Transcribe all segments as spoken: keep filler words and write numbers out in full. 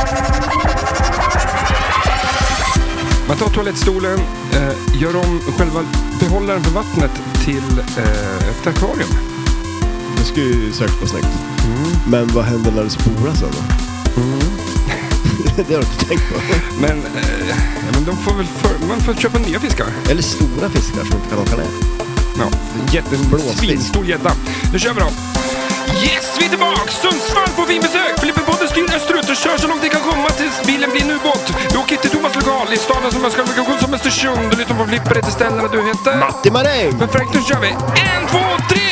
Man tar toalettstolen, eh, gör om själva behållaren för vattnet till eh, ett akvarium. Det ska ju säkert vara snyggt. Mm. Men vad händer när det sporas sen då? Mm. Det har jag inte tänkt på. Men, eh, men de får väl för, man får köpa nya fiskar. Eller stora fiskar som inte kan åka ner. Ja, jättesvinstor gädda. Nu kör vi då. Yes, vi är tillbaka! Sundsvall på vinbesök! Flipperpodden styr österut och kör så långt det kan komma tills bilen blir en ubåt. Vi åker till Thomas lokal i staden som önskar gå som Östersund. Du lyssnar på Flipper, heter ställare du heter Matti Maräng! Perfekt, nu kör vi! En, två, tre!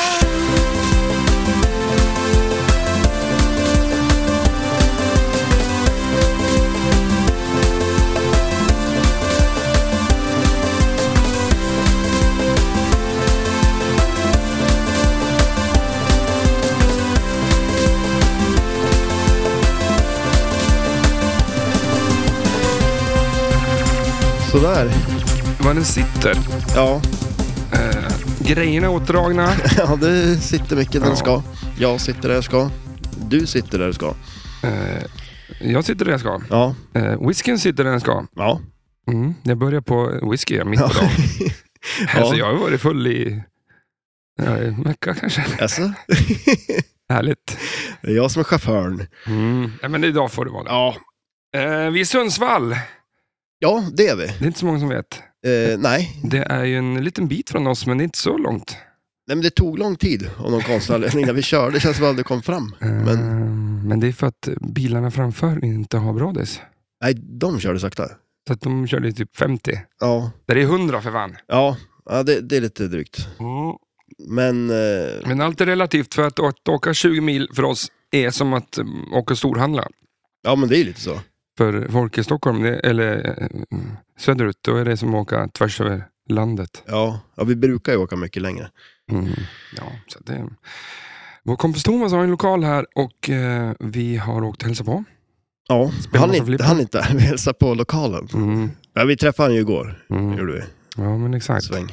Sådär. Vad den sitter. Ja. Eh, grejerna åtdragna. Ja, det sitter mycket där ja. Det ska. Jag sitter där jag ska. Du sitter där du ska. Eh, jag sitter där jag ska. Ja. Eh, whiskyn sitter där jag ska. Ja. Mm, jag börjar på whisky mitt på dagen. Ja. Alltså jag har varit full i ja, en vecka kanske. Alltså? Härligt. Det är jag som är chauffören. Mm. Ja, men idag får det vara det. Ja. Eh, vi är i Sundsvall. Ja, det är vi. Det är inte så många som vet. Eh, nej. Det är ju en liten bit från oss, men det är inte så långt. Nej, men det tog lång tid av någon konstig anledning när vi körde. Det känns väl det kom fram. Eh, men... men det är för att bilarna framför inte har brådis. Nej, de körde sakta. Så att de körde typ femtio. Ja. Där är hundra för van. Ja, ja det, det är lite drygt. Mm. Men... Eh... Men allt är relativt, för att, att åka tjugo mil för oss är som att um, åka storhandla. Ja, men det är lite så. För folk i Stockholm, det, eller äh, söderut, då är det som att åka tvärs över landet. Ja, ja vi brukar ju åka mycket längre. Mm, ja, så det... Vår kompis Thomas har en lokal här och eh, vi har åkt hälsa på. Ja, han inte, han inte vi hälsar på lokalen. Mm. Ja, vi träffade han ju igår, mm. gjorde vi. Ja, men exakt. Sväng.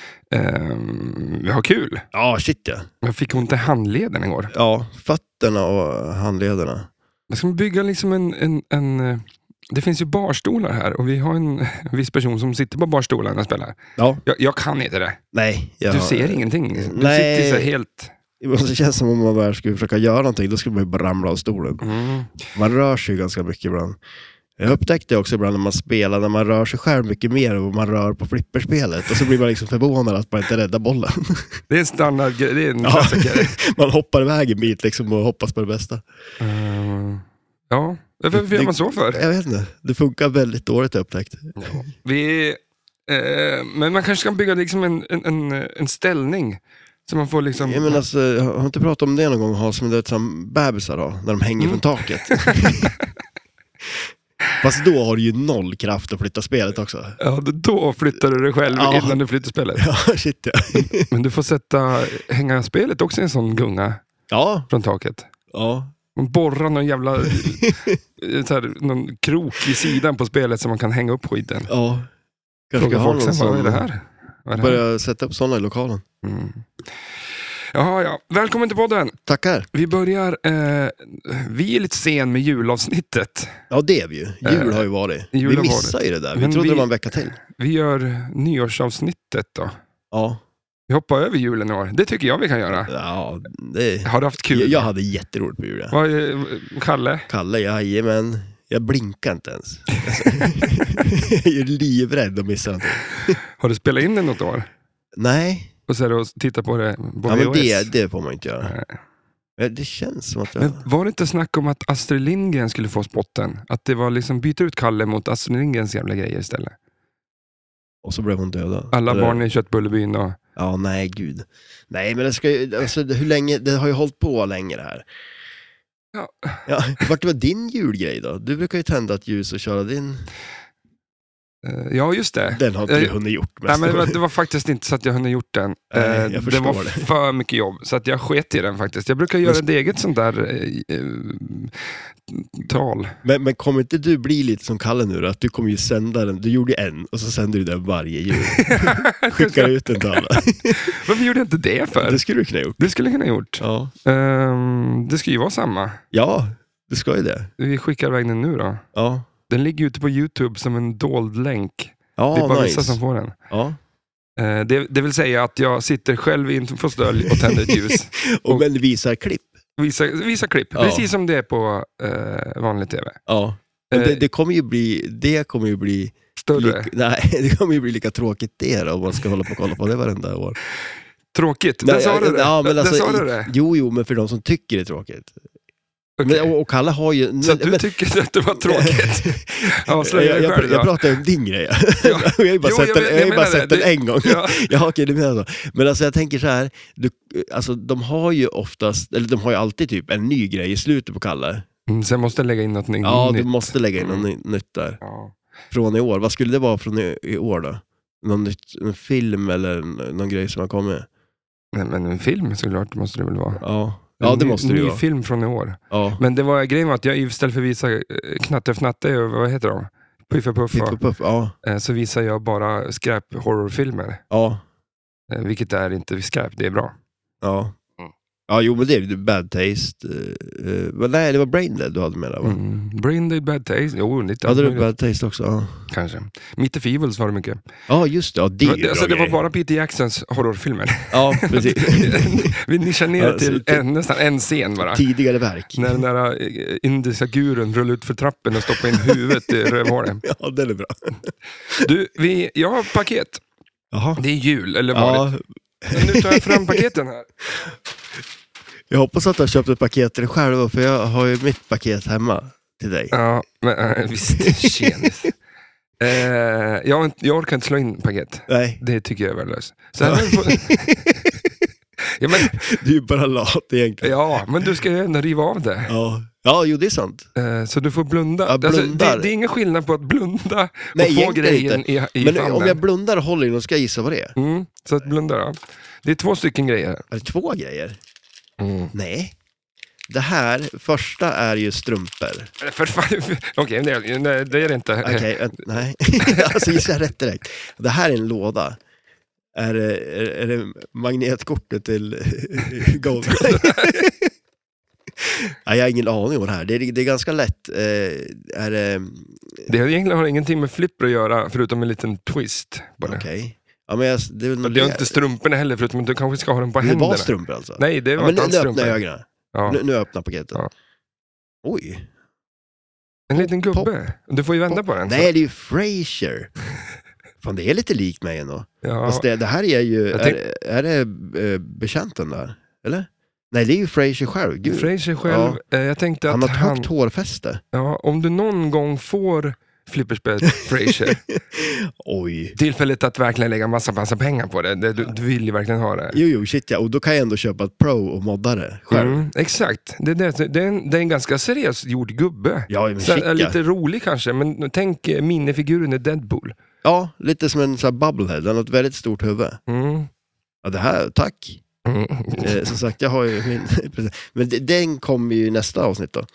Um, vi har kul. Ja, shit ja. Jag fick ont i handleden igår. Ja, fötterna och handlederna. Jag ska bygga liksom en, en, en... Det finns ju barstolar här och vi har en viss person som sitter på barstolarna och spelar. Ja. Jag, jag kan inte det. Nej. Jag... Du ser ingenting. Du Nej. sitter så helt... Det känns som om man bara skulle försöka göra någonting. Då skulle man ju bara ramla av stolen. Mm. Man rör sig ganska mycket ibland. Jag upptäckte också ibland när man spelar, när man rör sig själv mycket mer än vad man rör på flipperspelet. Och så blir man liksom förvånad att man inte räddar bollen. Det är en standard, det är en ja, klassiker. Man hoppar iväg en bit liksom och hoppas på det bästa. Uh, ja, varför gör man så för? Jag vet inte, det funkar väldigt dåligt upptäckt. Ja. Vi, eh, men man kanske kan bygga liksom en, en, en ställning. Så man får liksom... Jag menar, alltså, jag har inte pratat om det någon gång, ha som det som bebisar då, när de hänger mm. från taket. Fast då har du ju noll kraft att flytta spelet också. Ja, då flyttar du dig själv ja. innan du flyttar spelet. Ja, shit ja. Men du får sätta, hänga spelet också i en sån gunga ja. från taket. Ja. Man borrar någon jävla så här, någon krok i sidan på spelet så man kan hänga upp skiten. Ja. Fråga folk sen, vad är det här? Vad är det här? Börja sätta upp sådana i lokalen. Mm. Jaha, ja. Välkommen till podden. Tackar. Vi börjar, eh, vi är lite sen med julavsnittet. Ja, det är vi ju. Jul har ju varit. Jul vi har missar varit. ju det där. Vi Men trodde vi, det var en vecka till. Vi gör nyårsavsnittet då. Ja. Vi hoppar över julen i år. Det tycker jag vi kan göra. Ja, det... Har du haft kul? Jag, jag hade jätteroligt på julen. Vad är Kalle? Kalle, jajamän. Jag blinkar inte ens. Jag är ju livrädd att missa någonting. Har du spelat in det något år? Nej. Och så är det att titta på det på ja, V H S? Men det, det får man inte göra. Nej. Det känns som att jag... Men var det inte snack om att Astrid Lindgren skulle få spotten? Att det var liksom byta ut Kalle mot Astrid Lindgrens jävla grejer istället. Och så blev hon döda. Alla Eller... barn i Köttbullebyn och... Ja, nej gud. Nej, men det ska ju... Alltså, hur länge... Det har ju hållit på länge det här. Ja. Ja, vart var din julgrej då? Du brukar ju tända ett ljus och köra din... Ja, just det. Den har inte du hunnit gjort. Nej, men det var, det var faktiskt inte så att jag hunnit gjort den. Nej, jag det var det. för mycket jobb, så att jag sket i den faktiskt. Jag brukar göra ett eget sånt där äh, äh, tal. Men, men kommer inte du bli lite som Kalle nu då? Att du kommer ju sända den. Du gjorde en och så sänder du den varje jul. Skickar ut den till alla. Varför gjorde jag inte det för? Det skulle du kunna gjort. Det skulle jag kunna gjort. Ja. Um, det ska ju vara samma. Ja. Du ska ju det. Vi skickar iväg den nu då. Ja. Den ligger ute på YouTube som en dold länk. Ja, det är bara nice. vissa som får den. Ja. Eh, det, det vill säga att jag sitter själv inför stölj och tänder ett ljus. och, och men visar klipp. Visa, visa klipp, Ja. precis som det är på eh, vanlig tv. Ja. Men Eh, det, det kommer ju bli... Det kommer ju bli... Större. Lika, nej, det kommer ju bli lika tråkigt det då, om man ska hålla på och kolla på det varenda år. Tråkigt, Nej, där sa du det. ja, men där alltså, sa du i- det. Jo, jo, men för de som tycker det är tråkigt. Okej. Men, och, och Kalle har ju... Så att du men, tycker att det var tråkigt? Avslöja jag, dig jag, själv jag då. pratar om din grej. Ja. jag har ju bara Jo, sett jag den, vet- jag har ju jag bara menar sett det. den en gång. Ja. Ja, okej, du menar så. Men alltså jag tänker så här, du, alltså de har ju oftast, eller de har ju alltid typ en ny grej i slutet på Kalle. Mm, sen måste jag lägga in något nytt. Ja, du måste lägga in något ny- nytt där. Ja. Från i år. Vad skulle det vara från i, i år då? Någon nytt, en film eller en- någon grej som har kommit? Nej, men en film såklart måste det väl vara. Ja, ja En det ny- måste det ny ju vara. film från i år. Ja. Men det var grejen var att jag istället för att visa eh, Knatte och Fnatte och vad heter de? Puff och Puff, Piff och Puff, ja. eh, så visar jag bara skräp horrorfilmer. Ja. Eh, vilket är inte skräp, det är bra. Ja. Mm. Ja, jo men det är ju Bad Taste. Uh, uh, nej, det var Brain Dead du hade med där, va? Mm. Brain Dead, Bad Taste, jo lite. Hade du möjligt. Bad Taste också? Ja, Kanske. Meet the Feebles var det mycket. ja just det. Ja, det är Men, ju alltså, bra det var grej. bara Peter Jacksons horrorfilmer. Ja, precis. Vi nischar ner Ja, det till så- en, nästan en scen bara. Tidigare verk. När den där eh, indiska gurun rullar ut för trappen och stoppar in huvudet i rövhålet. Ja, den är bra. Du, vi, jag har paket. Jaha. Det är jul, eller var Ja, det? Nu tar jag fram paketen här. jag hoppas att du har köpt ett paket till dig själv, för jag har ju mitt paket hemma till dig. Ja, men äh, visst, tjenis. Eh, jag, har inte- jag orkar inte slå in paket. Nej, Det tycker jag är värdelöst. Så här, får... ja, men, du är ju bara lat egentligen. ja, men du ska ju ändå riva av det. Ja, ja jo det är sant. Eh, så du får blunda. Ja, Alltså, blundar. det, det är ingen skillnad på att blunda Nej, och få egentligen grejen inte. i, i Men famnen. om jag blundar och håller in, då ska jag gissa vad det är. Mm, så att blunda då. Det är två stycken grejer. Är det två grejer? Mm. Nej. Det här, första är ju strumpor. För fan, okej, det, det, det är det inte. Okej, vänt- nej. Alltså gissar jag rätt direkt. Det här är en låda. Är det, är, är det magnetkortet till Goldcoin? Nej, jag har ingen aning om det här. Det är, det är ganska lätt. Eh, är det... Det har egentligen har ingenting med flipper att göra, förutom en liten twist på det. Okej. Ja, men jag, det är väl Och något det är mer. inte strumporna heller, förutom att du kanske ska ha dem på Det händerna. var strumpor alltså? Nej, det Ja, var men inte nu, alls nu öppnar strumpor. jag ögonen. Ja. Nu, nu öppnar paketet. Ja. Oj. En liten gubbe. Du får ju vända på den. Nej, det är ju Frasier. Fan, det är lite likt mig ändå. Ja. Fast det, det här är ju... Jag tänk- Är, är det uh, bekänten där? Eller? Nej, det är ju Frasier själv. Gud. Frasier själv, eh, jag tänkte Han att har ett han... högt hårfäste. Ja, om du någon gång får flipperspelet Frasier, Oj. tillfället att verkligen lägga massa, massa pengar på det, det du, du vill ju verkligen ha det. Jo, jo, shit ja. Och då kan jag ändå köpa ett Pro och modda det själv. Mm, exakt, det, är det, det, är en, det är en ganska seriös gjord gubbe. Ja, men Så, shit, är ja. lite rolig kanske, men tänk eh, minifiguren i Deadpool. Ja, lite som en sån här bubblehead. Den har ett väldigt stort huvud. Mm. Ja, det här, tack. Mm. Eh, som sagt, jag har ju min... Men det- den kommer ju i nästa avsnitt då.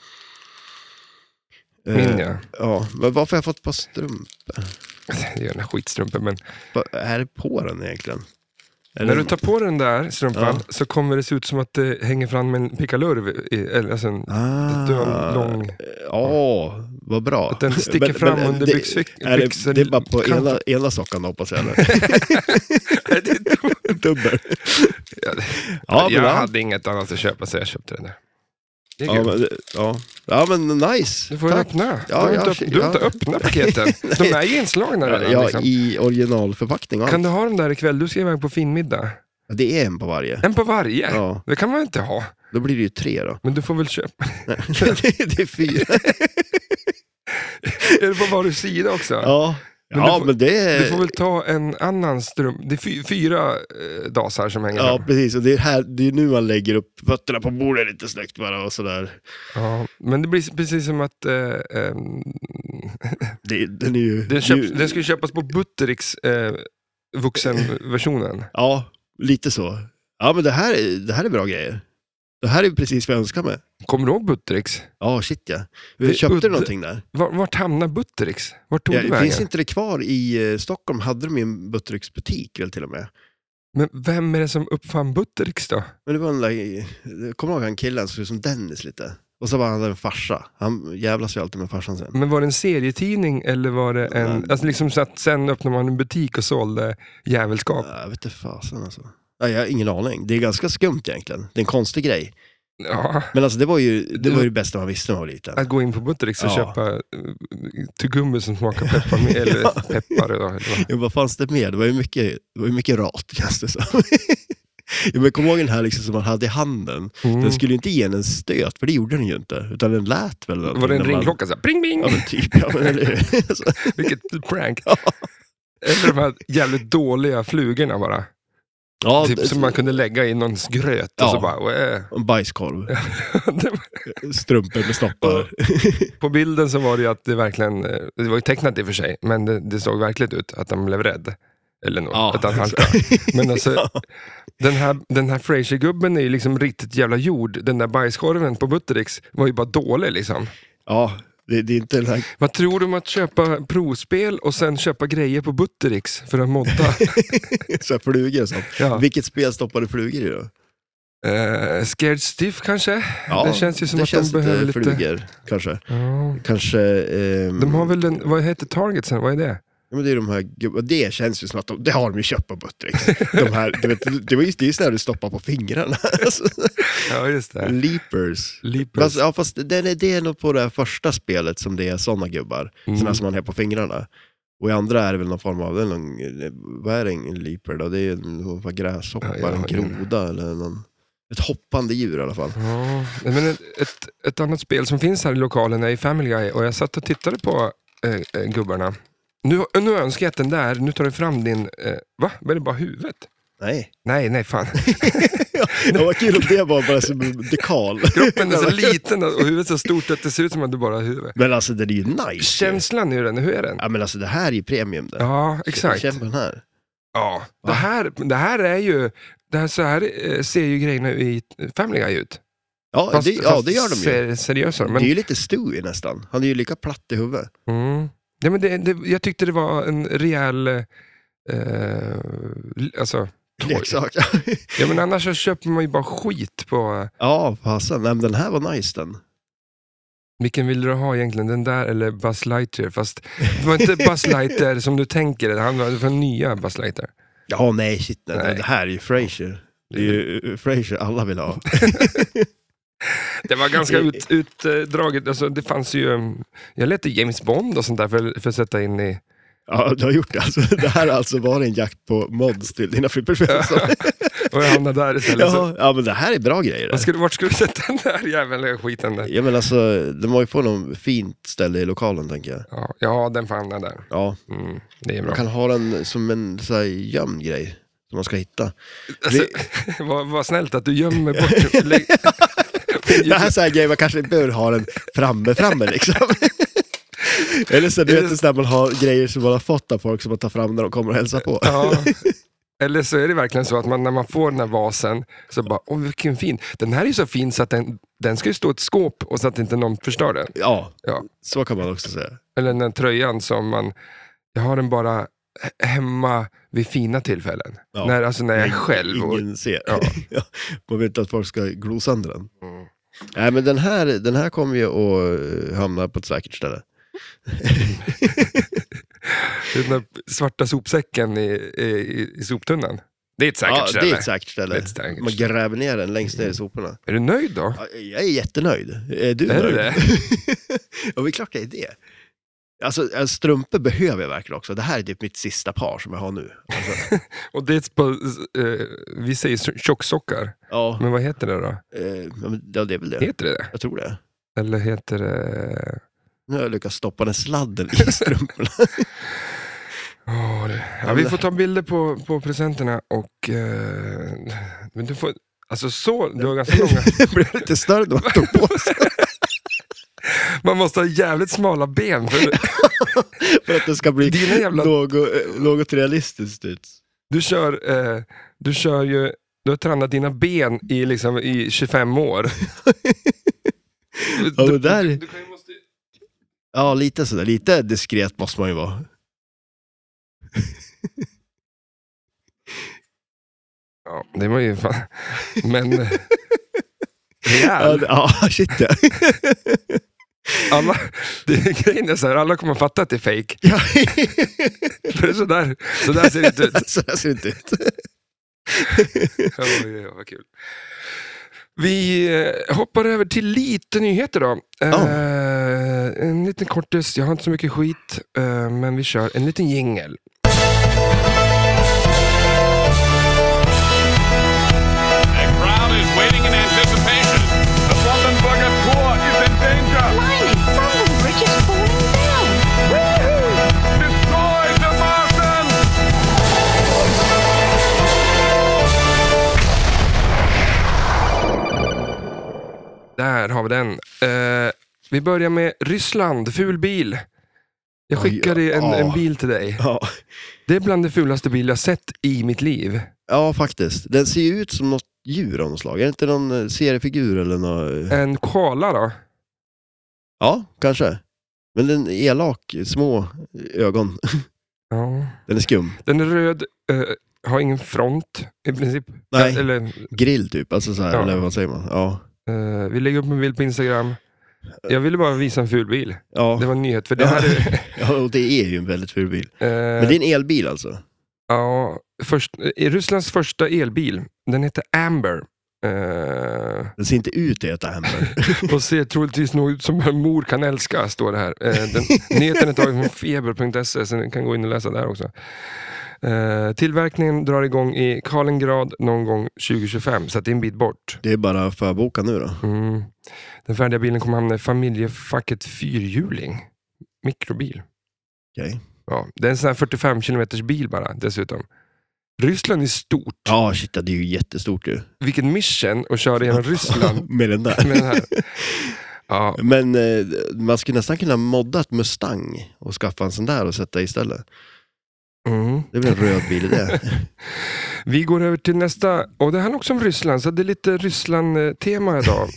Eh, Min ja. Ja, men varför har jag fått ett par strumpor? Det är en skitstrumpa, men Vad är det på den egentligen? Är när det- du tar på den där strumpan Ja. så kommer det se ut som att det hänger fram en pickalurv, i- eller alltså en, Ah, du har en lång... Ja, vad bra. Att den sticker fram under det, byxfick- är det, byxor- det är bara på kanten. ena, ena sockan hoppas jag. Eller? Nej, det är Dubbel. Ja, det- Ja, men, jag ja. hade inget annat att köpa så jag köpte den där. Det är Ja, kul. men, ja. ja, men nice. Du får ju Tack. öppna. Ja, du har, ja, inte, öpp- du har ja. inte öppnat paketen. De är ju inslagna redan. Ja, liksom. i originalförpackning och allt. Kan du ha dem där ikväll? Du ska iväg på finmiddag. Ja, det är en på varje. En på varje? Ja, Det kan man inte ha. då blir det ju tre då. Men du får väl köpa. Nej, det är fyra. Är det på var sida också? Ja, Men ja du får- men det är... Du får väl ta en annan strump. Det är fy, fyra eh, dasar som hänger Ja, fram. precis. Och det är, här, det är nu man lägger upp fötterna på bordet lite snyggt bara och sådär. Ja, men det blir precis som att eh, ehm, Det, den är ju... den, köps, ju- den ska ju köpas på Buttericks eh, vuxenversionen. Ja, lite så. Ja, men det här, är- det här är bra grejer. Det här är precis vad jag önskar mig. Kommer du ihåg Buttericks? Ja, shit ja. Det Vi är köpte udda- du någonting där? Var, vart hamnar Buttericks? Vart tog Ja, det det vägen? finns inte det kvar i eh, Stockholm. Hade de ju en Buttericks butik väl till och med. Men vem är det som uppfann Buttericks då? Men det var en där, jag kommer ihåg han killen som såg ut som Dennis lite. Och så var han en farsa. Han jävlas ju alltid med farsan sen. Men var det en serietidning eller var det en... Nej. Alltså liksom så att sen öppnade man en butik och sålde jävelskap. Jag vet inte fasen alltså. Nej, jag har ingen aning. Det är ganska skumt egentligen. Det är en konstig grej. Ja, Men alltså det var ju det, var ju det bästa man visste när man var liten. att gå in på Buttericks och Ja. köpa uh, tuggummi som smakar peppar med, eller Ja. peppar. Då, eller vad. Ja, vad fanns det mer? Det var ju mycket, det var ju mycket rat, känns det som. Ja, men kom ihåg den här liksom som man hade i handen. Mm. Den skulle ju inte ge en en stöt, för det gjorde den ju inte. Utan den lät väl. Var det en när man- ringklocka så här, bring bing? Ja, men typ. Ja, men, eller hur? Alltså, Vilket prank. Eller de här jävligt dåliga flugorna bara. ja, Typ det- som man kunde lägga i någons gröt och Ja. så bara... Äh. en bajskorv. Det var- Strumpor med snoppar. På bilden så var det ju att det verkligen... eh, Det var ju tecknat i och för sig, men det, det såg verkligt ut att han blev rädd. Eller något, Ja, att han halkade. Men alltså, den här, den här Frasier-gubben är ju liksom riktigt jävla jord. Den där bajskorven på Buttericks var ju bara dålig liksom. Ja, det, det är inte den här... Vad tror du om att köpa provspel och sen köpa grejer på Buttericks för att modda? så här flugor och sånt. Ja. Vilket spel stoppade flugor i då? Uh, Scared Stiff kanske? Ja, det känns ju som det att känns de behöver lite lite... flugor, kanske. Ja. Kanske... ehm, De har väl en, vad heter Target sen? Vad är det? Ja, men det är de här gubbarna. Det känns ju som att de, det har de ju köpt på Buttericks. De här, du vet, det var just det när du stoppar på fingrarna. Alltså, Ja, just det. Leapers. Leapers. Fast, ja, fast det, är- det är nog på det här första spelet som det är sådana gubbar. Mm. Sådana som man har på fingrarna. Och i andra är det väl någon form av, det är någon, vad är det en leaper då? Det är en vad gräshoppa, Ja, ja, en ja. groda eller någon, ett hoppande djur i alla fall. Ja, men ett, ett, ett annat spel som finns här i lokalen är i Family Guy och jag satt och tittade på äh, gubbarna. Nu, nu önskar jag att den där, nu tar du fram din, äh, va? Var det bara huvudet? Nej. Nej, nej fan. Ja, vad kul om det var bara som en dekal. Kroppen är så liten och huvudet så stort att det ser ut som att du bara har huvudet. Men alltså det är ju nice. Känslan i den, hur är den? Ja men alltså det här är ju premium det. Ja, exakt. Känn på den här. Ja, det Va? här, det här är ju, det här, så här eh, ser ju grejerna i Family Guy ut. Ja, Fast, det, ja fast det gör de ju. ser, seriösare. Men, Det är ju lite Stewie nästan. Han är ju lika platt i huvudet. mm. Ja, men det, det, jag tyckte det var en rejäl, eh, alltså, toy. Leksak. Ja, men annars så köper man ju bara skit på, Ja, fasen. Nej, men den här var nice den. vilken vill du ha egentligen, den där eller Buzz Lightyear? Fast det var inte Buzz Lightyear som du tänker, han var för nya Buzz Lightyear. Ja, nej, shit. Nej. Nej. Det här är ju Frasier. Det är ju Frasier alla vill ha. Det var ganska ut, utdraget, alltså det fanns ju, um, jag letade James Bond och sånt där för, för att sätta in i. Ja, du har gjort det. Alltså, det här alltså var en jakt på mods till dina flipperspel. Och jag hamnade där istället. Så, Ja, ja, men det här är bra grejer. vad ska du, vart ska du sätta den där jävla skiten där? Ja, men alltså, de må ju få någon fint ställe i lokalen, tänker jag. Ja, ja, den får hamna där. Ja, Mm, det är bra. man kan ha den som en så här gömd grej som man ska hitta. Alltså, vad, vad snällt att du gömmer bort. Lägg- Det här är så här grejer man kanske inte bör ha den framme, framme liksom. Eller så, du vet, så där man har grejer som man har fått av folk som man tar fram när de kommer och hälsar på. Ja. Eller så är det verkligen så att man, när man får den här vasen så bara, åh vilken fin. Den här är ju så fin så att den, den ska ju stå i ett skåp och så att inte någon förstör den. Ja, Ja. så kan man också säga. Eller den här tröjan som man, jag har den bara he- hemma vid fina tillfällen. Ja. När, alltså när jag är Men själv. Och, Ingen ser. ja. Ja, man vill inte att folk ska glo sönder den. Mm. Nej, men den här, den här kommer ju att hamna på ett säkert ställe. Den där svarta sopsäcken i, i, i soptunnan. Det är ett säkert Ja, ställe. det är ett säkert ställe. Det är ett säkert Man ställe. gräver ner den längst ner i soporna. Är du nöjd då? Ja, jag är jättenöjd. Är du Är du nöjd? det? Ja, det är klart det är det. Alltså, en strumpor behöver jag verkligen också. Det här är typ mitt sista par som jag har nu. Alltså, Och det är på, eh, vi säger tjocksockar. ja, Men vad heter det då? eh, ja, men- ja, det är väl det. Heter det det? Jag tror det. Eller heter det... Nu har jag lyckats stoppa den sladden i strumporna. Åh, det... Ja, vi får ta bilder på, på presenterna och... Eh, men du får... Alltså så, du har ganska långa... Det blev lite större när man tog på sig. Man måste ha jävligt smala ben för För att det ska bli dina jävla... något, eh, något realistiskt ut. Du kör, eh, du kör ju... Du har tränat dina ben i, liksom, i tjugofem år. Ja, Du- men där- du, du kan ju måste... Ja, lite sådär. Lite diskret måste man ju vara. Ja, det var ju fan... Men... Rejäl. Ja, shit ja. Alla, det är grejen är så här, alla kommer att fatta att det är fake. Ja. För så där, så där ser det inte ut. Så där ser det inte ut. Oj, ja, vad kul. Vi eh, hoppar över till lite nyheter då. Eh, Oh. En liten kortis, jag har inte så mycket skit, eh, men vi kör en liten jingle. A crowd is waiting in anticipation. The Brandenburger Tor is in danger. Blimey, London Bridge is falling down. Destroy the Martians! Där har vi den. Eh, vi börjar med Ryssland, ful bil. Jag skickade Oj, en, ja. en bil till dig. Ja. Det är bland det fulaste bil jag sett i mitt liv. Ja, faktiskt. Den ser ju ut som något djur av något slag. Är det inte någon eh, seriefigur eller något? En koala då? Ja, kanske. Men den är elak, små ögon. Ja. Den är skum. Den är röd, eh, har ingen front i princip. Nej. Eller, Grill typ, alltså så här, Ja. eller vad säger man? Ja. eh, vi lägger upp en bild på Instagram. Jag ville bara visa en ful bil. Ja. Det var en nyhet, för det Ja. här är... Ja, och det är ju en väldigt ful bil. eh, Men det är en elbil alltså? Ja, först, eh, Rysslands första elbil. Den heter Amber. Eh, Den ser inte ut att äta Amber. och ser troligtvis nog ut som en mor kan älska, står det här. Eh, den, nyheten är tagen från feber punkt se, så ni kan gå in och läsa där också. Eh, tillverkningen drar igång i Kaliningrad någon gång tjugo tjugofem, så att det är en bit bort. Det är bara förboka nu då. Mm. Den färdiga bilen kommer hamna i familjefacket fyrhjuling. Mikrobil. Okej. Ja, det är en sån här fyrtiofem kilometers bil bara, dessutom. Ryssland är stort. Ja, shit, det är ju jättestort ju. Vilken mission att köra genom Ryssland Med den där. med den här. Ja, Men eh, man skulle nästan kunna modda ett Mustang och skaffa en sån där och sätta istället. mm. Det är väl en röd bil i det. Vi går över till nästa, och det här är också om Ryssland, så det är lite Ryssland-tema idag.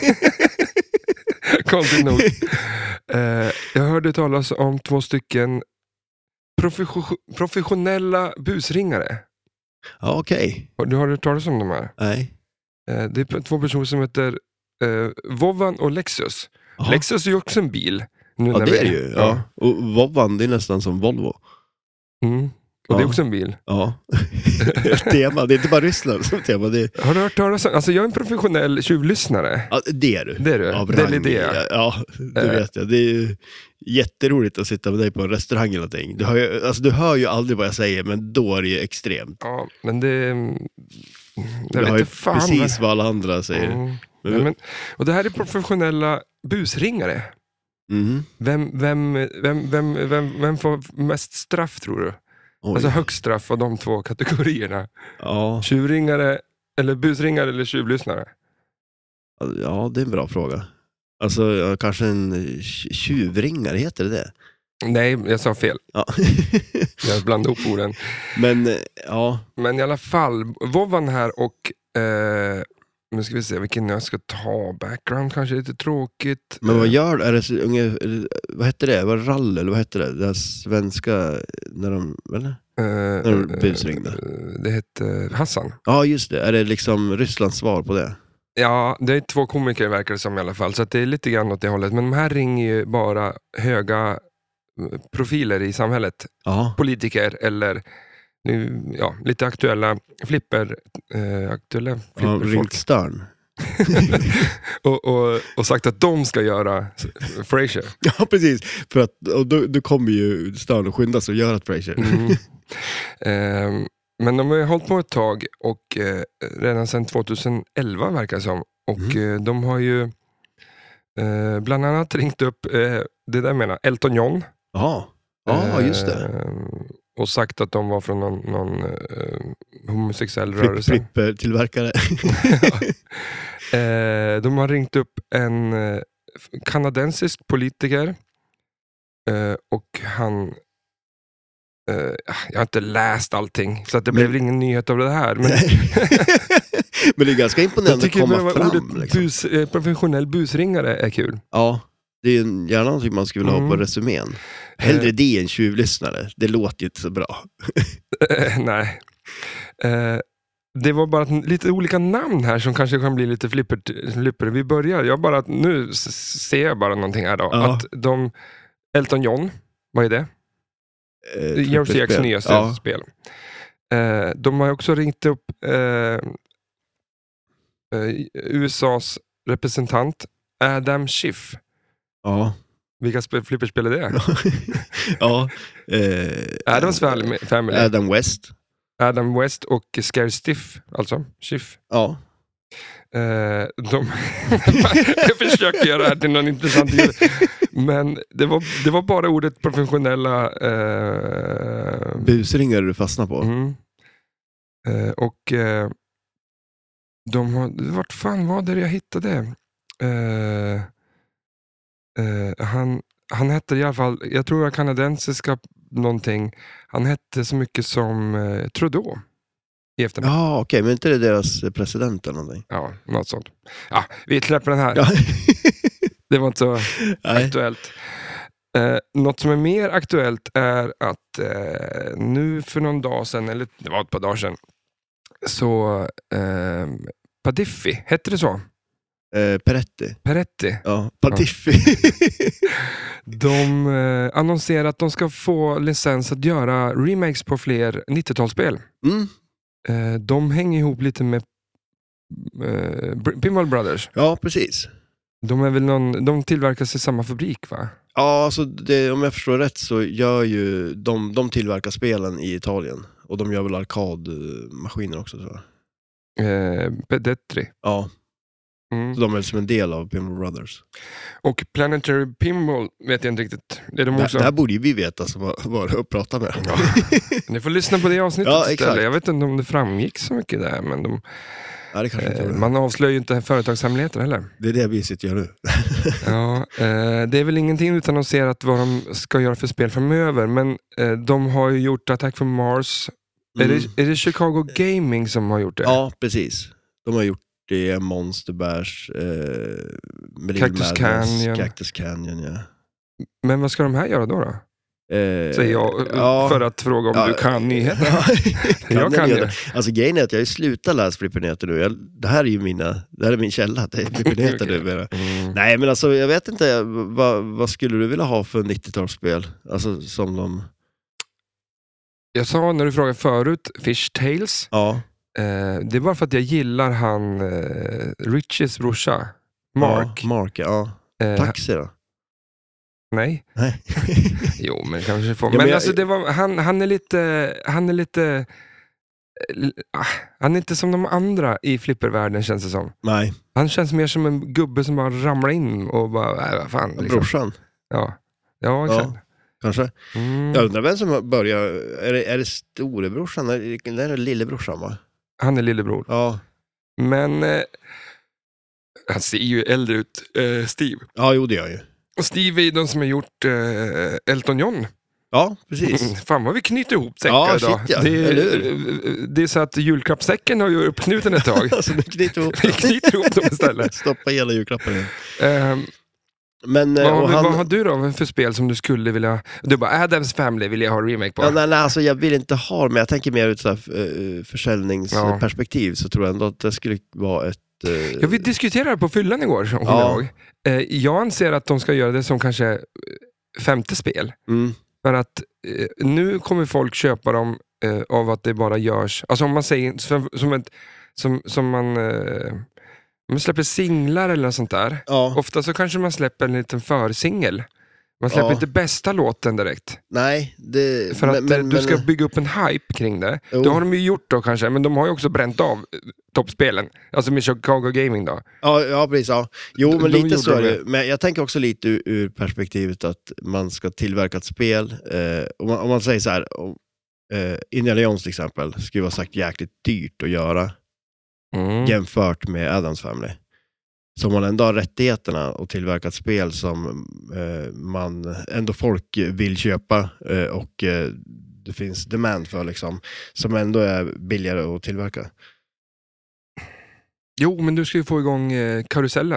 Konstigt nog. Eh, jag hörde talas om två stycken profession- professionella busringare. Ja, okej. Har du har hört talas om de här? Nej. Eh, det är p- två personer som heter eh, Vovan och Lexus. Jaha. Lexus är ju också en bil. Nu Ja, när det vi- är det ju. Ja. Och Vovan, det är nästan som Volvo. Mm. Och det är Ja. också en bil. Ja. Tema, det är inte bara Ryssland som tema. Det är, Har du hört talas om? Alltså jag är en professionell tjuvlyssnare. ja, det är du. Det är du. Ja, det är Brang, det. ja, ja, det Eh. vet jag. Det är ju jätteroligt att sitta med dig på en restaurang eller någonting. Du hör ju, alltså, du hör ju aldrig vad jag säger, men då är det ju extremt. Ja, men det... Jag Du vet hör ju inte fan. precis vad alla andra säger. Mm. Men- Ja, men, och det här är professionella busringare. Mhm. Vem, vem, vem, vem, vem, vem får mest straff, tror du? Oj. Alltså högst straff av de två kategorierna. Ja. Tjuvringare, eller busringare eller tjuvlyssnare? Ja, det är en bra fråga. Alltså, ja, kanske en tj- tjuvringare, heter det det? Nej, jag sa fel. Ja. Jag blandade ihop orden. Men, eh, ja. Men i alla fall, Vovan här och... Eh, nu ska vi se vilken jag ska ta. Background kanske är lite tråkigt. Men vad Eh, gör är det, så unga, är det- vad hette det? Var det rall eller vad hette det? Det här svenska, när de, eller? eh, de busringde? eh, Det heter Hassan. Ja, just det. Är det liksom Rysslands svar på det? Ja, det är två komiker verkar det som i alla fall. Så att det är lite grann åt det hållet. Men de här ringer ju bara höga eh, profiler i samhället. Ja. Politiker eller nu, ja, lite aktuella flipper, eh, aktuella Ja, flipperfolk. ringt Stern. och, och, och sagt att de ska göra Frasier. Ja, precis. För att, och då, då kommer ju Stern och skynda sig att göra ett Frasier. Mm. Ehm, men de har ju hållit på ett tag och eh, redan sedan tjugoelva verkar det som. Och Mm. eh, de har ju eh, bland annat ringt upp, eh, det där menar Elton John. Ja, ja just det. Ehm, och sagt att de var från någon, någon eh, homosexuell Flipp, rörelse. flippertillverkare. Eh, de har ringt upp en eh, kanadensisk politiker eh, och han eh, jag har inte läst allting så att det Men- blev ingen nyhet av det här, men Men det är ganska jag imponerande att tycker komma att fram. ordet Liksom. bus, eh, professionell busringare är kul. Ja, det är en- gärna någonting man skulle vilja ha Mm. på resumén. Hellre Eh. det än tjuvlyssnare. Det låter ju inte så bra. Nej. Eh, det var bara ett, lite olika namn här som kanske kan bli lite flipper, flipper. Vi börjar, jag bara, nu ser jag bara någonting här då. Ja. Att de, Elton John, vad är det? Eh, Jersey Jacks trippelspel. nyaste Ja. spel. Eh, de har också ringt upp eh, eh, U S A's representant Adam Schiff. Ja. Vilka sp- flipperspel är det? Ja. Eh, Adams Family. Adam West. Adam West och Scare Stiff, alltså Schiff. Ja. Eh, de jag försöker göra det här till någon intressant ljud. Men det var, det var bara ordet professionella eh, Busringar du fastnar på. mm. eh, och eh, de har, vart fan var det jag hittade? Eh, eh, han, han hette i alla fall, jag tror det var kanadensiska någonting, han hette så mycket som eh, Trudeau i efternamn. Ja, okej, men inte det deras president eller någonting? Ja, något sånt. Ja, vi släpper den här. Ja. Det var inte så Nej. aktuellt. Eh, något som är mer aktuellt är att eh, nu för någon dag sedan, eller det var ett par dagar sedan, så eh, Padiffi, hette det så? Eh, Peretti. Peretti. Ja, Padiffi. De eh, annonserar att de ska få licens att göra remakes på fler nittiotalsspel. Mm. Eh, de hänger ihop lite med eh, Br- Pinball Brothers. Ja, precis. De är väl någon, de tillverkas i samma fabrik, va? Ja, alltså det, om jag förstår rätt så gör ju de, de tillverkar spelen i Italien. Och de gör väl arkadmaskiner också, tror jag. Eh, Pedetri. Ja, Mm. så de är som en del av Pinball Brothers. Och Planetary Pinball vet jag inte riktigt. Det är de Det, också. det här borde ju vi veta som har varit och pratat med. Ja. Ni får lyssna på det avsnittet Ja, istället. exakt. Jag vet inte om det framgick så mycket där, men de, Ja, det kanske inte eh, gjorde. man avslöjar ju inte företagshemligheter heller. Det är det vi sitter och gör nu. Ja, eh, det är väl ingenting utan att se att vad de ska göra för spel framöver, men eh, de har ju gjort Attack from Mars. Mm. Är, det, är det Chicago Gaming som har gjort det? Ja, precis. De har gjort det, Monster Bash, eh, Medieval Cactus Madness, Canyon. Cactus Canyon, ja. Men vad ska de här göra då? då? Eh, Säger jag ja. för att fråga om Ja, du kan nyheter. kan Jag kan ju ju. det. Alltså grejen är att jag har ju slutat läsa flippernyheter nu. Jag, det här är ju mina, det här är min källa, det är flippernyheter nu. menar. Mm. Nej, men alltså jag vet inte, vad, vad skulle du vilja ha för nittiotalsspel? Alltså som de, Jag sa när du frågade förut, Fish Tales. ja. Eh, det är bara för att jag gillar han eh, Richies brorsa, Mark. Ja, Mark, ja. Eh, Taxi då? Nej. Nej. Jo, men kanske får. Ja, men men jag- alltså det var, han, han är lite, han är lite, eh, ah, han är inte som de andra i flippervärlden känns det som. Nej, Han känns mer som en gubbe som bara ramlar in och bara, äh, vad fan. Liksom. brorsan Ja, ja exakt. Ja. kanske. Mm. Jag undrar vem som börjar, är det, är det storebrorsan? Är det, är det lillebrorsan, va? Han är lillebror. Ja. Men eh, han ser ju äldre ut, eh, Steve. Ja, jo det gör jag ju. Och Steve är de som har gjort eh, Elton John. Ja, precis. Mm, fan vad vi knyter ihop säckar Ja, idag. shit, ja. Det, Eller är, det är så att julklappssäcken har ju uppknuten ett tag. Alltså nu knyter vi ihop Vi knyter ihop dem istället. Stoppa hela julklappen igen. Eh, Men, eh, vad, och har- han, vad har du då för spel som du skulle vilja... Du bara, Adams Family vill jag ha remake på. ja, nej, nej, alltså jag vill inte ha, men jag tänker mer ut så här, eh, försäljningsperspektiv, så tror jag ändå att det skulle vara ett... eh, Ja, vi diskuterade på fyllan igår, som Ja. jag. Eh, jag anser att de ska göra det som kanske eh, femte spel. mm, För att eh, nu kommer folk köpa dem eh, av att det bara görs... Alltså om man säger som, som, ett, som, som man... Eh, man släpper singlar eller något sånt där. ja, Ofta så kanske man släpper en liten försingel. Man släpper Ja. inte bästa låten direkt. nej, det... För att men, eh, men, du ska men, bygga upp en hype kring det. Jo. Det har de ju gjort då kanske, men de har ju också bränt av eh, toppspelen. Alltså med Chicago Gaming då. ja, ja, precis, ja. Jo, De- men de lite gjorde så är det. det. Men jag tänker också lite ur, ur perspektivet att man ska tillverka ett spel. Eh, om, man, om man säger så här, om, eh, Indiana Jones till exempel, skulle vara sagt jäkligt dyrt att göra. Mm. Jämfört med Adams Family. Så man ändå har rättigheterna att tillverka ett spel som eh, man ändå folk vill köpa eh, och eh, det finns demand för liksom, som ändå är billigare att tillverka. Jo, men du ska ju få igång eh, karusellen.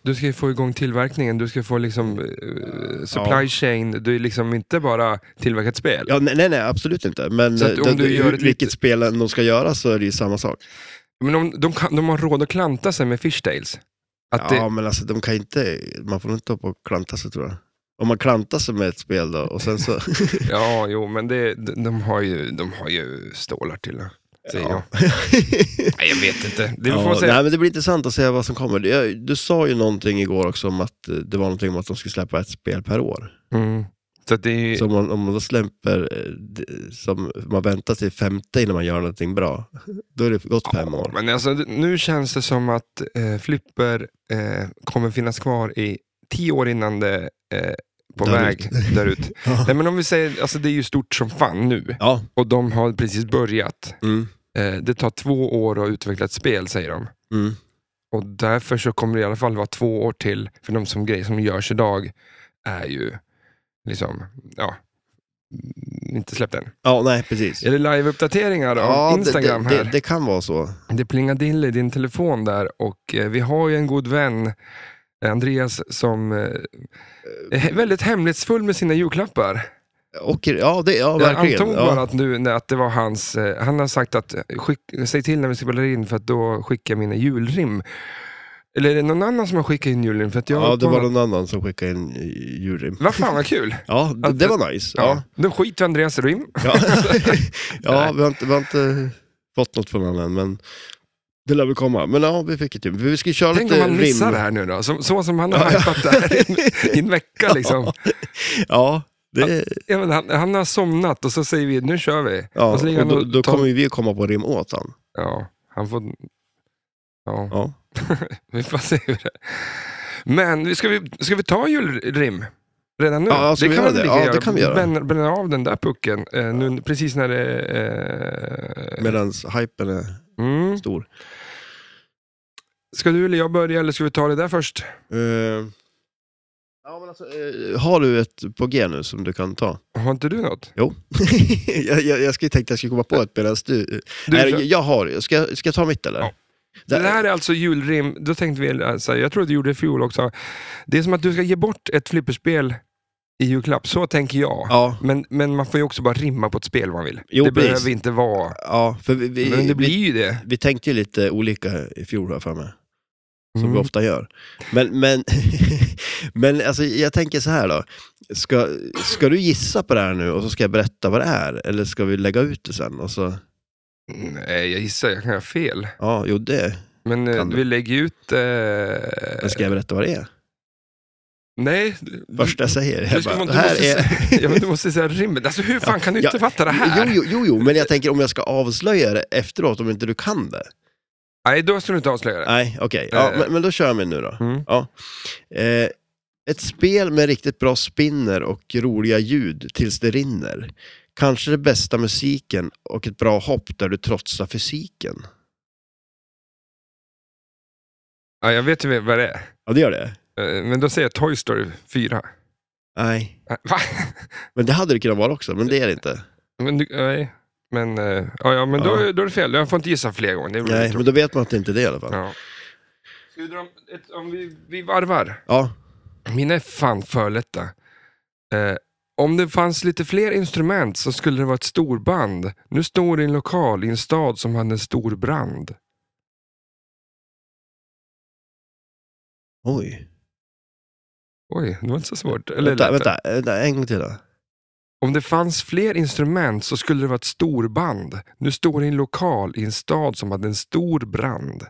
Du ska ju få igång tillverkningen, du ska få liksom uh, supply Ja. chain, du är liksom inte bara tillverka ett spel. Ja, nej, nej, absolut inte. Men Så att om det, du gör ett vilket litet- spel de ska göra så är det ju samma sak. Men om, de, kan, de har råd att klanta sig med Fishtails. Att Ja, det, men alltså de kan inte, man får inte på att klanta sig tror jag. Om man klantar sig med ett spel då, och sen så... ja, jo, men det, de, de, har ju, de har ju stålar till det, säger jag. ja. Nej, jag vet inte. Det får Ja, man säga. nej, men det blir intressant att se vad som kommer. Du, du sa ju någonting igår också om att eh, det var någonting om att de skulle släppa ett spel per år. Mm. Så att det är, Så om man, om man då släpper, eh, det- som man väntar till femte innan man gör någonting bra, då är det gått fem år. men alltså, nu känns det som att eh, Flipper eh, kommer finnas kvar i tio år innan det eh, på Dör väg ut. där ut. Ja. Nej, men om vi säger, alltså det är ju stort som fan nu. Ja. Och de har precis börjat. Mm. Eh, det tar två år att utveckla ett spel, säger de. Mm. Och därför så kommer det i alla fall vara två år till. För de som grejer som görs idag är ju liksom, ja, inte släppt än. Ja, nej, precis. Är det live-uppdateringar av Ja, Instagram det, det, här? det, det kan vara så. Det plingar till i din telefon där och eh, vi har ju en god vän, eh, Andreas, som eh, är väldigt hemlighetsfull med sina julklappar. Och, ja, det, ja, Jag verkligen. antog Ja. bara att, nu, när- att det var hans, eh, han har sagt att eh, skick, säg till när vi spelar in för att då skickar jag mina julrim. Eller är det någon annan som har skickat in julrim? För att jag Ja, det var någon... någon annan som skickade in eh, julrim. Vad fan vad kul! Ja, det, Att- det var nice. Ja. Ja, Då skiter Andreas rim. ja. ja vi, har inte, vi har inte fått något från honom än, men det lär väl komma. Men ja, vi fick ett rim. Vi ska köra Tänk om lite han missar rim. det här nu då. Så, så som han har hypat det här i, i en vecka liksom. Ja, det, Ja, men han, han har somnat och så säger vi, nu kör vi. ja. och så ligger Och han då, och då tar- kommer vi att komma på rim åt han. Ja, han får... Ja, Ja. vi får se hur det Men ska vi, ska vi ta julrim redan nu? Ja, ska vi göra väl det? lika Ja, det kan vi göra. Bränna, bränna av den där pucken eh, nu, precis när det... Eh, Medans hypen är mm. stor. Ska du eller jag börja eller ska vi ta det där först? Uh, ja, men alltså, eh, har du ett på G nu som du kan ta? Har inte du något? Jo. jag, jag, jag skulle tänkte att jag skulle komma på ett medan du... Du Nej, kör. jag, jag har. Ska, jag- ska jag ta mitt eller? Ja. Det- Det här är alltså julrim, då tänkte vi, alltså, jag tror att du gjorde det i fjol också. Det är som att du ska ge bort ett flipperspel i julklapp, så tänker jag. Ja, Men, men man får ju också bara rimma på ett spel om man vill. Jo, det precis. behöver inte vara... ja, för vi, vi, Men det blir vi, ju det. vi tänkte ju lite olika i fjol här för mig. Som Mm. vi ofta gör. Men, men, men alltså, jag tänker så här då. Ska, ska du gissa på det här nu och så ska jag berätta vad det är? Eller ska vi lägga ut det sen? Och så, Nej, jag gissar, jag kan ha fel. ja, jo det. Men eh, Kan du? vi lägger ut... Eh... Men ska jag berätta vad det är? Nej. Första jag säger. Du, Jag ska, bara, du, det här måste, är... säga, ja, men du måste säga rimmet. Alltså hur fan kan du Ja, inte fatta det här? Jo, jo, jo, jo, men jag tänker om jag ska avslöja det efteråt om inte du kan det. Nej, då ska du inte avslöja det. Nej, okej. Ja, Eh. men, men då kör vi nu då. Mm. Ja. Eh, ett spel med riktigt bra spinner och roliga ljud tills det rinner. Kanske det bästa musiken och ett bra hopp där du trotsar fysiken. Ja, jag vet ju vad det är. Ja, det gör det. Eh, Men då säger jag Toy Story fyra. Nej, Eh, Va? men det hade det kunnat vara också, men det är det inte. Men, du- nej. Men, eh, ja, ja, men Då, Ja. då är det fel. Jag får inte gissa fler gånger. Det blir Nej, tråkigt. men då vet man att det inte är det i alla fall. Ja. Ska vi dra om, ett, om vi, vi varvar? Ja, Mina är fan för lätta. Eh, om det fanns lite fler instrument så skulle det vara ett storband. Nu står det i en lokal i en stad som hade en stor brand. oj. Oj, det var inte så svårt. Eller, Vänta, lätt. vänta, vänta, en gång till då. Om det fanns fler instrument så skulle det vara ett storband. Nu står det i en lokal i en stad som hade en stor brand.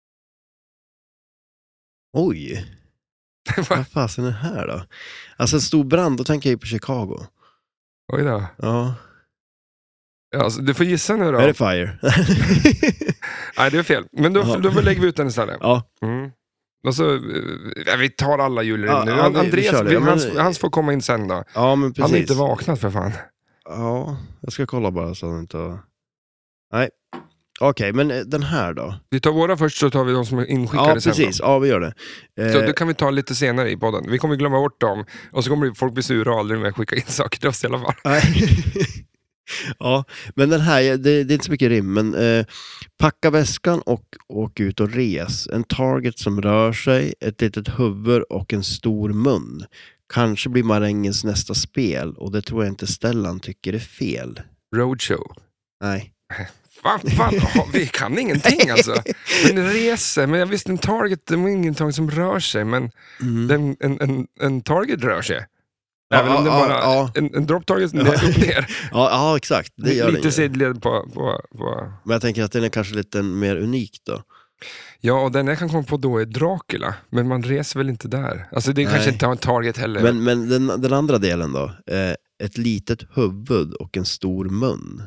Oj, vad fasen är det här då? Alltså en stor brand, då tänker jag ju på Chicago. Oj då. Ja, Ja, alltså, du får gissa nu då. är det Fire? Nej, det är fel. Men då, Ja. då lägger vi ut den istället. Ja, Mm. Och så, eh, vi tar alla julrim Ja, nu. ja, vi- vi Andreas, kör det. vi, Ja, men- hans, hans får komma in sen då. ja men precis. Han är inte vaknat för fan. Ja, jag ska kolla bara så han inte har... Nej. Okej, men eh, den här då? Vi tar våra först så tar vi de som är inskickade Ja, sen precis. då. Ja, vi gör det. Eh, Så det kan vi ta lite senare i podden. Vi kommer glömma bort dem. Och så kommer folk bli sura och aldrig mer skicka in saker till oss i alla fall. Nej. Ja, men den här, det, det är inte så mycket rim, men eh, packa väskan och åk ut och res. En target som rör sig, ett litet huvud och en stor mun. Kanske blir marängens nästa spel, och det tror jag inte Stellan tycker är fel. Roadshow. Nej. Fan, fan, oh, vi kan ingenting alltså. Men reser, men jag visste en target, det är ingenting som rör sig, men Mm. den, en, en, en target rör sig. Ja, Även om det ja, bara, ja. En, en drop target ner, upp ner. Ja, ja, exakt. Det gör Lite den ju. sidled på, på, på... Men jag tänker att den är kanske lite mer unik då. Ja, och den jag kan komma på då är Dracula. Men man reser väl inte där. Alltså det är Nej. kanske inte har en target heller. Men, men den, den andra delen då? Eh, ett litet huvud och en stor mun.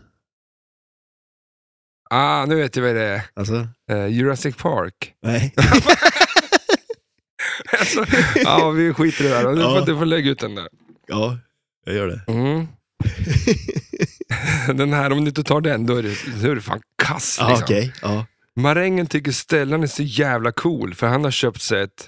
Ah, nu vet jag vad det är. Alltså? Uh, Jurassic Park. Nej. Alltså, ja, vi skiter i det där. Du får, Ja. du får lägga ut den där. Ja, jag gör det. Mm. Den här, om du inte tar den, då är det, då är det fan kass. Ja, Liksom. okej. Ja. Marängen tycker Stellan är så jävla cool, för han har köpt sig ett...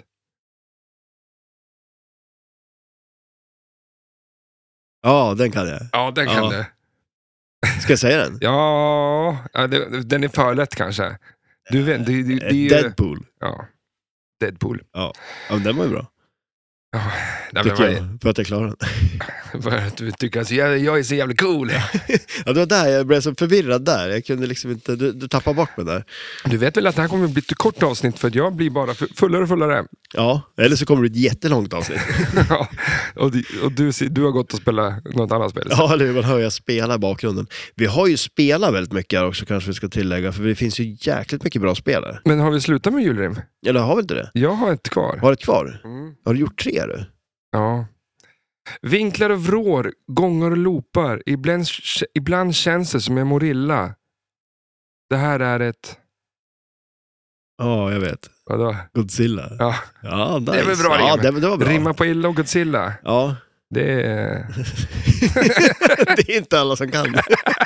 Ja, den kan jag. Ja, den kan Ja. du. Ska jag säga den? Ja, ja det, den är för lätt kanske. Du vet, det, det, det är ju... Deadpool. Ja, Deadpool. Ja, ja men den var ju bra. Ja, där Tycker blev jag, för att jag klarar den. man, för att du tycker att jag, jag är så jävla cool. Ja, det var där jag blev så förvirrad där. Jag kunde liksom inte, du, du tappade bort mig där. Du vet väl att det här kommer att bli ett kort avsnitt, för att jag blir bara fullare och fullare. Ja, eller så kommer det ett jättelångt avsnitt. Ja, och du, och du, du har gått och spelat något annat spel. Ja, eller hur, man hör jag spela i bakgrunden. Vi har ju spelat väldigt mycket här också, kanske vi ska tillägga, för det finns ju jäkligt mycket bra spelare. Men har vi slutat med julrim? Eller har vi inte det? Jag har ett kvar. Har du ett kvar? Mm. Har du gjort tre du? Ja. Vinklar och vrår, gångar och loopar. Ibland, ibland känns det som jag mår illa. Det här är ett... Ja, jag vet. Vadå? Godzilla. Ja. Ja, nice. Det är väl bra ja, rim. det, det var bra. Rimma på illa och Godzilla. Ja. Det är... Det är inte alla som kan.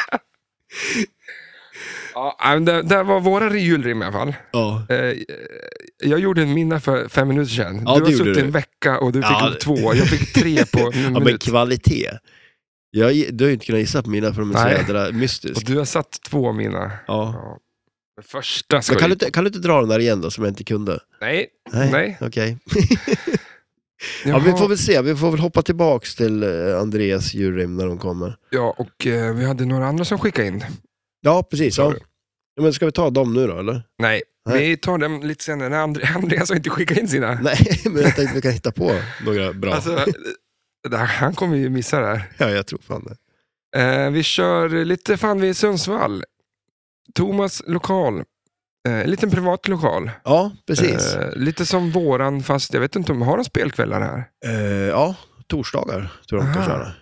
Ja, men det, det var våra julrim i alla fall. Ja. Eh, Jag gjorde en mina för fem minuter sedan. Ja, du har det gjorde suttit du. en vecka och du fick Ja. två. Jag fick tre på en Ja, men minut. kvalitet. Jag, du har ju inte kunnat gissa på mina, för de är så Nej. jädra Och mystisk. du har satt två mina. Ja. Ja. Den första ska Men kan, du ju- inte, kan du inte dra den där igen då, som jag inte kunde? Nej. Nej. Nej. Okej. Jaha. Ja, vi får väl se. Vi får väl hoppa tillbaks till eh, Andreas julrim när de kommer. Ja, och eh, vi hade några andra som skickade in. Ja, precis. Sa Ja. du? Ja, men ska vi ta dem nu då, eller? Nej, Nej. vi tar dem lite senare. När Andre- Andreas har inte skickat in sina. Nej, men jag tänkte vi kan hitta på några bra. Alltså, det här- han kommer ju missa det här. Ja, jag tror fan det. Eh, vi kör lite fan vid Sundsvall. Thomas lokal. Eh, en liten privat lokal. Ja, precis. Eh, lite som våran, fast jag vet inte om de har en spelkvällar här. Eh, ja, torsdagar tror jag de kan Aha. köra.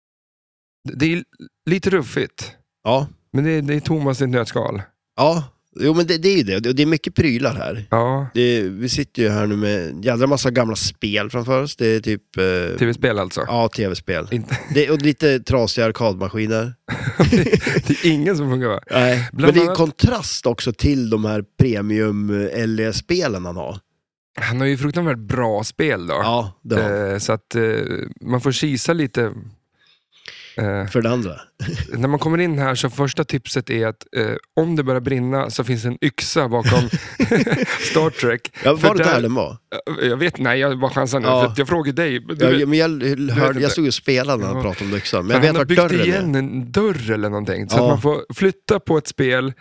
Det är lite ruffigt. Ja, Men det är, det är Thomas i ett nötskal. ja. Jo, men det, det är ju det. Det är mycket prylar här. Ja, Det är, vi sitter ju här nu med en jädra massa gamla spel framför oss. Det är typ... Eh, tv-spel alltså. ja, tv-spel. Inte, Det, och lite trasiga arkadmaskiner. det är ingen som funkar va? Nej. Men Bland det är en annat- kontrast också till de här premium L E-spelen han har. Han har ju fruktansvärt bra spel då. Ja, det har Eh, så att eh, man får kisa lite. Eh, för det andra. när man kommer in här så första tipset är att eh, om det börjar brinna så finns en yxa bakom Star Trek. Ja, För var det där- där den var? Jag vet, nej jag bara chansar nu, Ja. för att jag frågade dig. men Du, Ja, vet, men jag, hörde, jag inte. stod och spelade när han Ja. pratade om yxan. Men för jag vet han har vart byggt dörren igen är. en dörr eller någonting. Så Ja. att man får flytta på ett spel.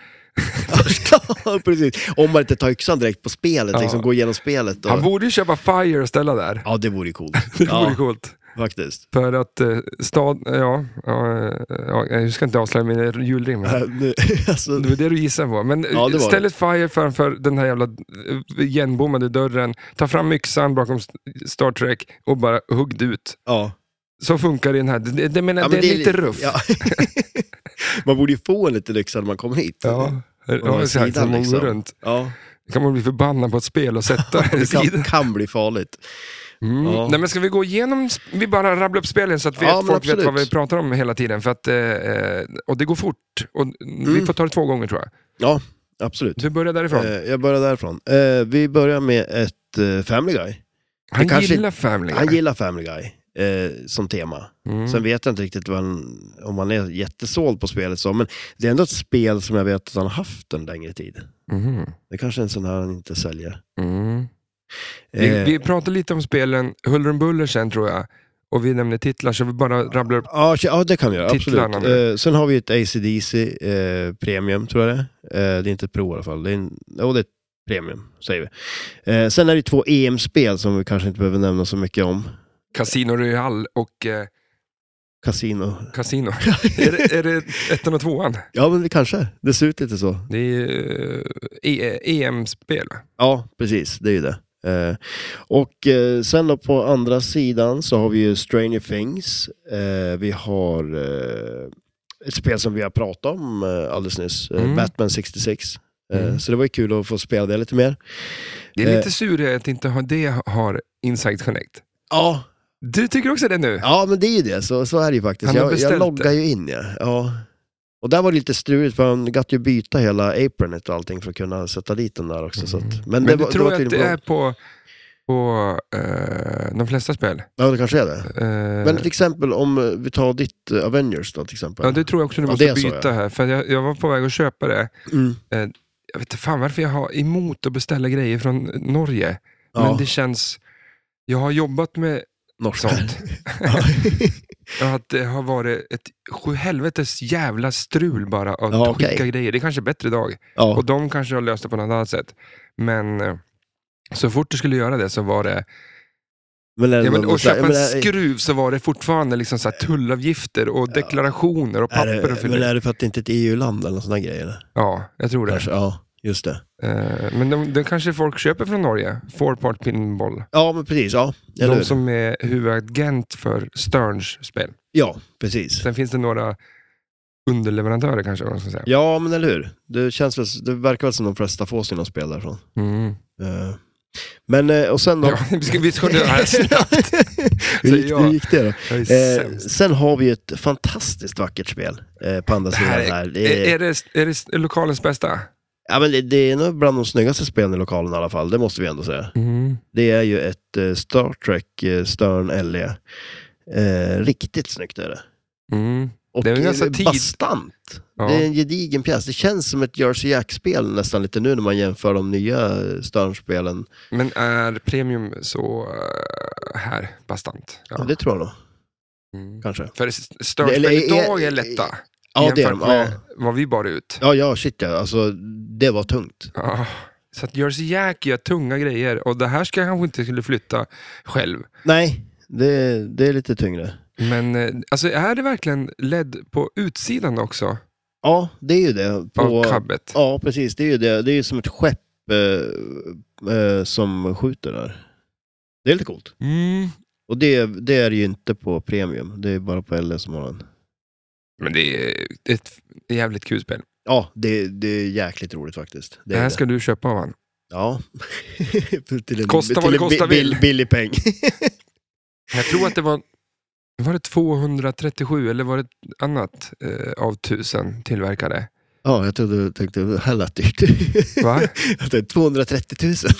Ja, precis. Om man inte tar yxan direkt på spelet, Ja. liksom gå igenom spelet. Och... Han borde ju köpa Fire och ställa där. Ja, det vore ju coolt. Det vore Ja, coolt. faktiskt. För att eh, stad, ja, ja, ja, jag ska inte avslöja mina julrim. Äh, nu, alltså, Det var det du gissade på. Men Ja, det var ställ det. ett Fire framför den här jävla eh, igenbommade dörren. Ta fram yxan bakom Star Trek och bara hugg ut. ja. Så funkar det i den här. Det, det, menar, Ja, det men är lite ruff. Ja. Man borde ju få en liten yxa när man kommer hit. Ja, har ja exakt. sidan, Som man går liksom. runt. Ja. Då kan man bli förbannad på ett spel och sätta det i Det kan, sidan. kan bli farligt. Mm. Ja. Nej, men ska vi gå igenom, vi bara rabbla upp spelen så att vet, Ja, men folk vet absolut. vad vi pratar om hela tiden. För att, eh, och det går fort. Och Vi Mm. får ta det två gånger tror jag. Ja, absolut. Vi börjar därifrån. Eh, jag börjar därifrån. Eh, vi börjar med ett eh, Family Guy. Han kanske- gillar Family Guy. Han gillar Family Guy. eh, som tema. Mm. Sen vet jag inte riktigt vad han, om man är jättesåld på spelet så, men det är ändå ett spel som jag vet att han har haft en längre tid. Mm. Det är kanske är en sån här han inte säljer. Mm. Vi, Eh, vi pratar lite om spelen Huller om Buller sen tror jag. Och vi nämner titlar så vi bara rabblar upp. ja, ja, det kan vi göra, titlarna absolut. nu. Eh, sen har vi ett A C D C eh, Premium, tror jag det är. Eh, det är inte ett Pro i alla fall. Det är, en, oh, det är ett Premium, säger vi. Eh, sen är det två E M-spel som vi kanske inte behöver nämna så mycket om. Casino Royale och eh, Casino. Casino. är, det, är det ettan och tvåan? Ja, men det kanske. Det ser ut lite så. Det är eh, e- E M-spel. Ja, precis. Det är ju det. Eh, och eh, sen då på andra sidan så har vi ju Stranger Things. Eh, vi har eh, ett spel som vi har pratat om eh, alldeles nyss. Eh, Mm. Batman sextiosex. Eh, Mm. Så det var ju kul att få spela det lite mer. Det är Eh. lite sur att inte ha det har Inside Connect. Ja, Du tycker också det nu? ja men det är ju det. Så, så är det ju faktiskt. Han har Jag, jag beställt loggar det. ju in, ja. ja. Och där var det lite struligt för han gatt ju byta hela apronet och allting för att kunna sätta dit den där också. Så att, men Men det du var, det tror var att det tydligen är på, på eh, de flesta spel? Ja, det kanske är det. Eh, Men till exempel om vi tar ditt eh, Avengers då till exempel. ja, det tror jag också du Ja, måste det är så, byta ja. här. För jag, jag var på väg att köpa det. Mm. Jag vet inte fan varför jag har emot att beställa grejer från Norge. Ja. Men det känns... Jag har jobbat med Norska. sånt. Att det har varit ett sju helvetes jävla strul bara att Ja, okej. skicka grejer. Det är kanske bättre idag. Ja. Och de kanske har löst det på något annat sätt. Men eh, så fort du skulle göra det så var det... Men, är det Ja, men, någon och så här- köpa men en är- skruv så var det fortfarande liksom så här tullavgifter och deklarationer och är papper och det, fylla. men är det för att det inte är ett E U-land eller sådana grejer? Eller? Ja, jag tror det. Kanske, ja, just det. Eh, men de, de kanske folk köper från Norge. Four Part Pinball. Ja, men precis. Ja, eller De hur? som är huvudagent för Sterns spel. ja precis. Sen finns det några underleverantörer kanske. Vad man ska säga. Ja, men eller hur? Det, känns väl, det verkar väl som de flesta får sina spel därifrån. Mm. Eh, Men, eh, och sen då... Ja, vi ska, vi ska göra det här snabbt. hur, gick, jag. hur gick det då? Jag är Eh, sämst. sen har vi ett fantastiskt vackert spel eh, på andra Det sidan här här. är, Det är, är, är, det, är det lokalens bästa? ja, men det, det är nog bland de snyggaste spelen i lokalen i alla fall, det måste vi ändå säga. Mm. Det är ju ett eh, Star Trek eh, Stern L E. Eh, riktigt snyggt är det. Mm. Och Det är en ganska eh, tid- bastant. Ja. Det är en gedigen pjäs. Det känns som ett Jersey Jack-spel nästan lite nu när man jämför de nya Stern-spelen. Men är premium så uh, här bastant? Ja. Ja. Det tror jag nog, Mm. kanske. För Störspel Eller är- idag är lätta. Ja, det är jämfört de. med Ja. vad vi bar ut. Ja, ja, shit ja. Alltså, det var tungt. Ja. Så att Jersey Jack gör tunga grejer och det här ska jag kanske inte skulle flytta själv. Nej, det, det är lite tyngre. Men eh, alltså är det verkligen L E D på utsidan också Ja, det är ju det. På, av kabbet? ja, precis. Det är ju det. Det är ju som ett skepp eh, eh, som skjuter där. Det är lite coolt. Mm. Och det, det är ju inte på premium. Det är bara på L E som har den. Men det är ett jävligt kul spel. Ja, det, det är jäkligt roligt faktiskt. Det, Det är här det. ska du köpa av han. Ja. till en, Kosta vad till det en kosta bi- vill. Billig peng. Jag tror att det var var det tvåhundratrettiosju eller var det ett annat eh, av tusen tillverkade? Ja, jag trodde du tänkte hellat dyrt. Va? Jag tänkte tvåhundratrettio tusen.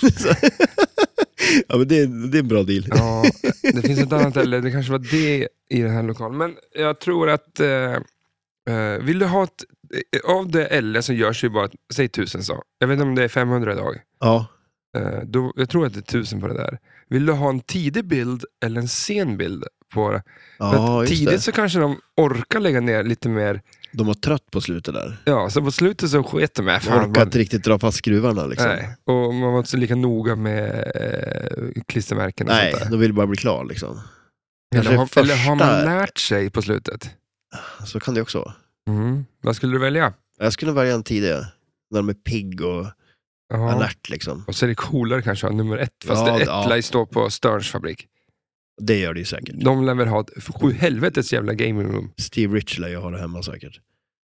Ja, men det är, det är en bra deal. Ja, det finns ett annat, eller det kanske var det i den här lokalen. Men jag tror att eh, eh, vill du ha ett, av det L så görs ju bara, säg tusen så. Jag vet inte om det är femhundra idag. Ja. Eh, då, jag tror att det är tusen på det där. Vill du ha en tidig bild eller en sen bild på det? För Ja, att just tidigt det. så kanske de orkar lägga ner lite mer. De var trött på slutet där. Ja, så på slutet så sket de med. Man Fan, orkar man, inte riktigt dra fast skruvarna liksom. nej, och man var inte så lika noga med eh, klistermärken och Nej, sånt där. de vill bara bli klar liksom. Eller Kanske har, första... eller har man lärt sig på slutet? Så kan det också vara. Mm. Vad skulle du välja? Jag skulle välja en tidigare. När de är pigg och Ja. alert liksom. Och så är det coolare kanske att ha nummer ett. Fast Ja, det ett ja. lär ju stå på Sterns fabrik. Det gör det ju säkert. De lär väl ha ett sju helvetes jävla gaming room. Steve Rich lär ju ha det hemma säkert.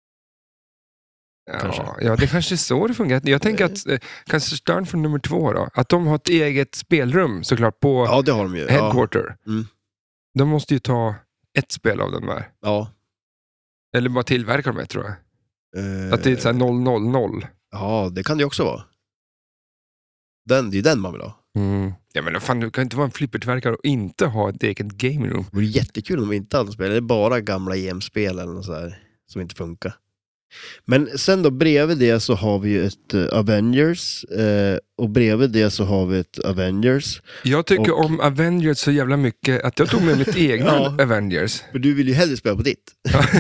Kanske. Ja, ja, det kanske är så det fungerar. Jag tänker att eh, kanske Stern för nummer två då. Att de har ett eget spelrum såklart på Ja, det har de ju. Ja. headquarter. Mm. De måste ju ta ett spel av den där. Ja. Eller bara tillverka dem, tror jag. Eh, Att det är så här noll noll noll. Ja, det kan det ju också vara. Den, det är ju den man vill ha. Mm. Ja, men fan, du kan inte vara en flippertillverkare och inte ha ett eget game room. Det vore jättekul om vi inte hade spel. Det är bara gamla E M-spel eller något så här, som inte funkar. Men sen då bredvid det så har vi ju ett uh, Avengers. Uh, och bredvid det så har vi ett Avengers. Jag tycker Och- om Avengers så jävla mycket att jag tog med mitt egna Ja. Avengers. För du vill ju hellre spela på ditt.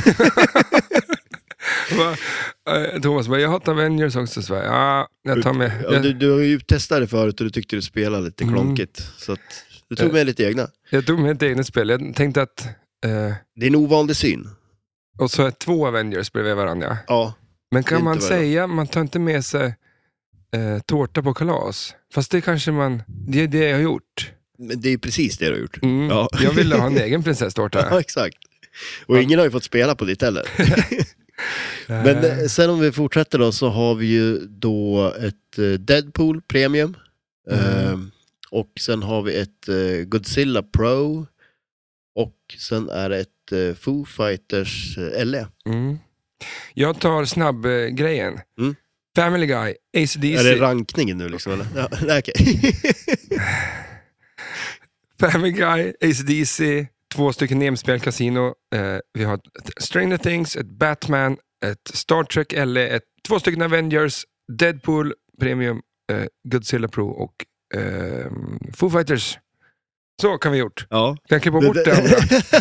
Va? Eh, Thomas bara, jag har ett Avengers också. Så, ja, jag tar med. Ja, du, Jag, du har ju testat det förut och du tyckte du spelade lite Mm. klonkigt. Så att du tog med lite egna. jag tog med ett eget spel. Jag tänkte att... Eh, Det är en ovanlig syn. och så är två Avengers bredvid varandra. Ja. Men Det är kan man inte värre. säga, man tar inte med sig eh, tårta på kalas. Fast det kanske man... Det är det jag har gjort. Men det är ju precis det du har gjort. Mm. Ja. Jag ville ha en egen prinsesstårta. Ja, exakt. Och ingen har ju fått spela på ditt heller. Men eh, sen om vi fortsätter då så har vi ju då ett eh, Deadpool Premium. Mm. Eh, och sen har vi ett eh, Godzilla Pro. Och sen är det ett eh, Foo Fighters eh, L E. Mm. Jag tar snabb eh, grejen. Mm. Family Guy, A C D C. Är det rankningen nu liksom? Eller? Ja, nej, okej. Family Guy, A C D C, två stycken nemspel Casino. Eh, vi har ett Stranger Things, ett Batman, ett Star Trek L E, ett, två stycken Avengers, Deadpool Premium, eh, Godzilla Pro och eh, Foo Fighters. Så kan vi gjort. Ja. Kan jag klippa bort det andra?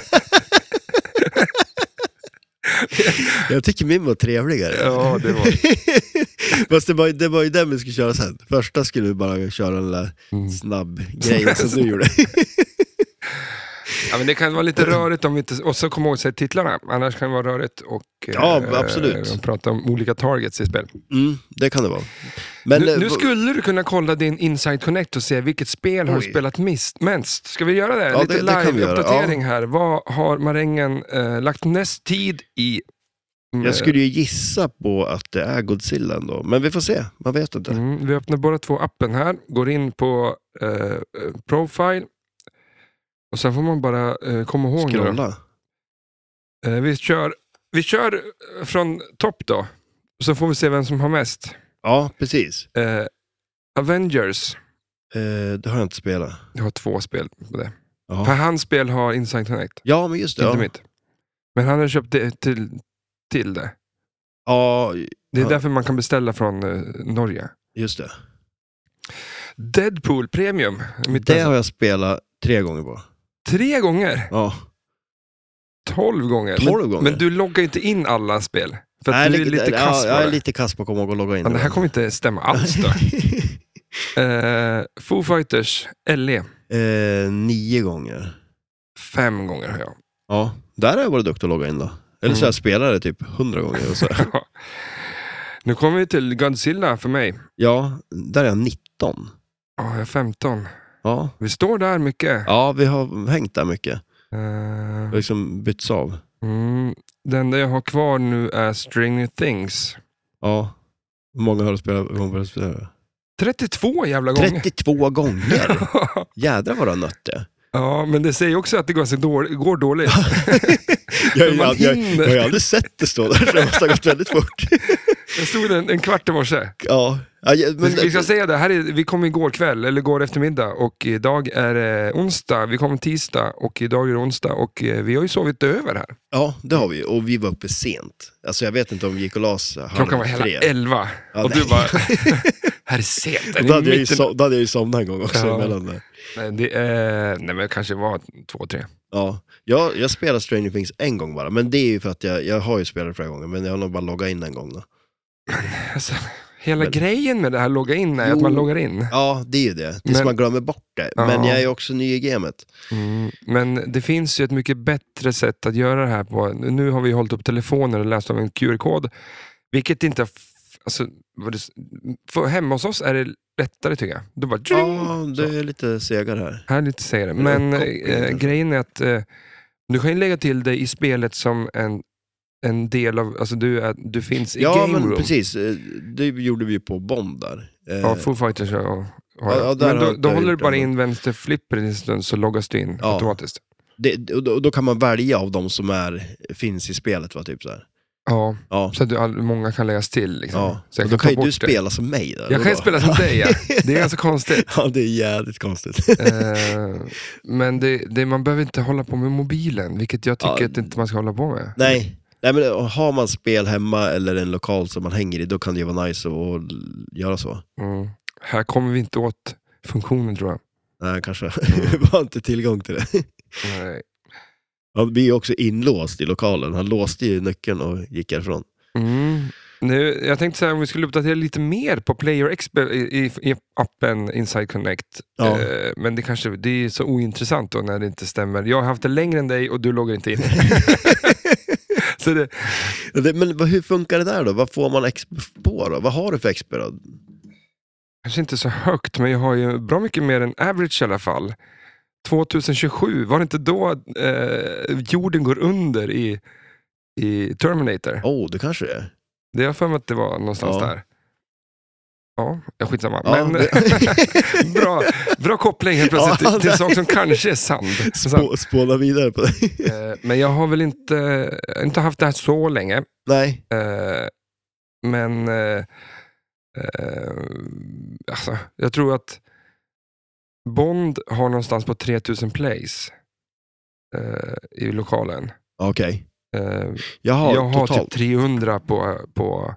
Jag tycker min var trevligare. Ja, det var... Fast det var, det var ju den vi skulle köra sen. Första skulle vi bara köra den där Mm. snabb grejen som du gjorde. Ja, men det kan vara lite rörigt om vi inte... Och så kom ihåg sig titlarna. Annars kan det vara rörigt och... Ja, eh, absolut. och prata om olika targets i spel. Mm, det kan det vara. Men, Nu, eh, nu v- skulle du kunna kolla din Inside Connect och se vilket spel har du Oj. spelat mist, mest. Ska vi göra det? Ja, Lite det- det kan vi göra, live-uppdatering här. Vad har marängen eh, lagt näst tid i? Mm, jag skulle ju gissa på att det är Godzilla ändå. Men vi får se, man vet inte. Mm, vi öppnar båda två appen här. Går in på eh, Profile. Och sen får man bara eh, komma ihåg nu då. Scrolla. Eh, vi, kör, vi kör från topp då. Så får vi se vem som har mest. Ja, precis. Eh, Avengers. Eh, det har jag inte spelat. Jag har två spel på det. Ja, Per hans spel har Inside Connect. ja men just det. Inte Ja, mitt. Men han har köpt det till, till det. ja Det är Ja. därför man kan beställa från eh, Norge. just det. Deadpool Premium. Mitt Det bästa. har jag spelat tre gånger på. Tre gånger. Ja, Tolv gånger. Tolv men, gånger. men du loggar inte in alla spel. För att Nej, du är lite kass ja, på jag är det. lite kass på att komma ihåg och logga in. Men det här kommer inte stämma alls då. eh, Foo Fighters L E. eh, nio gånger. Fem gånger har jag. Ja, där har jag varit duktig att logga in då. Eller så Mm. jag spelar det typ hundra gånger. Och så. Nu kommer vi till Godzilla för mig. Ja, där är jag nitton. Ja, jag är femton. Ja. Vi står där mycket. ja, vi har hängt där mycket. Eh, Vi har liksom bytts av. mm, det enda jag har kvar nu är Stranger Things. Ja. Hur många har du spelat? Hur många har du spelat? trettiotvå jävla gånger. trettiotvå gånger! Jädrar vad du har nött det. Ja, men det säger också att det går, så dåligt, går dåligt. Jag, har ju Man ald- jag, hinner. jag har ju aldrig sett det stå där, så det måste ha gått väldigt fort. Jag stod en, en kvart i morse. Ja, ja ja, men, vi ska säga det, här är, vi kom igår kväll, eller igår eftermiddag, och idag är det onsdag, vi kom tisdag och idag är det onsdag och eh, vi har ju sovit över här. ja, det har vi. Och vi var uppe sent. Alltså jag vet inte om vi gick och las halv Klockan var hela tre. elva Ja, och nej. du bara, här är sent. Och Det Då är hade, jag ju mitten- so- då hade jag ju somnat en gång också Ja. emellan där. Nej, det, är, nej men det kanske var två, tre. Ja, jag, jag spelade Stranger Things en gång bara. Men det är ju för att jag, jag har ju spelat flera gånger. Men jag har nog bara loggat in en gång då. Alltså, hela Men- grejen med det här logga in är Jo. att man loggar in. Ja, det är ju det. Tills Men- man glömmer bort det. Ja. Men jag är ju också ny i gamet. Mm, men det finns ju ett mycket bättre sätt att göra det här på. Nu har vi hållit upp telefoner och läst av en Q R-kod. Vilket inte... F- alltså, vad det, för hemma hos oss är det lättare tycker jag. Du bara... Ja, Så. det är lite segare här. Här lite säger det. Men uppkoppling eh, kanske. grejen är att eh, du kan ju lägga till dig i spelet som en, en del av... Alltså du, är, du finns i Ja, game men room. precis. Eh, Det gjorde vi på Bond där. Eh, Ja, Foo Fighters har har Ja, jag. ja, där Men då, har- då där har håller jag du bara gjort det. in vänster flipper en stund så loggas du in Ja. automatiskt. det, och, då, och då kan man välja av de som är, finns i spelet, va, typ så här. Ja, Ja. så att du, all, många kan läggas till. Liksom. Ja, Så jag och då ta kan ju bort du det. spela som mig där. Jag kan ju spela som dig, ja. Det är ganska konstigt. Ja, det är jävligt konstigt. Eh, men det, det, man behöver inte hålla på med mobilen, vilket jag tycker Ja. att inte man ska hålla på med. Nej. Nej, men har man spel hemma eller en lokal som man hänger i, då kan det ju vara nice att att göra så. Mm. Här kommer vi inte åt funktionen, tror jag. Nej, kanske. Mm. Vi har inte tillgång till det. Nej. Han blir ju också inlåst i lokalen. Han låste ju nyckeln och gick härifrån. Mm. Nu, jag tänkte säga om vi skulle uppdatera lite mer på Player Expert i, i, i appen Inside Connect. Ja. Eh, men det kanske det är så ointressant då när det inte stämmer. Jag har haft det längre än dig och du loggar inte in. Så det, Det, men vad- hur funkar det där då? Vad får man X P på då? Vad har du för X P då? kanske inte så högt, men jag har ju bra mycket mer än average i alla fall. tjugohundratjugosju, var det inte då eh, jorden går under i, i Terminator? Åh, oh, det kanske det är. Det har jag för mig att det var någonstans Ja. där. Ja, jag skitsamma. Ja, Men det- bra, bra koppling helt plötsligt Ja, till, till det- saker som kanske är sand. Spå, spåna vidare på det. Eh, Men jag har väl inte, inte haft det här så länge. Nej. Eh, Men eh, eh, alltså, jag tror att Bond har någonstans på tre tusen plays eh, i lokalen. Okej. Eh, Jag har jag har totalt. typ trehundra på, på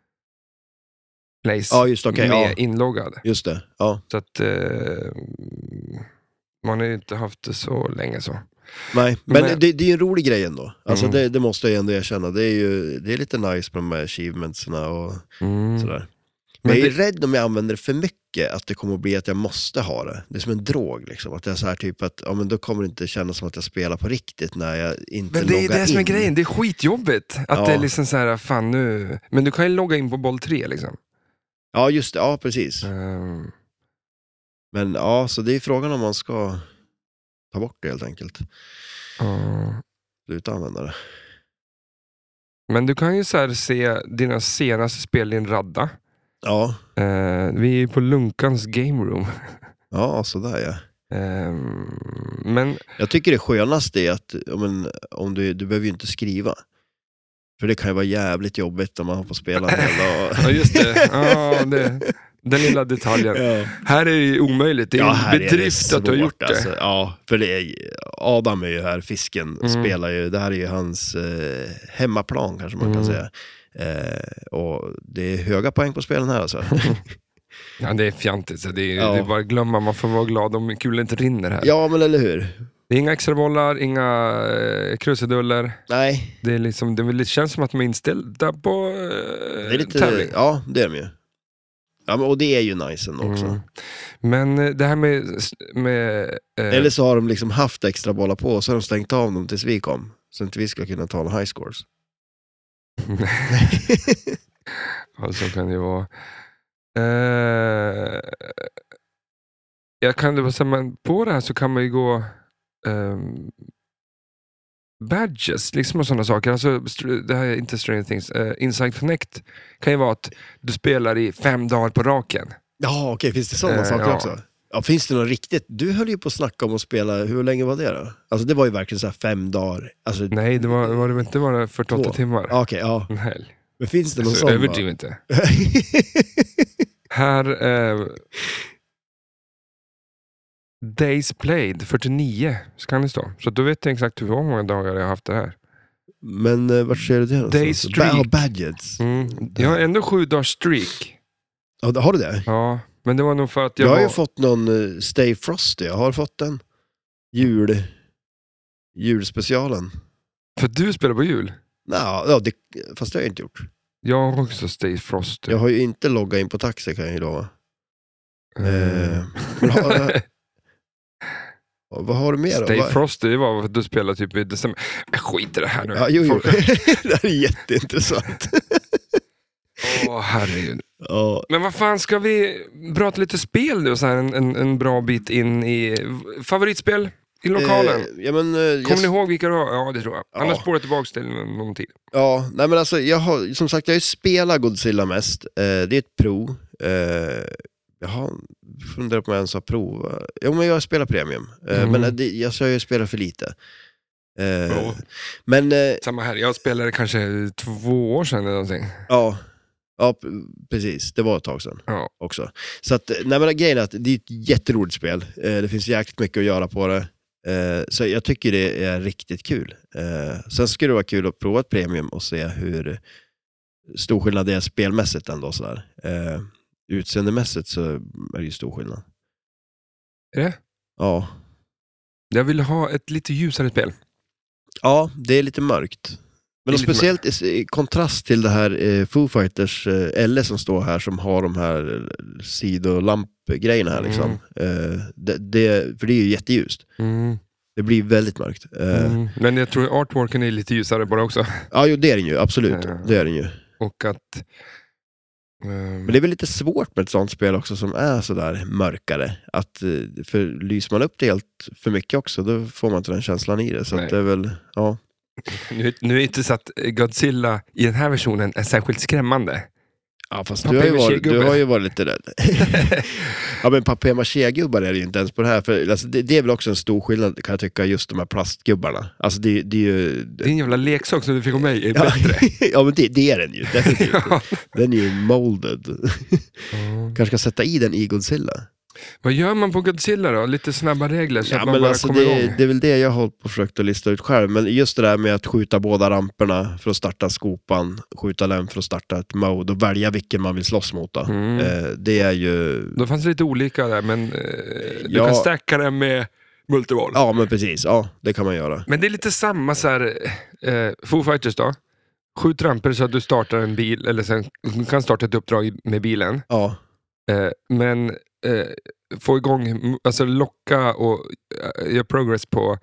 plays Ja, just okej. med ja, inloggad. just det. Ja. Så att eh, man har ju inte haft det så länge så. Nej, men, Men- det, det är ju en rolig grej ändå. Alltså Mm. det, det måste jag ändå erkänna. Det är ju det är lite nice med de här achievementsna och Mm. sådär. Men Men jag är det- rädd om jag använder det för mycket att det kommer att bli att jag måste ha det. Det är som en drog liksom. Att det är så här typ att ja, men då kommer det inte kännas som att jag spelar på riktigt när jag inte Men det är loggar det som är in. grejen, det är skitjobbigt. Att Ja. det är liksom så här, fan nu... Men du kan ju logga in på boll tre liksom. Ja, just det. Ja, precis. Ehm, Men ja, så det är frågan om man ska ta bort det helt enkelt. ja. Sluta använda det. Men du kan ju så här se dina senaste spel i en radda. Ja, Eh, vi är på Lunkans Game Room. ja sådär ja. Ehm, men Jag tycker det skönaste är att ja, men, om du, du behöver ju inte skriva. För det kan ju vara jävligt jobbigt om man har på att spela en hel dag. ja, just det. Ja, det. Den lilla detaljen. Ja. Här är det ju omöjligt. Det är Ja, en här är det bedrift att du har svårt, gjort det. alltså. Ja, för det är, Adam är ju här, fisken Mm. spelar ju, det här är ju hans eh, hemmaplan kanske man kan Mm. säga. Eh, och det är höga poäng på spelen här alltså. Ja, det är fjantigt. Så det, är, Ja. det är bara att glömma. Man får vara glad om kulen inte rinner här. Ja, men eller hur? Det är inga extra bollar, inga eh, krusiduller. Nej, Det, är liksom, det, är väl- det känns som att de är inställda på eh, det är lite, tävling. ja det är de ju. Ja, men, och det är ju nice ändå också. Mm. Men eh, det här med... med eh, Eller så har de liksom haft extra bollar på och så har de stängt av dem tills vi kom. Så inte vi ska kunna ta high scores. ja, så kan det ju vara. Eh, jag kan det vara så här, men på det här så kan man ju gå ehm, badges, liksom och sådana saker. Alltså, str- det här är inte Stranger Things. Eh, Inside Connect kan ju vara att du spelar i fem dagar på raken. Ja, okej, finns det sådana Eh, saker ja. också? Ja, finns det något riktigt? Du höll ju på att snacka om att spela, hur länge var det då? Alltså det var ju verkligen så här fem dagar. Alltså, Nej, det var, var det inte bara fyrtioåtta Två. timmar. ja, okej, ja. En helg. Men finns det någon Så sån? överdriv inte. Här... Eh, Days played, fyrtionio ska det stå. Så då vet jag exakt hur många dagar jag har haft det här. Men eh, vart ser du det någonstans? Day streak. Ba- ja, badges. Mm. Jag har ändå sju dagars streak. Ja, har du det? Ja, men det var nog för att jag Jag har ju var... fått någon uh, Stay Frosty, jag har fått den. Jul... Julspecialen. För du spelar på jul. Nå, ja, det, fast det har jag inte gjort. Jag har också Stay Frost. Jag har ju inte loggat in på Taxi kan jag ju lova. Eh, Eh, men har, vad har du mer då? Stay Vad- Frost, det var för att du spelar typ i december. Men skit i det här nu. Ja, jo, jo. Folk- Det här är jätteintressant. Åh, herregud. Ja, Men vad fan, ska vi prata lite spel nu så här en, en, en bra bit in i favoritspel i lokalen? eh, ja, men, eh, jag, Kommer ni ihåg vilka du har? Ja, det tror jag. Ja. Annars spårar jag tillbaka till någon tid. ja, nej men alltså, jag har, som sagt, jag har ju spelat Godzilla mest. Eh, det är ett pro. Eh, jag har funderat på om jag ens har prov. Jo, men jag spelar premium. Eh, Mm. Men det, jag, så har ju spelat för lite. Eh, Ja. Men eh, Samma här, jag spelade kanske två år sedan eller någonting. ja, ja, p- precis. Det var ett tag sedan Ja. också. Så att, nej men grejen är att det är ett jätteroligt spel. Eh, det finns jäkligt mycket att göra på det. Eh, så jag tycker det är riktigt kul. Eh, sen skulle det vara kul att prova ett premium och se hur stor skillnad det är spelmässigt ändå. Sådär. Eh, utseendemässigt så är det ju stor skillnad. Är det? Ja. Jag vill ha ett lite ljusare spel. Ja, det är lite mörkt. Men Det är lite speciellt i, i kontrast till det här eh, Foo Fighters eh, L som står här, som har de här eh, sidolampgrejerna här liksom. Eh, det, det, för det är ju jätteljust. Mm. Det blir väldigt mörkt. Eh, Mm. Men jag tror artworken är lite ljusare bara också. Ja, jo, det är den ju, absolut. Ja. Det är den ju. Och att... ehm, Men det är väl lite svårt med ett sånt spel också som är sådär mörkare. Att, eh, för lyser man upp det helt för mycket också, då får man inte den känslan i det. Så Nej. att det är väl, ja. nu, nu är det inte så att Godzilla i den här versionen är särskilt skrämmande. Ja, fast Papier du har, ju varit, du maché-gubbe. har ju varit lite rädd. Ja, men papier-maché-gubbar är det ju inte ens på det här. För, alltså, det, det är väl också en stor skillnad, kan jag tycka, just de här plastgubbarna. Alltså det, det är ju... Din jävla leksak som du fick av mig är Ja, bättre. ja, men det, det är den ju, definitivt. Ja. Den är ju molded. Mm. Kanske ska sätta i den i Godzilla. Vad gör man på Godzilla då? Lite snabba regler så Ja, att man men bara alltså kommer det, igång. det är väl det jag har hållit på och försökt att lista ut själv. Men just det där med att skjuta båda ramperna för att starta skopan, skjuta den för att starta ett mode och välja vilken man vill slåss mot. Då. Mm. Eh, det är ju... Då fanns det lite olika där, men eh, du Ja. kan stacka det med multival. Ja, men precis. Ja, det kan man göra. Men det är lite samma så här, eh, Foo Fighters då. Skjut ramper så att du startar en bil, eller sen du kan starta ett uppdrag med bilen. Ja, Eh, men eh, få igång, alltså locka och eh, göra progress på,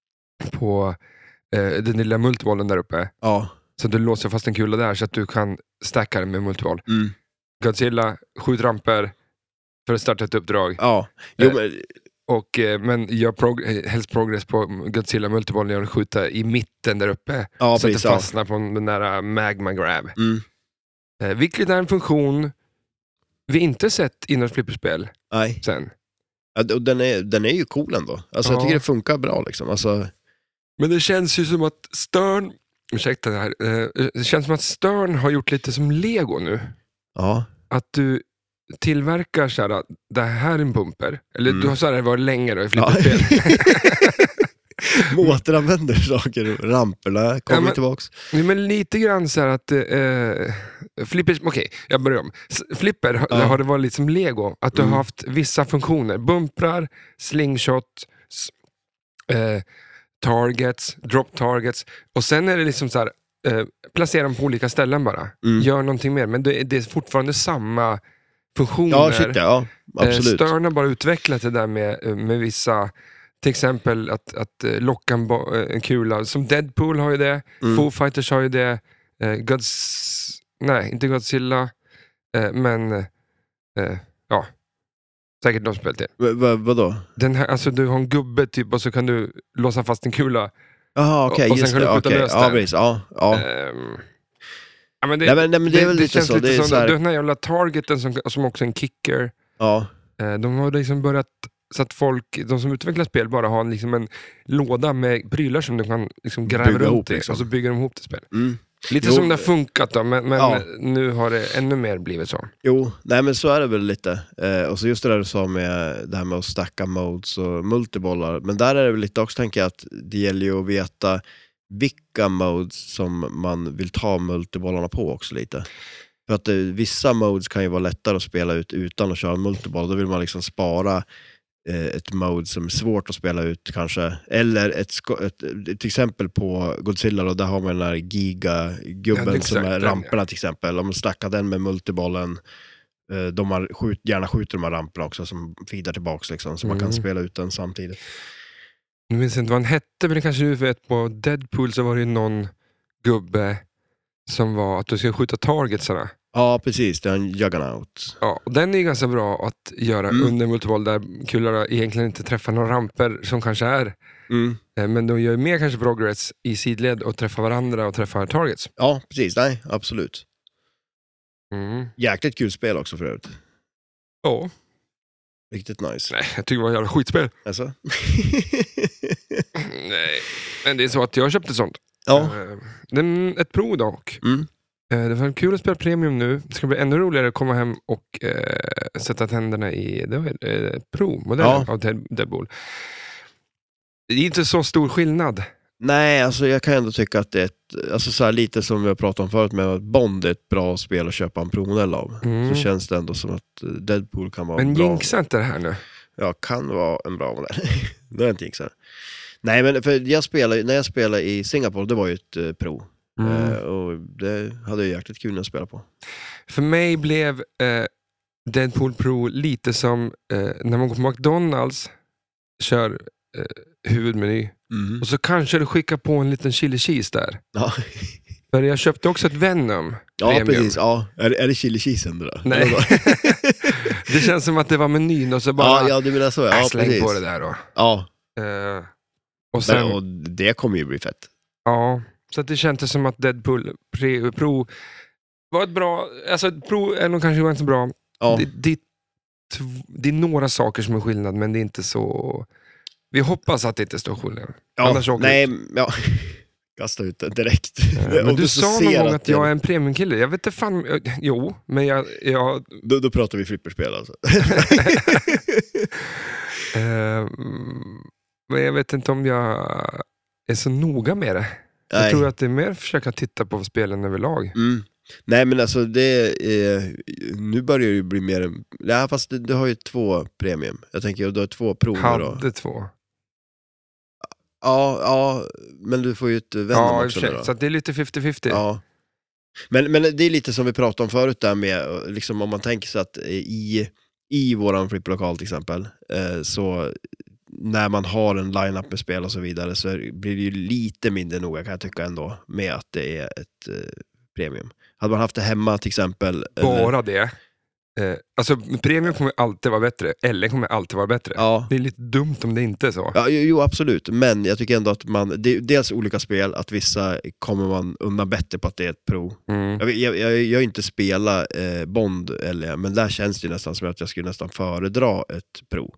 på eh, den lilla multibollen där uppe. ja. Så att du låser fast en kula där så att du kan stacka den med multiboll. Mm. Godzilla, skjut ramper för att starta ett uppdrag. Ja, jo, Eh, men, Och, eh, men gör prog- eh, helst progress på Godzilla multiboll när du skjuter i mitten där uppe. ja, så precis. att det Ja. fastnar på den där magma grab. Mm. Eh, vilket är en funktion vi inte sett inom flipperspel Nej, sen. ja, och den är, den är ju cool ändå. Alltså, Ja. jag tycker det funkar bra liksom. Alltså, Men det känns ju som att Stern, ursäkta det här, eh, det känns som att Stern har gjort lite som Lego nu. ja. Att du tillverkar såhär, det här är en pumper. Eller Mm. du har såhär varit länge då i Ja. flipperspel. Återanvänder saker, ramperna kommer Ja, men- tillbaks. Nej, men lite grann så här att eh, Flipper, okej, jag börjar om. S- Flipper har- Ja. har det varit lite som Lego, att du Mm. har haft vissa funktioner. Bumprar, slingshot, s- eh, targets, drop targets. Och sen är det liksom så här, eh, placera dem på olika ställen bara. Mm. Gör någonting mer. Men det, är- det är fortfarande samma funktioner. Ja, shit, ja. Eh, Absolut. Stern har bara utvecklat det där med, eh, med vissa, till exempel att, att eh, locka en, bo- eh, en kula. Som Deadpool har ju det, Mm. Foo Fighters har ju det, eh, Gods... Nej, inte Godzilla, eh, men eh, ja, säkert de spelat det. V- v- vadå? Den här, alltså du har en gubbe typ och så kan du låsa fast en kula. Jaha, okej, Och sen just kan det. du skjuta okej. lös Ja, den. precis. Ja, ja. Ehm, ja, men det, Nej, men- nej, men det är väl lite känns så, lite det är som, så här- den här jävla targeten som, som också är en kicker. ja. Eh, De har liksom börjat så att folk, de som utvecklar spel bara har liksom en låda med prylar som de kan liksom gräva Bygga runt ihop, i liksom. och så bygger de ihop det spel. Mm. Lite Jo, som det har funkat då, men, men ja. nu har det ännu mer blivit så. Jo, nej men så är det väl lite. Eh, och så just det där du sa med det här med att stacka modes och multibollar. Men där är det väl lite också, tänker jag, att det gäller ju att veta vilka modes som man vill ta multibollarna på också lite. För att eh, vissa modes kan ju vara lättare att spela ut utan att köra multiboll. Då vill man liksom spara eh, ett mode som är svårt att spela ut kanske. Eller ett, sko- ett, ett till exempel på Godzilla då, där har man den här giga-gubben Ja, det är som exakt är den, ramperna till exempel. Om man stackar den med multibollen, eh, de har skjut, gärna skjuter de här ramperna också som feedar tillbaks liksom, så man kan Mm. spela ut den samtidigt. Nu minns jag inte vad han hette, men det kanske du vet, på Deadpool så var det ju någon gubbe som var att du ska skjuta targetsarna. Ja, precis. Det är en juggernaut. Ja, och den är ju ganska bra att göra Mm. under multiboll där kulorna egentligen inte träffar några ramper som kanske är. Mm. Eh, Men de gör ju mer kanske progress i sidled och träffar varandra och träffar targets. Ja, precis. Nej, absolut. Mm. Jäkligt kul spel också för övrigt. Ja. Riktigt nice. Nej, jag tycker det var ett jävla skitspel. Alltså? Nej, men det är så att jag köpte sånt. Ja. Eh, den, ett Pro dock. Mm. Eh, det var kul att spela premium nu. Det ska bli ännu roligare att komma hem och eh, sätta tänderna i det var, eh, Pro-modellen Ja. av Dead- Deadpool. Det är inte så stor skillnad. Nej, alltså jag kan ändå tycka att det är ett, alltså så här lite som vi har pratat om förut med att Bond är ett bra spel att köpa en pronell av. Mm. Så känns det ändå som att Deadpool kan vara Men bra. jinxa inte det här nu. Ja, kan vara en bra modell. Det är inte jinxar. Nej, men för jag spelade, när jag spelade i Singapore, det var ju ett uh, Pro. Mm. Eh, och det hade jag jäkligt kul att spela på. För mig blev eh, Deadpool Pro lite som eh, när man går på McDonalds, kör eh, huvudmeny. Mm. Och så kanske du skickar på en liten chili cheese där. Ja, För jag köpte också ett Venom ja premium. precis. Ja. Är, är det chili cheese ändå då? Nej. Eller vad? Det känns som att det var menyn och så bara ja, ja, du menar så. äh, Ja, släng precis. på det där då. Ja, Eh, och sen, men, och det kommer ju bli fett. ja, så att det kändes som att Deadpool pre, Pro var ett bra, alltså Pro är nog kanske inte så bra. Ja. Det, det, tv- det är några saker som är skillnad, men det är inte så. Vi hoppas att det inte står skillnad. Ja, Annars åker nej, vi ja. Kasta ut det direkt. Men Om du så sa någon ser gång att att jag det- är en premiumkille. Jag vet inte fan, jag- jo, men jag, jag Då, då pratar vi flipperspel alltså. eh, men jag vet inte om jag är så noga med det. Jag Nej. tror att det är mer att försöka titta på spelen överlag. Mm. Nej, men alltså det är, nu börjar det ju bli mer en, ja, fast du, du har ju två premium. Jag tänker, du har två Pro nu då. Hade två. Ja, ja, men du får ju ett Venom Ja, i och också för nu sig. då. Så att det är lite femtio femtio. Ja. Men, men det är lite som vi pratade om förut där med, liksom om man tänker sig att i, i våran flipplokal till exempel, eh, så när man har en line-up med spel och så vidare så blir det ju lite mindre noga kan jag tycka ändå med att det är ett eh, premium. Hade man haft det hemma till exempel. Bara det. Eh, alltså premium kommer alltid vara bättre. Eller kommer alltid vara bättre. Ja. Det är lite dumt om det inte är så. Ja, jo, jo, absolut. Men jag tycker ändå att man, det är dels olika spel, att vissa kommer man undan bättre på att det är ett Pro. Mm. Jag, jag, jag, jag har inte spelat eh, Bond, eller, men där känns det nästan som att jag skulle nästan föredra ett Pro.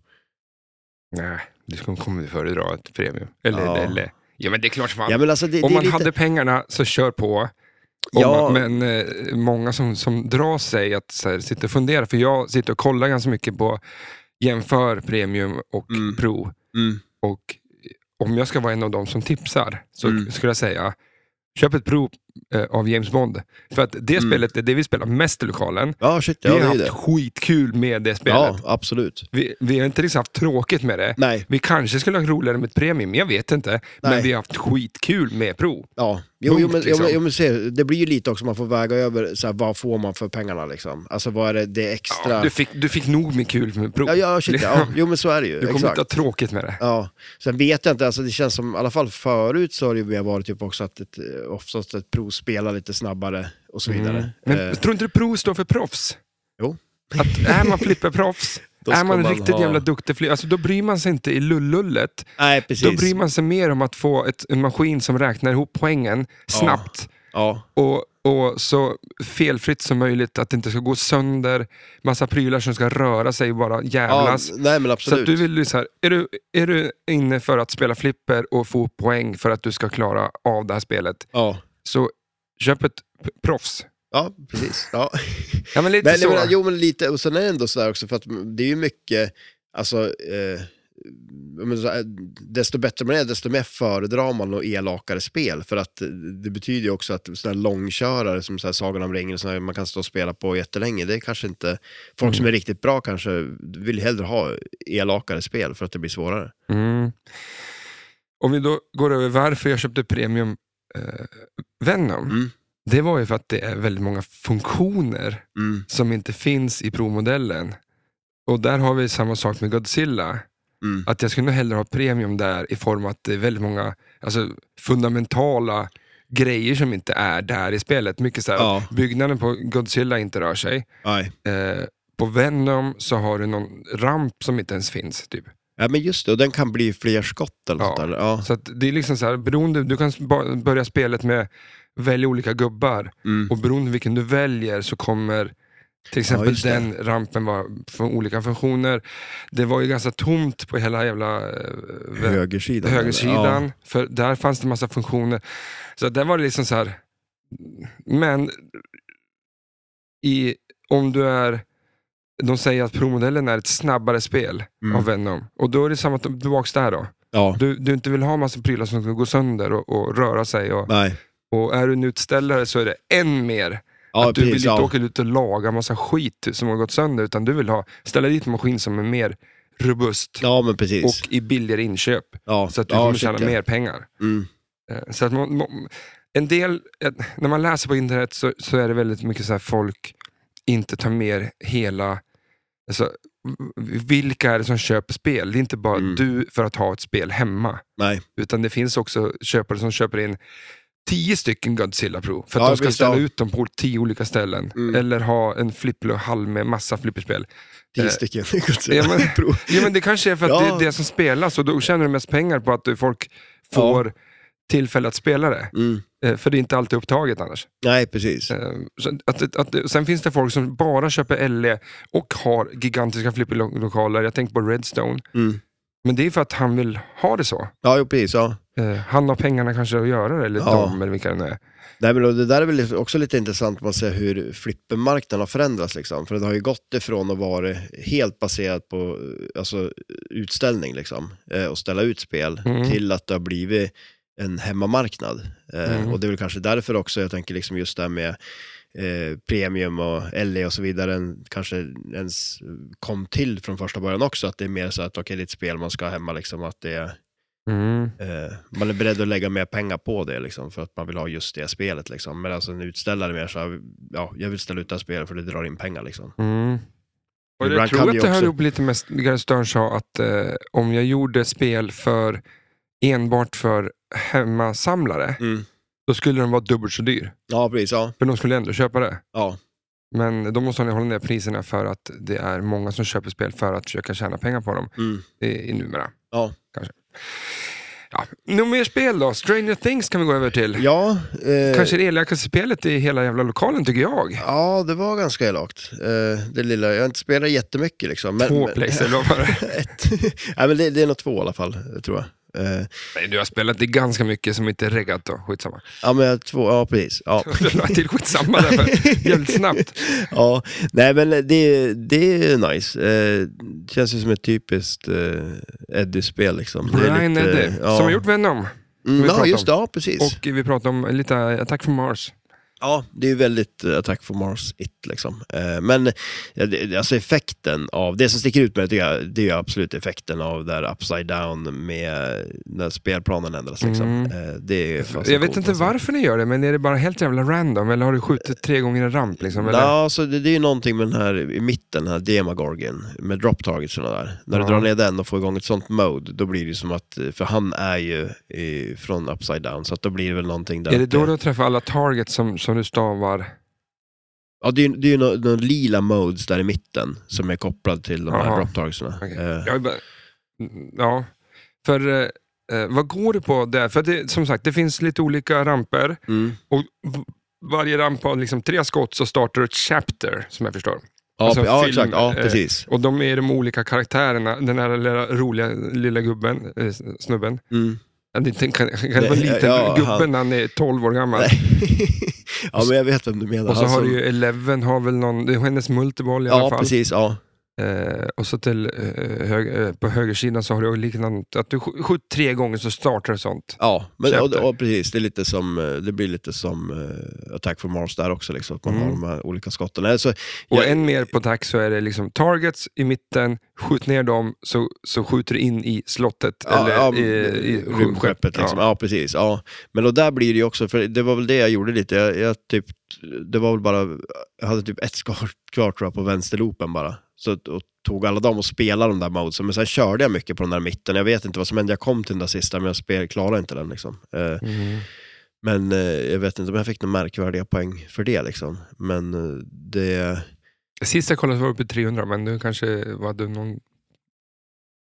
Nej, du kommer kommer föredra ett premium. Eller, Ja. eller. Ja, men det är klart som fan. Ja, men alltså det, Om det är man lite... hade pengarna så kör på. Om Ja. man, men eh, många som, som drar sig att så här, sitta och fundera. För jag sitter och kollar ganska mycket på jämför premium och Mm. pro. Mm, Och om jag ska vara en av dem som tipsar så Mm. skulle jag säga köp ett Pro eh, av James Bond. För att det Mm. spelet är det vi spelar mest i lokalen. ja, shit, Vi ja, har det är haft det. skitkul med det spelet. Ja, absolut. Vi, vi har inte liksom haft tråkigt med det. Nej, Vi kanske skulle ha roligare med ett premium, jag vet inte. Men Nej. vi har haft skitkul med Pro. ja. Jo, jo, Punkt, men, jo, liksom. men, jo, men se, det blir ju lite också, man får väga över så här, vad får man för pengarna liksom. Alltså vad är det, det extra... Ja, du, fick, du fick nog med kul med Pro. Ja, ja, shit, ja. Jo, men så är det ju. Du kommer Exakt. inte ha tråkigt med det. Ja, sen vet jag inte, alltså det känns som, i alla fall förut så har det ju mer varit typ också att ett, oftast ett Pro spelar lite snabbare och så vidare. Mm. Men Eh, tror inte du Pro står för proffs? Jo. Att är man flipperproffs, Då är ska man en man riktigt ha- jävla duktig flipper, alltså då bryr man sig inte i lullullet. nej, Då precis. bryr man sig mer om att få ett, en maskin som räknar ihop poängen snabbt. Ja, Och, och så felfritt som möjligt, att det inte ska gå sönder, massa prylar som ska röra sig och bara ja, jävlas. nej men Så absolut. att du vill ju så här, är du, är du inne för att spela flipper och få poäng för att du ska klara av det här spelet, Ja, så köp ett p- proffs. ja, precis. Ja. Ja, men lite Men, så. men, jo, men lite, och sen är det ändå sådär också, för att det är ju mycket, alltså, eh, men så, här, desto bättre man är, desto mer föredrar man och elakare spel, för att eh, det betyder ju också att sådana här långkörare som så här Sagan om ringen, så här, man kan stå och spela på jättelänge, det är kanske inte, folk Mm. som är riktigt bra kanske vill hellre ha elakare spel för att det blir svårare. Mm. Om vi då går över varför jag köpte premium eh, Venom. Mm. Det var ju för att det är väldigt många funktioner Mm. som inte finns i Pro-modellen. Och där har vi samma sak med Godzilla. Mm. Att jag skulle nog hellre ha premium där i form av att det är väldigt många alltså, fundamentala grejer som inte är där i spelet. Mycket så här, Ja. byggnaden på Godzilla inte rör sig. Nej. Eh, på Venom så har du någon ramp som inte ens finns typ. Ja, men just det, och den kan bli fler skott eller Ja. sånt där. Ja. Så att det är liksom så här, beroende, du kan ba- börja spelet med välja olika gubbar Mm. och beroende vilken du väljer så kommer Till exempel Ja, just det. den rampen var för olika funktioner. Det var ju ganska tomt på hela jävla eh, Högersidan. högersidan. Ja. För där fanns det massa funktioner. Så där var det liksom så här. Men i, om du är, de säger att Pro-modellen är ett snabbare spel Mm. av Venom. Och då är det samma tillbaka där då. Ja. Du, du inte vill ha massa prylar som ska gå sönder och, och röra sig. Och, Nej. och är du en utställare så är det än mer. Ja, att du vill precis, inte ja. åka ut och laga massa skit som har gått sönder, utan du vill ha ställa dit en maskin som är mer robust Ja, men precis. och i billigare inköp. ja. Så att du ja, kommer shit, tjäna ja. mer pengar. Mm. Eh, Så att man, man, en del, eh, när man läser på internet så, så är det väldigt mycket så här folk inte tar med hela, alltså, vilka är det som köper spel? Det är inte bara Mm. du för att ha ett spel hemma, Nej. utan det finns också köpare som köper in tio stycken Godzilla Pro för att Ja, de ska visst, ställa ja. ut dem på tio olika ställen. Mm. Eller ha en flipperhall med massa flipperspel. Tio Eh, stycken. Ja men, ja, men det kanske är för att Ja. det är det som spelas och då tjänar du mest pengar på att du, folk får tillfälle att spela det. Mm. Eh, För det är inte alltid upptaget annars. Nej, precis. Eh, så att, att, att, sen finns det folk som bara köper L E och har gigantiska flipperlokaler. Jag tänker på Redstone. Mm. Men det är för att han vill ha det så. Ja, jo, precis. Ja. Eh, Han har pengarna kanske att göra det, eller Ja. de, eller vilka det nu är. Nej, men det där är väl också lite intressant man ser hur flippermarknaden har förändrats liksom. För det har ju gått ifrån att vara helt baserat på alltså, utställning liksom, eh, och ställa ut spel Mm. till att det har blivit en hemmamarknad. Eh, Mm. Och det är väl kanske därför också jag tänker liksom just det här med eh, premium och L E och så vidare en, kanske ens kom till från första början också, att det är mer så att okej, okay, det är ett spel man ska ha hemma liksom, att det är Mm. Eh, man är beredd att lägga mer pengar på det liksom, för att man vill ha just det spelet liksom. Men alltså en utställare mer så här, ja, jag vill ställa ut det här spelet för det drar in pengar liksom. Mm. Och jag Ibland tror kan att det det ju hör också- ihop lite med Gary Stern sa att eh, om jag gjorde spel för enbart för hemmasamlare, Mm. då skulle den vara dubbelt så dyr. Ja, precis, ja. För de skulle ändå köpa det. Ja, Men då måste ni hålla ner priserna för att det är många som köper spel för att försöka tjäna pengar på dem mm. i, i numera. Ja. Ja. Något mer spel då? Stranger Things kan vi gå över till. Ja, eh, Kanske det elakaste spelet i hela jävla lokalen tycker jag. ja, det var ganska elakt. Eh, det lilla, jag har inte spelat jättemycket liksom. Men, Två men, plays, eller vad var det? ett. Nej, men det, det är nog två i alla fall, tror jag. Eh, Nej, du har spelat det ganska mycket som inte är reggat då. Skitsamma. ja, men jag- två, ja precis. Ja. Du la till skitsamma därför. Jävligt snabbt. Ja, nej men det, det är nice. Eh, det känns ju som ett typiskt eh, Eddie-spel liksom. Det är Brian lite, Eddy, ja. som har gjort Venom. Mm, vi ja, pratar just det, om. ja precis. Och vi pratar om lite Attack from Mars. Ja, det är ju väldigt uh, Attack from Mars it liksom. Eh, men ja, det, alltså effekten av, det som sticker ut med det, är, det är ju absolut effekten av där upside down med när spelplanen ändras liksom. Mm. Eh, det är fan så Jag vet coolt, inte alltså. varför ni gör det, men är det bara helt jävla random? Eller har du skjutit tre gånger en ramp liksom? Eller? Ja, så det, det är ju någonting med den här i mitten, den här Demagorgon med drop targets och där. När Ja. du drar ner den och får igång ett sånt mode, då blir det ju som att, för han är ju i, från upside down, så att då blir det väl någonting där. Är det att då du träffar alla targets som, som du stavar? Ja, det är, det är ju några no, lila modes där i mitten som är kopplad till de här Aha. drop targetsarna. Okej. Eh, Jag är bara, ja, för eh, eh, vad går det på där? För det, som sagt, det finns lite olika ramper mm. och v- varje ramp har liksom tre skott, så startar ett chapter som jag förstår. Ja, Alltså ja film, exakt, ja eh, precis. Och de är de olika karaktärerna. Den här lilla, roliga lilla gubben, eh, snubben. Mm. Ja, det kan, kan det vara en Nej, liten ja, gubben han- när han är tolv år gammal. Nej. Ja, men jag vet vem du menar. Och så Han har som- du ju Eleven, har väl någon, det är hennes multiboll i alla Ja, fall. precis, ja. Eh, och så till eh, hög, eh, på högersidan så har du liknande, att du sk- skjuter tre gånger så startar det sånt. Ja, men, och, Chapter. och precis, det är lite som, eh, det blir lite som uh, Attack from Mars där också liksom, att man Mm. har de här olika skotten. Alltså, Och jag- än mer på attack så är det liksom targets i mitten, skjut ner dem så, så skjuter du in i slottet. Ja, eller ja, i, i rymdskeppet liksom. Ja. precis. Ja. Men och där blir det ju också, för det var väl det jag gjorde lite. Jag, jag typ, det var väl bara, jag hade typ ett skart kvar tror jag på vänsterloopen bara. Så och tog alla dem och spelade de där modesen. Men sen körde jag mycket på den där mitten. Jag vet inte vad som hände. Jag kom till den där sista, men jag spel, klarade inte den liksom. Eh, Mm. Men eh, jag vet inte om jag fick några märkvärdiga poäng för det liksom. Men eh, det... Sist jag kollade var uppe i trehundra, men du kanske var du någon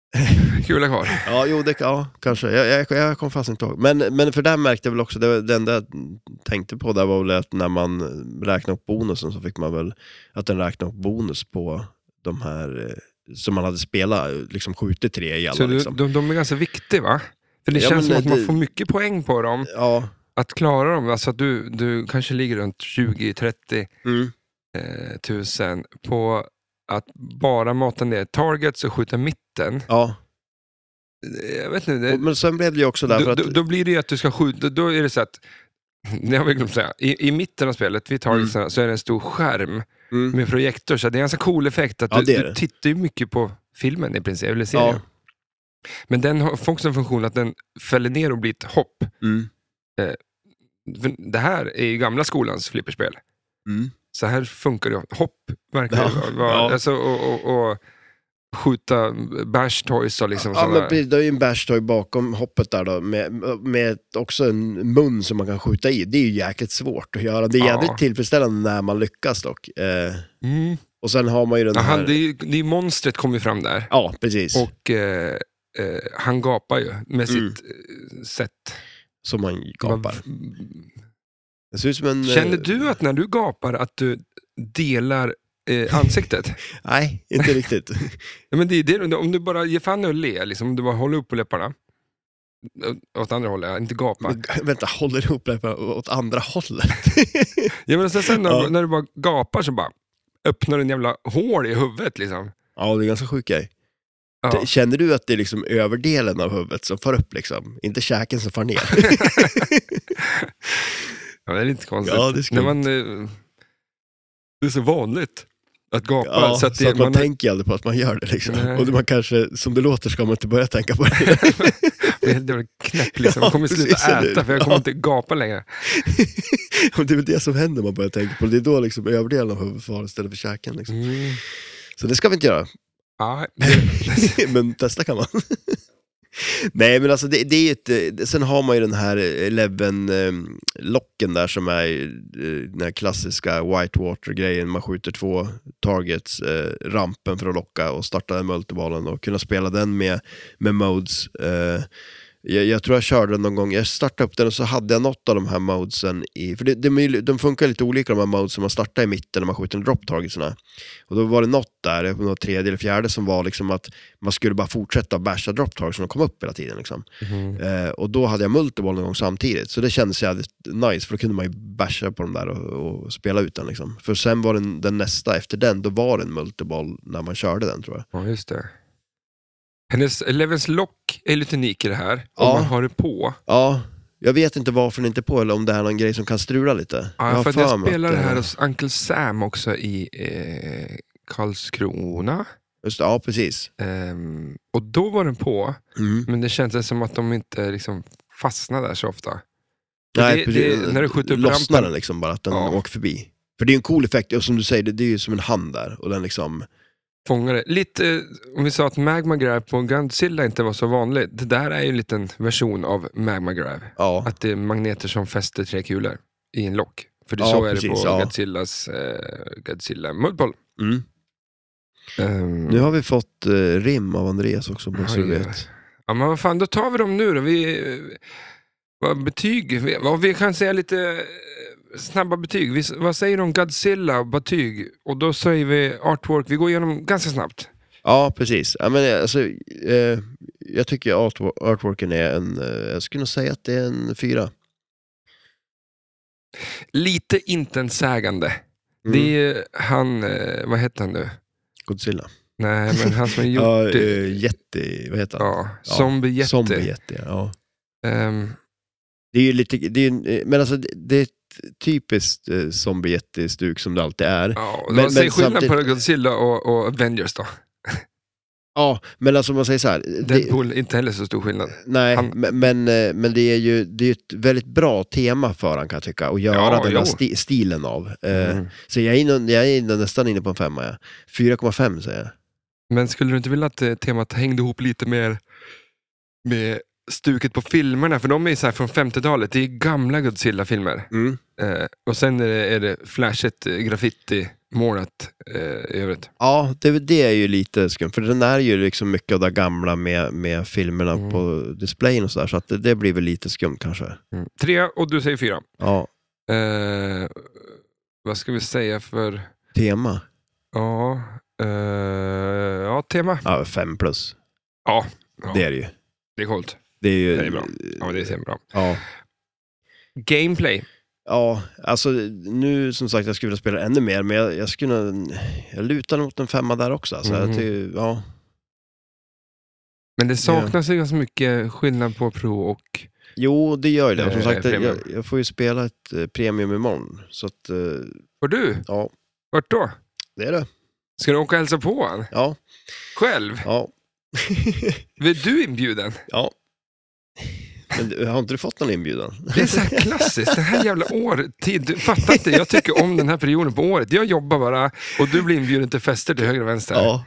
Kula kvar. Ja, jo, det, ja kanske. Jag, jag, jag kom fast inte ihåg. Men, men för där märkte jag väl också, det, det enda jag tänkte på där var väl att när man räknade upp bonusen så fick man väl att den räknade upp bonus på de här eh, som man hade spelat, liksom skjutit tre i alla. Så du, liksom. de, de är ganska viktiga, va? För det Ja, känns som men att det- man får mycket poäng på dem. Ja. Att klara dem, alltså att du, du kanske ligger runt tjugo trettio Mm. eh, tusen på att bara mata ner targets och skjuta mitten. Ja. Jag vet inte, det, Men sen blev det ju också där då, för att... då, då blir det ju att du ska skjuta, då är det så att, det har vi glömt säga, i, i mitten av spelet, vid targetsarna, Mm. så är det en stor skärm Mm. med projektor, så det är en ganska cool effekt att Ja, du, det är du det. tittar ju mycket på filmen i princip, eller serien. Ja. Men den har får också en funktion att den fäller ner och blir ett hopp. Mm. För det här är ju gamla skolans flipperspel. Mm. Så här funkar det. Hopp verkar Ja. det vara. vara- Ja. Alltså, och, och, och skjuta bash toys och liksom Ja, sådana. men precis, det är ju en bashtoy bakom hoppet där då, med, med också en mun som man kan skjuta i. Det är ju jäkligt svårt att göra. Det är Ja. jävligt tillfredsställande när man lyckas dock. Eh, Mm. och sen har man ju den Ja, här... han, det, är, ju- det är monstret kommer fram där. Ja, precis. Och eh, eh, han gapar ju med Mm. sitt eh, sätt. Som man gapar. Det ser ut som en... eh, Känner du att när du gapar att du delar eh, ansiktet? Nej, inte riktigt. Ja, men det, är det, om du bara ger fan och le, liksom, om du bara håller upp på läpparna. Åt andra hållet, inte gapa. Men, vänta, håller ihop det åt andra hållet? Ja, men sen, sen när, Ja. när du bara gapar så bara öppnar du en jävla hål i huvudet liksom. Ja, det är ganska sjuk grej. Ja. Känner du att det är liksom överdelen av huvudet som far upp liksom? Inte käken som far ner? Ja, det är lite konstigt. Ja, det är skumt. när man, eh, det är så vanligt att gapa. Ja, så att, så det, att man, man tänker aldrig på att man gör det liksom. Nej. Och man kanske, som det låter ska man inte börja tänka på det. det är helt knäpp liksom. Ja, Jag kommer sluta precis, eller- äta för jag kommer ja. inte gapa längre. Och det är väl det som händer när man börjar tänka på det. Det är då liksom överdelen av huvudet far istället för käken liksom. Mm. Så det ska vi inte göra. Ja, Men testa kan man. Nej, men alltså det, det är ju ett, sen har man ju den här Eleven-locken där som är eh, den här klassiska Whitewater-grejen. Man skjuter två targets, eh, rampen för att locka och starta den multibollen och kunna spela den med, med modes. Eh, jag, jag tror jag körde den någon gång, jag startade upp den och så hade jag något av de här modesen i, för det, de, de funkar lite olika de här modes som man startar i mitten när man skjuter drop targetsarna. Och då var det något där, något tredje eller fjärde som var liksom att man skulle bara fortsätta basha drop targets och komma upp hela tiden liksom. mm. Eh, och då hade jag multiboll någon gång samtidigt, så det kändes jävligt nice för då kunde man ju basha på dem där och, och spela ut den liksom. För sen var den, den nästa efter den, då var det en multiboll när man körde den tror jag. Ja, just det. Hennes Elevens lock är lite unik i det här. Om Ja. man har det på. Ja, jag vet inte varför den inte är på eller om det är någon grej som kan strula lite. Ja, har för att för jag mig spelar att det här hos Uncle Sam också i eh, Karlskrona. Just det, ja, precis. Ehm, och då var den på, Mm. men det kändes som att de inte liksom fastnade där så ofta. För Nej, det, precis. det, när du skjuter upp lossnar rampen, den liksom bara, att den Ja. åker förbi. För det är en cool effekt, och som du säger, det, det är ju som en hand där. Och den liksom... fångar det. Lite, eh, om vi sa att Magma Grab på Godzilla inte var så vanligt. Det där är ju en liten version av Magma Grab. Ja, Att det är magneter som fäster tre kulor i en lock. För det, Ja, så är precis, det på ja. Godzillas eh, Godzilla Multiple. mm. Ehm, Nu har vi fått eh, rim av Andreas också, bara så du Oj, oj, oj. vet. Ja, men vad fan, då tar vi dem nu då. Vi, eh, vad betyg? Vi, vad vi kan säga lite eh, snabba betyg. Vi, vad säger du om Godzilla och betyg? Och då säger vi artwork. Vi går igenom ganska snabbt. Ja, precis. Ja, men, alltså, eh, jag tycker artwork, artworken är en... Eh, jag skulle nog säga att det är en fyra. Lite intetsägande. Mm. Det är han, eh, vad heter han nu? Godzilla. Nej, men han som har gjort Ja, det. eh, jätte... Vad heter han? Ja, Zombie Jätte. Zombie jätte, ja. Ehm, Det är ju lite... Det är, ju- men alltså, det, det är ett typiskt eh, zombie jätte-stuk som det alltid är. ja, Men- men, säg men skillnad samtidigt- på Godzilla och, och Avengers då. Ja, men alltså om man säger så här... Det, Deadpool, inte heller så stor skillnad. nej, han- men, men, eh, men det är ju det är ett väldigt bra tema för han kan jag tycka, att göra Ja, den jo. här sti, stilen av. Eh, Mm. Så jag är, inne, jag är inne, nästan inne på en femma, ja. fyra komma fem säger jag. Men skulle du inte vilja att eh, temat hängde ihop lite mer med stuket på filmerna? För de är så här från femtiotalet, det är gamla Godzilla-filmer. Mm. Eh, och sen är det, är det flashigt eh, graffiti målet eh, i övrigt. Ja, det, det är ju lite skumt. För den är ju liksom mycket av det gamla med, med filmerna Mm. på displayen och sådär. Så att det, det blir väl lite skumt kanske. Mm. Tre och du säger fyra. Ja, Eh, vad ska vi säga för... tema. Ja, eh, ja tema. Ja, fem plus. Ja, ja Det är det ju. det är coolt. Det är ju... Det är bra. Ja, det är bra. Ja. Gameplay. Ja, alltså nu som sagt jag skulle vilja spela ännu mer, men jag, jag skulle jag lutar mot en femma där också. Alltså, Mhm. jag tycker, ja. Men det saknas ju ganska mycket skillnad på Pro och... Jo, det gör ju det. Och som Eh, sagt, premium. jag, jag får ju spela ett eh, premium imorgon. Så att, eh, Får du? ja, Vart då? det är det. Ska du åka och hälsa på han? Ja, Själv? ja. Vill du inbjuden? Ja. Men du- har inte du fått någon inbjudan? Det är så här klassiskt, det här jävla året. Du fattar inte, jag tycker om den här perioden på året. Jag jobbar bara och du blir inbjuden till fester till höger och vänster. Ja.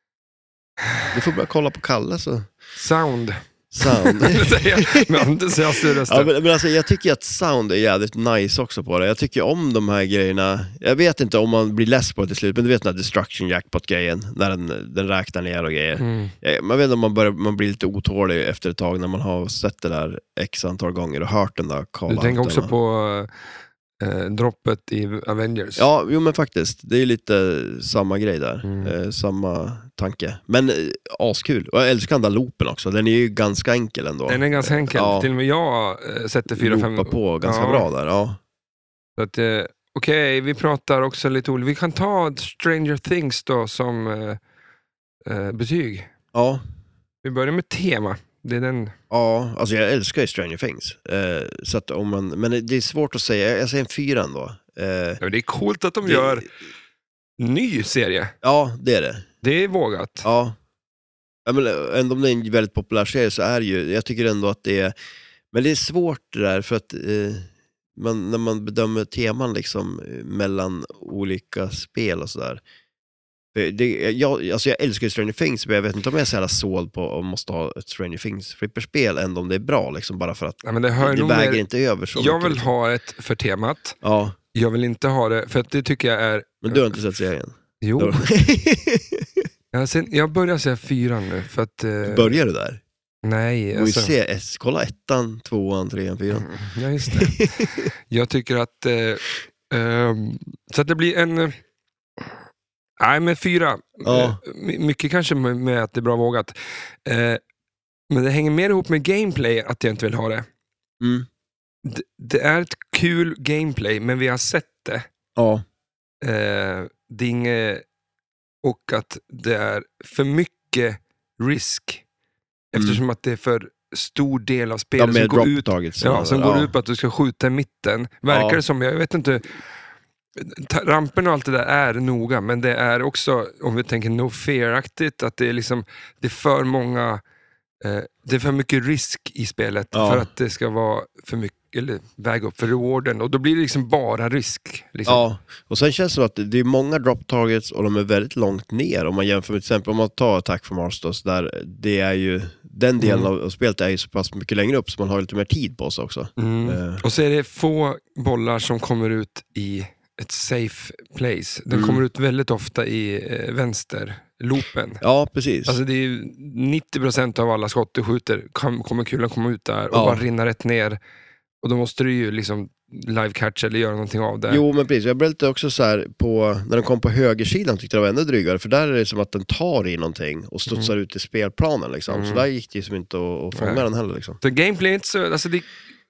Du får bara kolla på Kalle så. Sound. Sound. Det säger jag med entusiasm i rösten. Ja, men, men alltså, jag tycker att sound är jävligt nice också på det. Jag tycker om de här grejerna. Jag vet inte om man blir less på det till slut, men du vet den här destruction jackpot-grejen, när den, den räknar ner och grejer. Mm. Ja, man vet om man, börjar, man blir lite otålig efter ett tag när man har sett det där x antal gånger och hört den där call. Du tänker också på eh, droppet i Avengers. Ja, jo men faktiskt. Det är lite samma grej där. Mm. Eh, samma tanke. Men eh, askul. Och jag älskar den där loopen också. Den är ju ganska enkel ändå. Den är ganska enkel. Ja. Till och med jag eh, sätter fyra, fem... Loopa på ganska Ja. bra där, ja. Så att, eh, okej, vi pratar också lite olika. Vi kan ta Stranger Things då som eh, eh, betyg. Ja. Vi börjar med tema. Det är den... Ja, alltså jag älskar ju Stranger Things. Eh, så att om man, men det är svårt att säga. Jag säger en fyra ändå. Eh, Ja, men det är coolt att de det- gör ny serie. Ja, det är det. Det är vågat. Ja. Ja, men ändå om det är en väldigt populär serie så är det ju, jag tycker ändå att det är, men det är svårt det där för att eh, man, när man bedömer teman liksom eh, mellan olika spel och sådär. Det, det, jag, alltså jag älskar ju Stranger Things, men jag vet inte om jag är så jävla såld på att måste ha ett Stranger Things flipperspel ändå om det är bra liksom, bara för att Ja, men det hör det nog väger mer... inte över så Jag mycket, vill liksom. ha ett för temat. Ja, Jag vill inte ha det, för att det tycker jag är... men du har inte sett serien? Jo, Då- jag, sen, jag börjar säga fyran nu, för att... Eh, Börjar du där? nej, Du alltså... se, S, kolla ettan, tvåan, trean, fyran. Mm, ja, just det. Jag tycker att... Eh, ehm, så att det blir en... eh, Nej, men fyra. Ja. Eh, my- mycket kanske med, med att det är bra vågat. Eh, men det hänger mer ihop med gameplay att jag inte vill ha det. Mm. det. Det är ett kul gameplay, men vi har sett det. Ja. Eh, det är inget, och att det är för mycket risk. Eftersom att det är för stor del av Ja, spelet som med går ut, drop-taget. ja, som går ut på att du ska skjuta i mitten. Verkar Ja. det som, jag vet inte, ta- rampen och allt det där är noga, men det är också, om vi tänker no fear-aktigt, att det är liksom, det är för många, eh, det är för mycket risk i spelet Ja. för att det ska vara för mycket, eller väga upp för rewarden, och då blir det liksom bara risk. Liksom. Ja, och sen känns det som att det är många drop targets och de är väldigt långt ner om man jämför med till exempel om man tar Attack from Mars då, så där det är ju, den delen Mm. av, av spelet är ju så pass mycket längre upp så man har lite mer tid på sig också. Mm. Eh. Och så är det få bollar som kommer ut i ett safe place. Den Mm. kommer ut väldigt ofta i eh, vänsterloopen. Ja, precis. Alltså det är ju nittio procent av alla skott du skjuter kom, kommer kulan komma ut där och Ja. bara rinna rätt ner. Och då måste du ju liksom live catch eller göra någonting av det. Jo, men precis. Jag blev lite också så här på, när den kom på högersidan tyckte jag det var ännu dryggare, för där är det som att den tar i någonting och studsar ut i spelplanen liksom. Mm. Så där gick det ju som inte att, att fånga Nej. den heller liksom. Så gameplay är inte så, alltså det,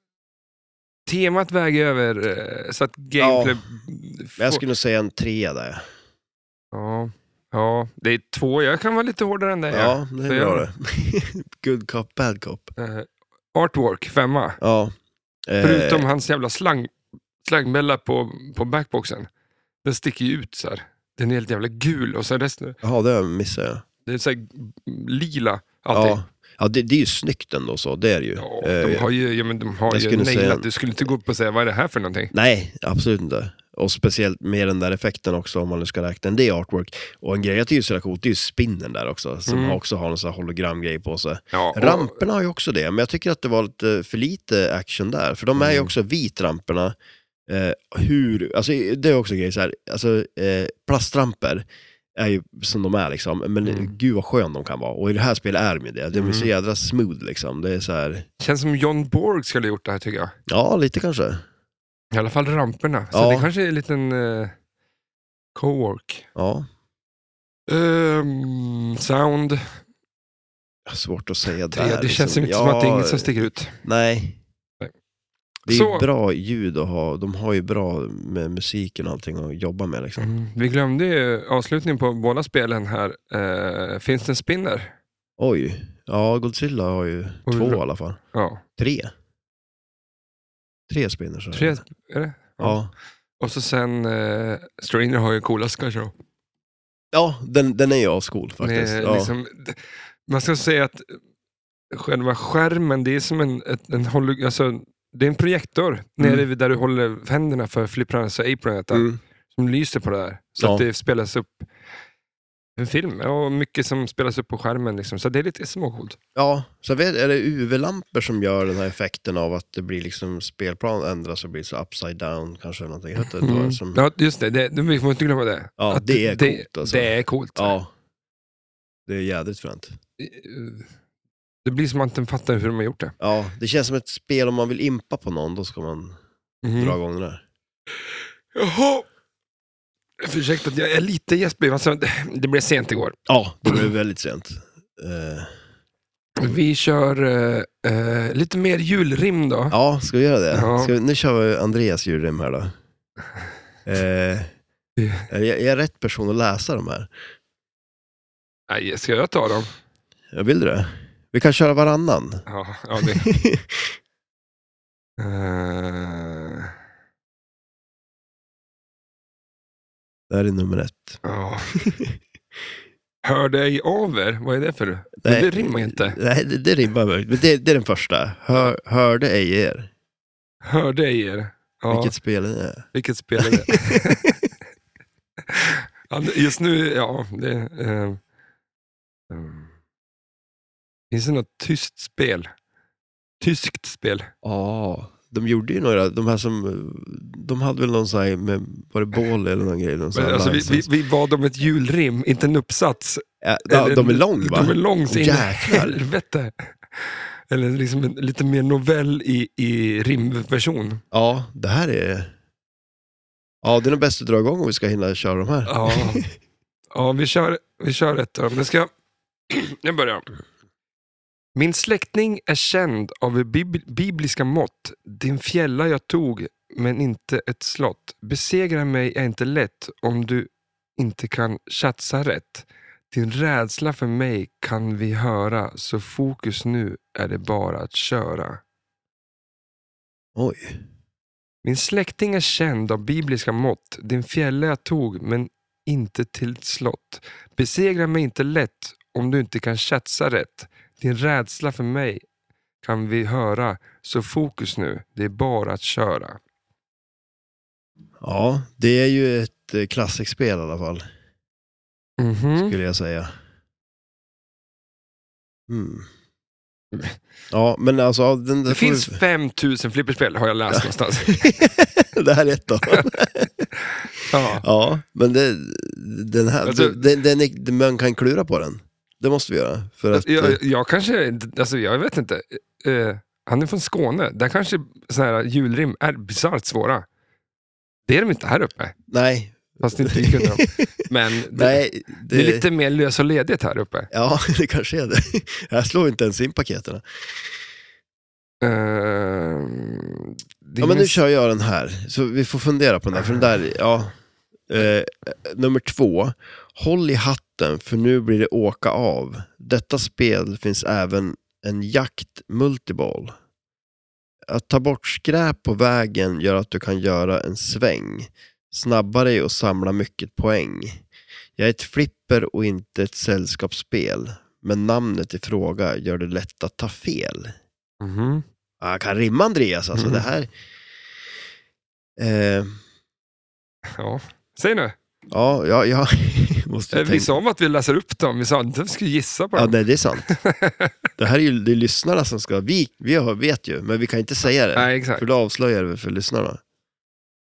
temat väger över eh, så att gameplay... Men jag skulle nog säga en trea där. ja, ja, det är två, jag kan vara lite hårdare än det. Ja, det är Så bra jag- det. Good cop, bad cop. Eh, artwork, femma. Ja. Eh, Förutom hans jävla slang, slangmälla på, på backboxen. Den sticker ju ut så här. Den är helt jävla gul och så resten, Jaha, det missade jag. det är så här lila alltid. Ja, ja det, det är ju snyggt ändå så, det är det ju. Ja, Eh, de har ju, ja, men de har jag ju skulle nailat. säga- Du skulle inte gå upp och säga, vad är det här för någonting? Nej, absolut inte. Och speciellt med den där effekten också, om man nu ska räkna en det är artwork. Och en grej jag tycker är så coolt, det är ju spinnen där också, som Mm. också har en sån här hologramgrej på sig. Ja, och, Ramperna har ju också det, men jag tycker att det var lite för lite action där. För de är ju Mm. också vit, ramperna. Eh, hur, alltså det är också en grej så här, alltså eh, plastramper är ju som de är liksom, men Mm. gud vad skön de kan vara. Och i det här spelet är de ju det. Det är Mm. så jädra smooth liksom. Det är så här, Känns som John Borg skulle ha gjort det här tycker jag. ja lite kanske. I alla fall ramperna. Så Ja. det kanske är en liten uh, co-work. Ja, Um, sound. svårt att säga Det, där. det känns liksom. inte som Ja, att det är inget som sticker ut. Nej. Nej. Det är Så- ju bra ljud att ha. De har ju bra med musiken och allting att jobba med liksom. Mm. Vi glömde ju avslutningen på båda spelen här. Uh, finns det en spinner? Oj. Ja, Godzilla har ju Och två vi- i alla fall. Ja, Tre. Tre spinners. tre är det? Ja. Och så sen uh, Strainer har ju coolast kanske. Ja, den, den är ju ascool faktiskt. Med, Ja. liksom, man ska säga att själva skärmen, det är som en, ett, en holo, alltså, det är en projektor nere Mm. vid där du håller händerna för flipprarna, så apronet där, Mm. som lyser på det där. Så Ja. att det spelas upp en film och mycket som spelas upp på skärmen. Liksom. Så det är lite småcoolt. Ja, så vet, är det U V-lampor som gör den här effekten av att det blir liksom spelplan ändras och blir så upside down kanske eller någonting. Heter det, Mm. som, Ja, just det. det. Vi får inte glömma det. Ja, Att det är det, coolt, alltså. Det är coolt. ja, det är jädrigt fränt. Det blir som att man fattar hur de har gjort det. Ja, det känns som ett spel om man vill impa på någon, då ska man Mm. dra igång den där. Jaha. Ursäkta att jag är lite gäspig. Alltså, det, det blev sent igår. Ja, det blev väldigt sent. Uh, Vi kör eh, eh, lite mer julrim då. ja, ska vi göra det? Ja. Ska vi, nu kör vi Andreas julrim här då. Uh, jag, jag är rätt person att läsa de här. Nej, ska jag ta dem? Jag vill det. Vi kan köra varannan. Ja, ja det. Eh, Det här är nummer ett. ja. Hör dig av er? Vad är det för? Nej. Det rimmar inte. Nej, det, det rimmar väl. Men det, det är den första. Hör, hörde ej er. Hör dig er? Ja, Vilket spel det är. vilket spel är det? Ja, just nu, ja. Det, eh, um, finns det något tyst spel? Tyskt spel? Ja, de gjorde ju några, de här som, de hade väl någon sån här med, var det bål eller någon grej? Någon sån Men, här alltså, vi, vi, license. vi bad om ett julrim, inte en uppsats. Ja, ja, Eller- de är lång va? De är lång så in i Jäklar. helvete. Eller liksom en, lite mer novell i, i rimversion. Ja, det här är... Ja, det är nog bäst att dra igång om vi ska hinna köra de här. Ja, ja vi, kör, vi kör ett av dem. Jag ska... Jag börjar. Min släkting är känd av bib- bibliska mått. Din fjälla jag tog, men inte ett slott. Besegra mig är inte lätt om du inte kan chatsa rätt. Din rädsla för mig kan vi höra, så fokus nu är det bara att köra. Oj. Min släkting är känd av bibliska mått. Din fjälla jag tog, men inte till ett slott. Besegra mig inte lätt om du inte kan chatsa rätt. Din rädsla för mig kan vi höra, så fokus nu, det är bara att köra. Ja, det är ju ett eh, klassikspel i alla fall, Mhm. skulle jag säga. Mm. Ja, men alltså... ja, Den, den Det får finns vi- fem tusen flipperspel, har jag läst någonstans. det här är ett av dem. Ja. Ja, men det, den här, Alltså- den, den är, man kan klura på den. Det måste vi göra. För att, eh, Jag, jag kanske, alltså jag vet inte. Eh, han är från Skåne. Där kanske så här julrim är bisarrt svåra. Det är de inte här uppe. nej. Fast inte vi kunde dem. Men det, nej det är lite mer lös och ledigt här uppe. Ja, det kanske är det. Jag slår inte ens in paketerna. Uh, Ja, men nu kör jag den här. Så vi får fundera på den där. För den där, ja. Eh, nummer två. Håll i hatten, för nu blir det åka av. Detta spel finns även en jakt multiball. Att ta bort skräp på vägen gör att du kan göra en sväng. Snabbare och samla mycket poäng. Jag är ett flipper och inte ett sällskapsspel. Men namnet i fråga gör det lätt att ta fel. Mhm. Ja, jag kan rimma Andreas, alltså Mm. det här... Eh, Ja, säg nu. ja, ja, jag måste Eh, Vi tänka. sa om att vi läser upp dem. Vi sa inte att vi skulle gissa på Ja, dem. nej, det är sant. Det här är ju det är lyssnarna som ska... Vi, vi har- vet ju, men vi kan inte säga det. Nej, exakt. För då avslöjar vi för lyssnarna.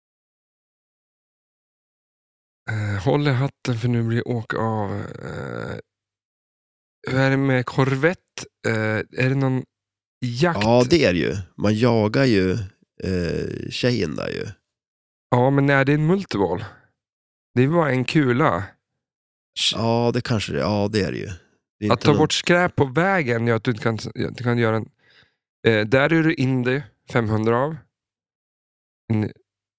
Eh, håll i hatten för nu blir åka av. Eh, hur är det med Corvette? Eh, är det någon jakt? Ja, det är det ju. Man jagar ju eh, tjejen där ju. Ja, men är det en multiball? Det är bara en kula. Ja, det kanske det Ja, det är det ju. Det är Att inte ta någon- bort skräp på vägen gör att du inte kan, du kan göra en... Eh, där är du Indy femhundra av. En,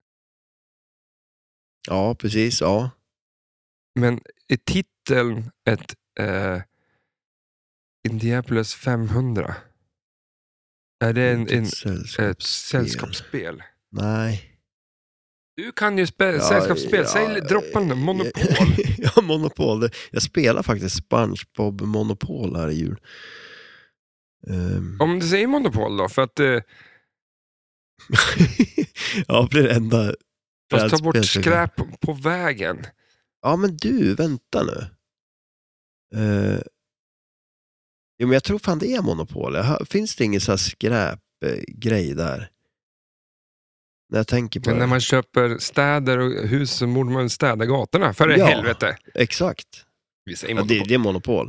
Ja, precis. Ja. men är titeln ett eh, Indianapolis femhundra? Är det en, en, Ett sällskapsspel. ett sällskapsspel? Nej. Du kan ju spela Ja, sällskapsspel. ja, Säg droppa nu, Monopol. Ja, Monopol. Jag spelar faktiskt SpongeBob Monopol här i jul. Um... Om du säger Monopol då, för att eh, ja, det är det enda. fast ta bort brädspel- skräp på, på vägen. Ja, men du, vänta nu. Uh... Jo, men jag tror fan det är Monopol. Jag har- Finns det ingen så här skräpgrej där? När jag tänker på Men när det. man köper städer och hus så borde man städa gatorna. För i Ja. helvete. Exakt. Vi säger Ja, Monopol. det, det är Monopol.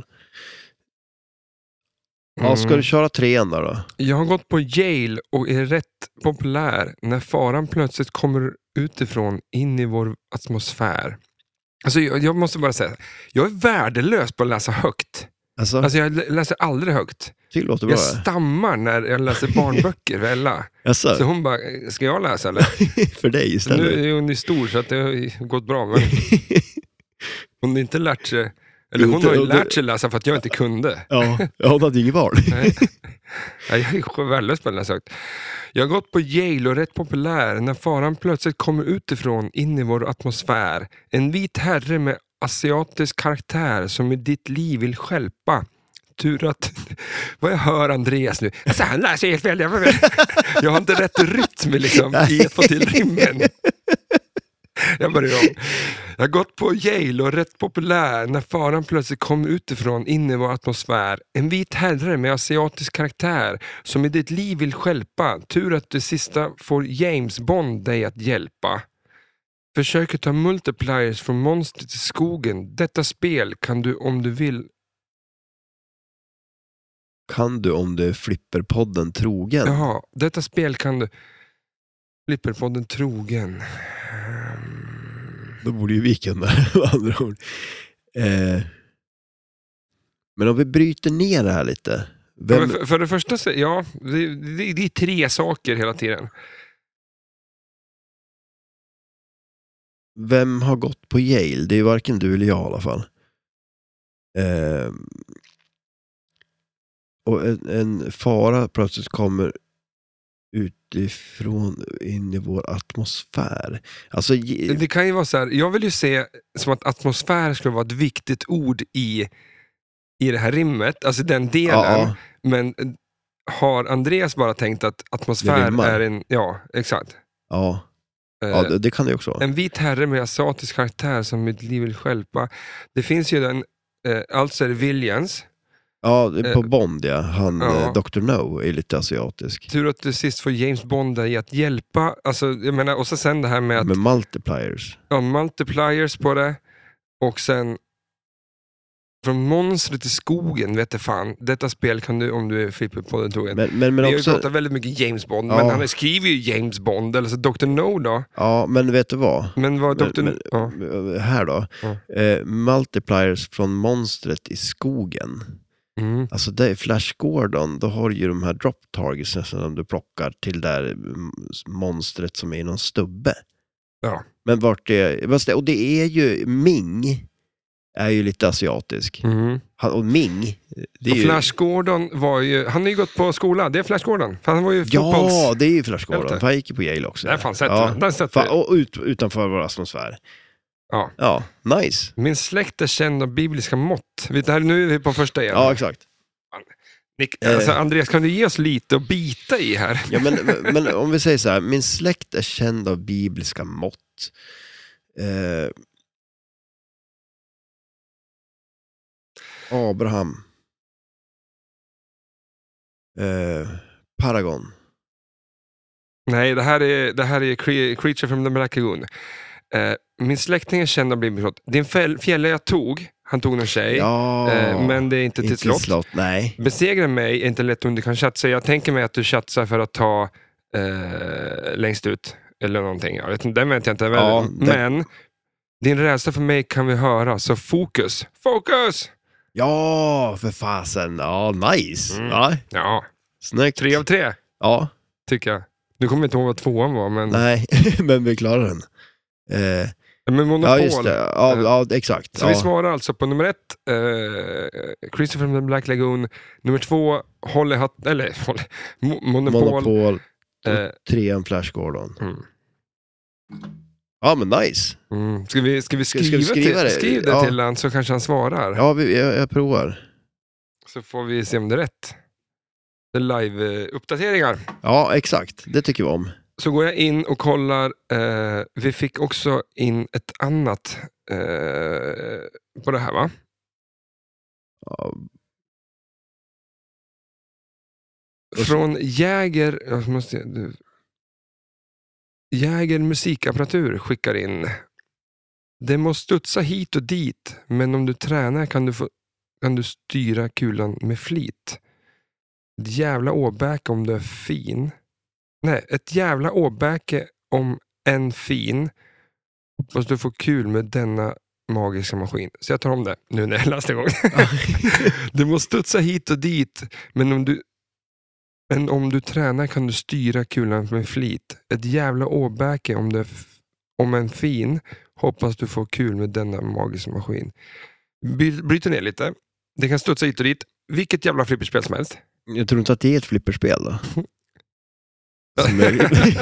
Ja, Mm. ska du köra trean då? då? Jag har gått på Yale och är rätt populär när faran plötsligt kommer utifrån in i vår atmosfär. Alltså jag, jag måste bara säga, jag är värdelös på att läsa högt. Alltså, Alltså jag lä- läser aldrig högt. det låter bra. Jag stammar när jag läser barnböcker för Ella. Alltså, Så hon bara, ska jag läsa eller? för dig Nu istället. är hon ju stor så att det har gått bra. Men hon har inte lärt sig, eller hon Inte- har ju och det- lärt sig läsa för att jag inte kunde. Ja, ja, hon hade inget val. Nej. Nej, jag är värdelös på den här sagt. Jag har gått på Yale och är rätt populär när faran plötsligt kommer utifrån in i vår atmosfär. En vit herre med asiatisk karaktär som i ditt liv vill stjälpa. Tur att... Vad jag hör Andreas nu. Alltså, han läser helt fel. Jag, jag har inte rätt rytm liksom, i att få till rimmen. Jag börjar om. Jag har gått på Yale och är rätt populär när faran plötsligt kom utifrån in i vår atmosfär. En vit herre med asiatisk karaktär som i ditt liv vill stjälpa. Tur att det sista får James Bond dig att hjälpa. Försöker ta multipliers från monster till skogen. Detta spel kan du om du vill. Kan du om du är flipperpodden trogen? Jaha, detta spel kan du... Flipperpodden trogen. Ehm, Då borde ju vi kunna, med andra ord. Eh, men om vi bryter ner det här lite. Ja, Vem, men för, för det första, så- ja, det, det, det är tre saker hela tiden. vem har gått på Yale? Det är varken du eller jag i alla fall. Eh, och en, en fara plötsligt kommer utifrån in i vår atmosfär. Alltså, ge- Det kan ju vara så här, jag vill ju se som att atmosfär skulle vara ett viktigt ord i, i det här rimmet, alltså den delen. ja, Men har Andreas bara tänkt att Det atmosfär rimmar. är en, ja, exakt. ja, Eh, ja det, det kan det ju också vara. En vit herre med asiatisk karaktär som mitt liv vill stjälpa. Det finns ju den, eh, alltså är det Williams. Ja, det är på eh, Bond, ja. Han, ja. eh, doktor No är lite asiatisk. Tur att du sist får James Bond i att hjälpa. Alltså, jag menar, och så sen det här med att Med multipliers. ja, multipliers på det. Och sen från monstret till skogen, vet du fan. Detta spel kan du, om du är flipper på den trogen. Men, men, men Vi har ju också, pratat väldigt mycket James Bond, Ja. men han skriver ju James Bond, eller så doktor No då. ja, men vet du vad? Men vad Men, doktor men, ja. Här då. Ja. Eh, multipliers från monstret i skogen. Mm. Alltså det är Flash Gordon, då har du ju de här drop targets som du plockar till där mm, monstret som är i någon stubbe. Ja. Men vart det, fast det, och det är ju Ming är ju lite asiatisk. Mm. Han, och Ming, det är Och ju, Flash Gordon var ju, han har ju gått på skola, det är Flash Gordon. För han var ju ja, fotbolls... det är ju Flash Gordon, Hjälte. för han gick ju på Yale också. Det har fan sett, ja. den sett Fan, vi. och ut, utanför vår atmosfär. Ja. Ja, nice. Min släkt är känd av bibliska mått. Vet du, här, nu är vi på första igen. Ja, exakt. Nick, Eh. alltså, Andreas, kan du ge oss lite att bita i här? Ja, men, men om vi säger så här, min släkt är känd av bibliska mått. Eh, Abraham. Eh, Paragon. Nej, det här är, det här är Cre- Creature from the Black Lagoon. Eh, min släkting är känd av bli slott. Din fäll- fjälle jag tog, han tog någon tjej. Ja, Eh, men det är inte till inte slott. slott. Nej. Besegra mig är inte lätt om du kan chatsa. Jag tänker mig att du chatsar för att ta eh, längst ut. Eller någonting. Jag vet inte, den vet jag inte. Ja, det- Men din rädsla för mig kan vi höra. Så fokus. Fokus! Ja, för fasen. Ja, nice. Mm. Ja, Ja, snyggt. tre av tre Ja, tycker jag. Nu kommer jag inte ihåg vad tvåan var. Men, nej, men vi klarar den. Eh, men Monopol. ja, just det. Ja, ja exakt. Så ja. vi svarar alltså på nummer ett, eh, Christopher from the Black Lagoon. Nummer två, Holly Hut, eller Holly, Mo- Monopol. Monopol. Eh, Trean Flash Gordon. mm, Ja, men nice. mm. Ska vi, ska vi Ska- skriva, ska vi skriva till, det? skriv det Ja. till han så kanske han svarar. Ja, vi, jag, jag provar. Så får vi se om det är rätt. Det är live-uppdateringar. Ja, exakt. Det tycker vi om. Så går jag in och kollar. Eh, vi fick också in ett annat eh, på det här, va? Ja, Från Jäger, jag måste, du, Jäger musikapparatur skickar in. Det måste studsa hit och dit, men om du tränar kan du, få, kan du styra kulan med flit. Ett jävla åbäke om du är fin. Nej, ett jävla åbäke om en fin. Hoppas du får kul med denna magiska maskin. Så jag tar om det nu när jag läste igång. Du måste studsa hit och dit, men om du Men om du tränar kan du styra kulan med flit. Ett jävla åbäke om, det f- om en fin. Hoppas du får kul med denna magiska maskin. By- bryter ner lite. Det kan studsa hit och dit. Vilket jävla flipperspel som helst. jag tror inte att det är ett flipperspel då. Som är...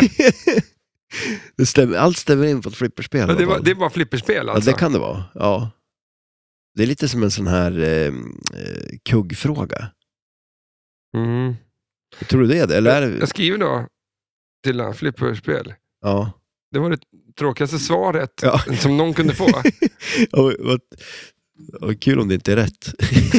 det stämmer, allt stämmer in på ett flipperspel. Men det, i alla var, fall. det var flipperspel alltså. Ja, det kan det vara. Ja. Det är lite som en sån här eh, eh, kuggfråga. Mm. Tror du det är det? Eller är det... Jag skriver då till han flipperspel. Ja. Det var det tråkigaste svaret Ja. som någon kunde få. Och, vad, vad kul om det inte är rätt.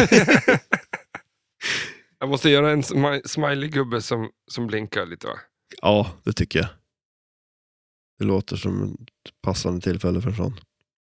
Jag måste göra en smi- smiley-gubbe som, som blinkar lite, va? Ja, det tycker jag. Det låter som ett passande tillfälle för en sån.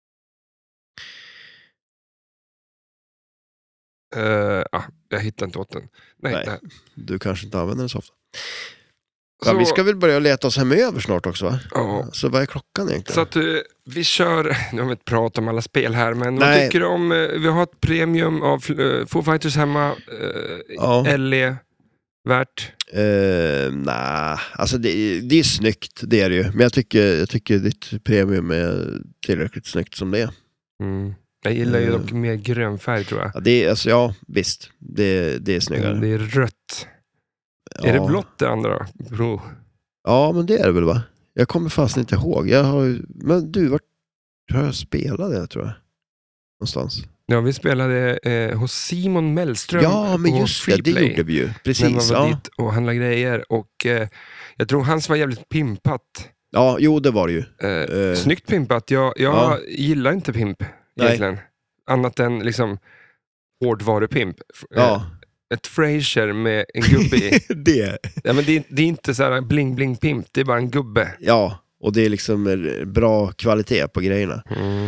Uh, ah, jag hittar inte åt den. Nej, Nej. det här. Du kanske inte använder den så ofta. Så, Ja, vi ska väl börja leta oss hemöver snart också, va? ja. Så vad är klockan egentligen? Så att uh, vi kör, nu har vi inte pratat om alla spel här, men vad Nej. tycker du om, uh, vi har ett premium av uh, Foo Fighters hemma, uh, Ja. L E, värt? Uh, Nej, alltså det, det är snyggt, det är det ju. Men jag tycker, jag tycker ditt premium är tillräckligt snyggt som det är. Mm. Jag gillar ju Uh. dock mer grön färg, tror jag. Ja, det är, alltså, ja visst. Det, det är snyggare. Mm, det är rött. ja. Är det blått det andra? Bro. Ja, men det är det väl, va? Jag kommer fast inte ihåg. Jag har ju... Men du, vart har jag spelat det, tror jag? Någonstans. Ja, vi spelade eh, hos Simon Mellström. Ja, men på just det, det Freeplay. gjorde vi ju. När man Precis, var ja. dit och handlade grejer. Och eh, jag tror hans var jävligt pimpat. Ja, jo, det var det ju. Eh, Eh. Snyggt pimpat. Jag, jag Ja. gillar inte pimp Nej. egentligen. Annat än liksom hårdvarupimp. F- Ja, eh, Ett Frasier med en gubbe i. det. Ja, men det, är, det är inte så här bling bling pimp. Det är bara en gubbe. Ja, och det är liksom eh, bra kvalitet på grejerna. Mm.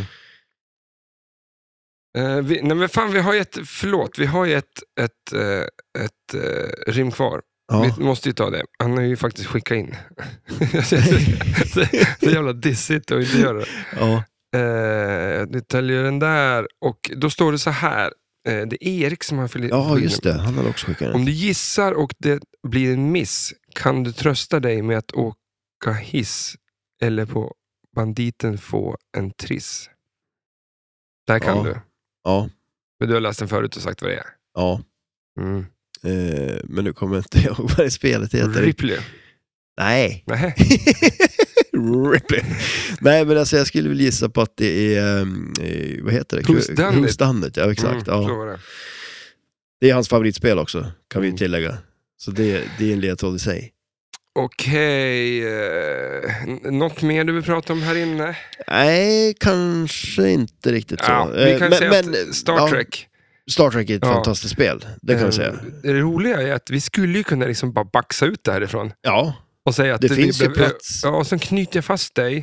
Eh, vi, nej men fan, vi har ju ett, förlåt, vi har ju ett, ett, eh, ett eh, rim kvar. Ja, Vi måste ju ta det. Han har ju faktiskt skickat in. så, så, så jävla dissigt att inte göra det. ja. Eh, det täljer den där. Och då står det så här. Eh, det är Erik som har fyllt ja, just det. Han hade också skickat Om den. du gissar och det blir en miss kan du trösta dig med att åka hiss eller på banditen få en triss. Där kan Ja. du. Ja, Men du har läst den förut och sagt vad det är. ja. Mm. Eh, men nu kommer jag inte ihåg vad det spelet heter. Ripley. Nej. Nej. Ripley. Nej, men alltså jag skulle väl gissa på att det är, um, eh, vad heter det? Who's Done It? Who's Done It, ja exakt. Mm, så Ja. var det. Det är hans favoritspel också, kan vi Mm. tillägga. Så det, det är en ledtråd i sig. Okej. Eh, n- något mer du vill prata om här inne? Nej, kanske inte riktigt så. Ja, vi Eh, kan men, säga men, att Star ja, Trek. Star Trek är ett Ja. fantastiskt spel, det kan eh, vi säga. Det roliga är att vi skulle ju kunna liksom bara baxa ut det härifrån. Ja, Och säga att det finns ju blev- plats. Ja, och sen knyter jag fast dig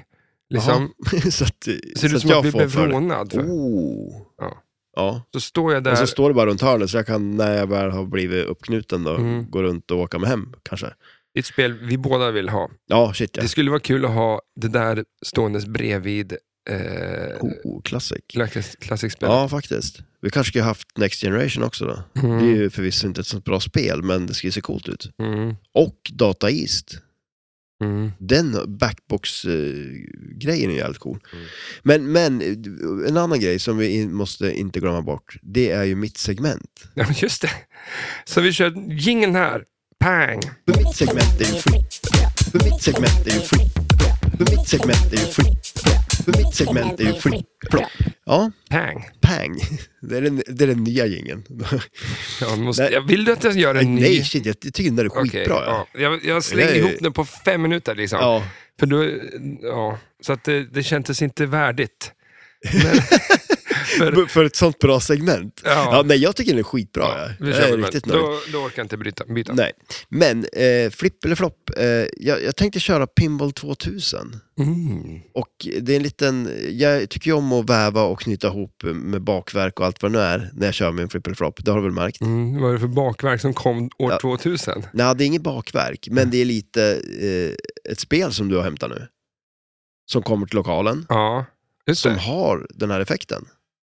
Liksom. så att, Ser det ut som att bli bevrånad. För. Oh. Ja. Ja. Så står jag där. Och så står det bara runt hörnet så jag kan, när jag väl har blivit uppknuten då, Mm. gå runt och åka med hem kanske. Ett spel vi båda vill ha. Ja, shit ja. Det skulle vara kul att ha det där ståendes bredvid eh, Oh, classic. klassisk, klassisk spel. Ja, faktiskt. Vi kanske skulle ha haft Next Generation också då. Mm. Det är ju förvisso inte ett sånt bra spel, men det skulle se coolt ut. Mm. Och Data East. Mm. Den backbox-grejen är jävligt cool. Mm. Men, men en annan grej som vi in, måste inte glömma bort, det är ju mitt segment. Ja, men just det. Så vi kör jingeln här. Pang! För mitt segment är ju free. För mitt segment är ju free. För mitt segment är ju free. För mitt segment är ju free. Plopp. Ja, Pang! pang. Det är den, det är den nya jingeln. Jag måste, Nej. jag vill du att jag gör en ny? Nej, shit, jag tycker den är Okej, skitbra. ja. jag, jag slängde Det är- ihop den på fem minuter liksom. Ja. För då, ja, så att det, det kändes inte värdigt. Men, för, För ett sånt bra segment. Ja. Ja, nej, jag tycker den är skitbra. ja, Ja, vi jag kör är väl. riktigt nöjd. Då, då orkar jag inte bryta, byta. Nej, men eh, flipp eller flopp. Eh, jag, jag tänkte köra Pinball tvåtusen. Mm. Och det är en liten, jag tycker ju om att väva och knyta ihop med bakverk och allt vad det nu är när jag kör min flip eller flopp. Det har du väl märkt? Mm, vad är det för bakverk som kom år Ja. tvåtusen? Nej, det är inget bakverk, men det är lite eh, ett spel som du har hämtat nu. Som kommer till lokalen. Ja, just Som det. har den här effekten.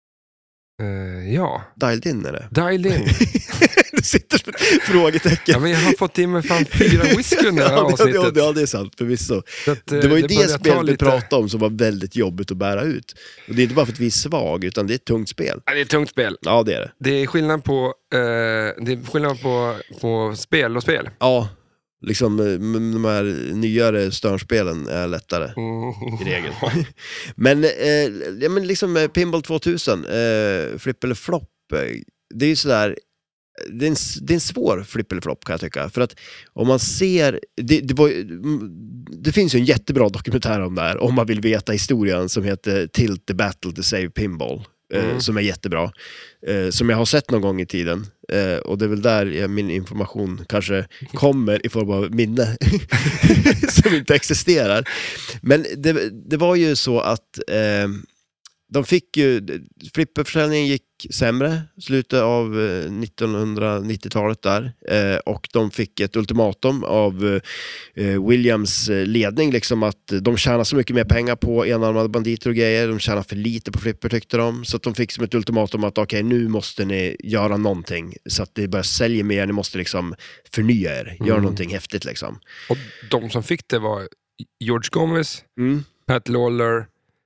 Uh, ja, Dialed in är det. dialed in. Det sitter som ett frågetecken. Ja, men jag har fått in mig fan fyra whisky under det här Ja, det, avsnittet. ja, det är sant, förvisso. Så att, eh, Det var ju det, börjar ta spelet vi lite- pratade om som var väldigt jobbigt att bära ut. Och det är inte bara för att vi är svag, utan det är ett tungt spel. Ja, det är ett tungt spel. Ja, det är det. Det är skillnad på, eh, det är skillnad på, på spel och spel. Ja, liksom eh, m- de här nyare störnspelen är lättare. Mm. I regel. men, eh, ja, men liksom eh, Pinball tvåtusen, eh, flipp eller flopp, eh, det är ju sådär, det är, en, s- det är en svår flipp eller flopp kan jag tycka. För att om man ser, det, det, var, ju- mm, det finns ju en jättebra dokumentär om det här, om man vill veta historien, som heter Tilt the Battle to Save Pinball. eh, Mm. Som är jättebra. Eh, som jag har sett någon gång i tiden. Eh, och det är väl där jag, min information kanske kommer i form av minne. som inte existerar. Men det, det var ju så att eh, de fick ju, flipperförsäljningen gick sämre slutet av eh, nittonhundranittiotalet där, eh, och de fick ett ultimatum av eh, Williams eh, ledning liksom, att de tjänar så mycket mer pengar på enarmade banditer och grejer, de tjänar för lite på flipper tyckte de, så att de fick som ett ultimatum att okej, nu måste ni göra någonting så att det börjar sälja mer, ni måste liksom förnya er, göra Mm. någonting häftigt liksom. Och de som fick det var George Gomez, Mm. Pat Lawler,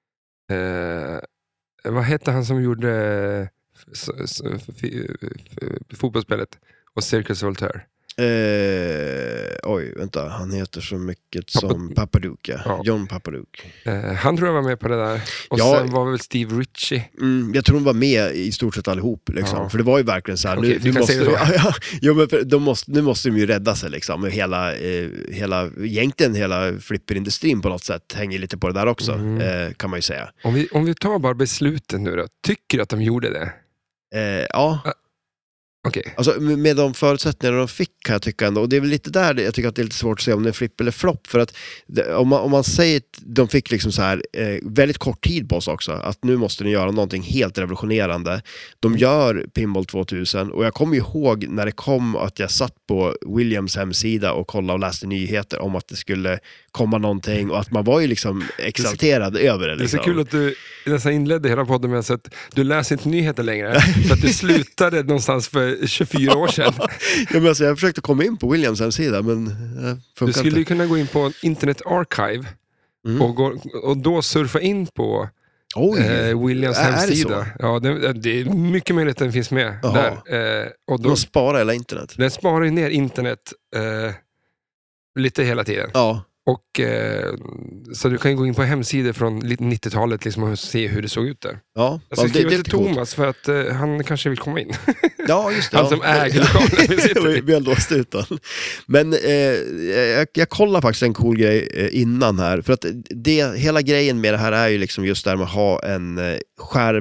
eh, vad hette han som gjorde eh, s- s- f- f- fotbollsspelet och Circus Voltaire? Eh, oj, vänta, han heter så mycket Papa- som Papaduke, ja. Ja. John Papaduke. Eh, han tror jag var med på det där. Och Ja. sen var väl Steve Ritchie. Mm, jag tror de var med i stort sett allihop liksom. Ja. För det var ju verkligen så här, Okej, nu, vi nu kan måste säga så. ja, ja, jo, men för, de måste, nu måste de ju rädda sig liksom. Och hela, eh, hela, egentligen hela flipperindustrin på något sätt hänger lite på det där också, Mm. eh, kan man ju säga. Om vi, om vi tar bara besluten nu då. Tycker du att de gjorde det? Eh, ja, Okej. alltså med med de förutsättningar de fick kan jag tycka ändå, och det är väl lite där det- jag tycker att det är lite svårt att säga om det är flipp eller flopp, för att det, om, man, om man säger att de fick liksom så här eh, väldigt kort tid på sig också, att nu måste ni göra någonting helt revolutionerande. De gör Pinball tvåtusen, och jag kommer ju ihåg när det kom att jag satt på Williams hemsida och kollade och läste nyheter om att det skulle komma någonting, och att man var ju liksom exalterad över det Det är liksom. så kul att du nästan inledde hela podden med att säga att du läser inte nyheter längre. För att du slutade någonstans för tjugofyra år sedan. Ja, men alltså, jag försökte komma in på Williams hemsida, men eh, Du funkar skulle inte. ju kunna gå in på Internet Archive Mm. och, gå, och då surfa in på Oj, eh, Williams är det hemsida. så? Ja, det, det är mycket möjligt att den finns med Jaha. där. Eh, och då, De sparar hela internet. den sparar ju ner internet eh, lite hela tiden. Ja. Och, eh, så du kan ju gå in på hemsidor från nittiotalet liksom, och se hur det såg ut där. Ja, Jag ska ja, skriva är till lite coolt. Thomas för att eh, han kanske vill komma in. Ja, just det. Han ja. som äger lokalen vi sitter i. vi, vi har låst ut den. Men eh, jag, jag kollar faktiskt en cool grej eh, innan här. För att det, hela grejen med det här är ju liksom just där med att ha en eh, skärm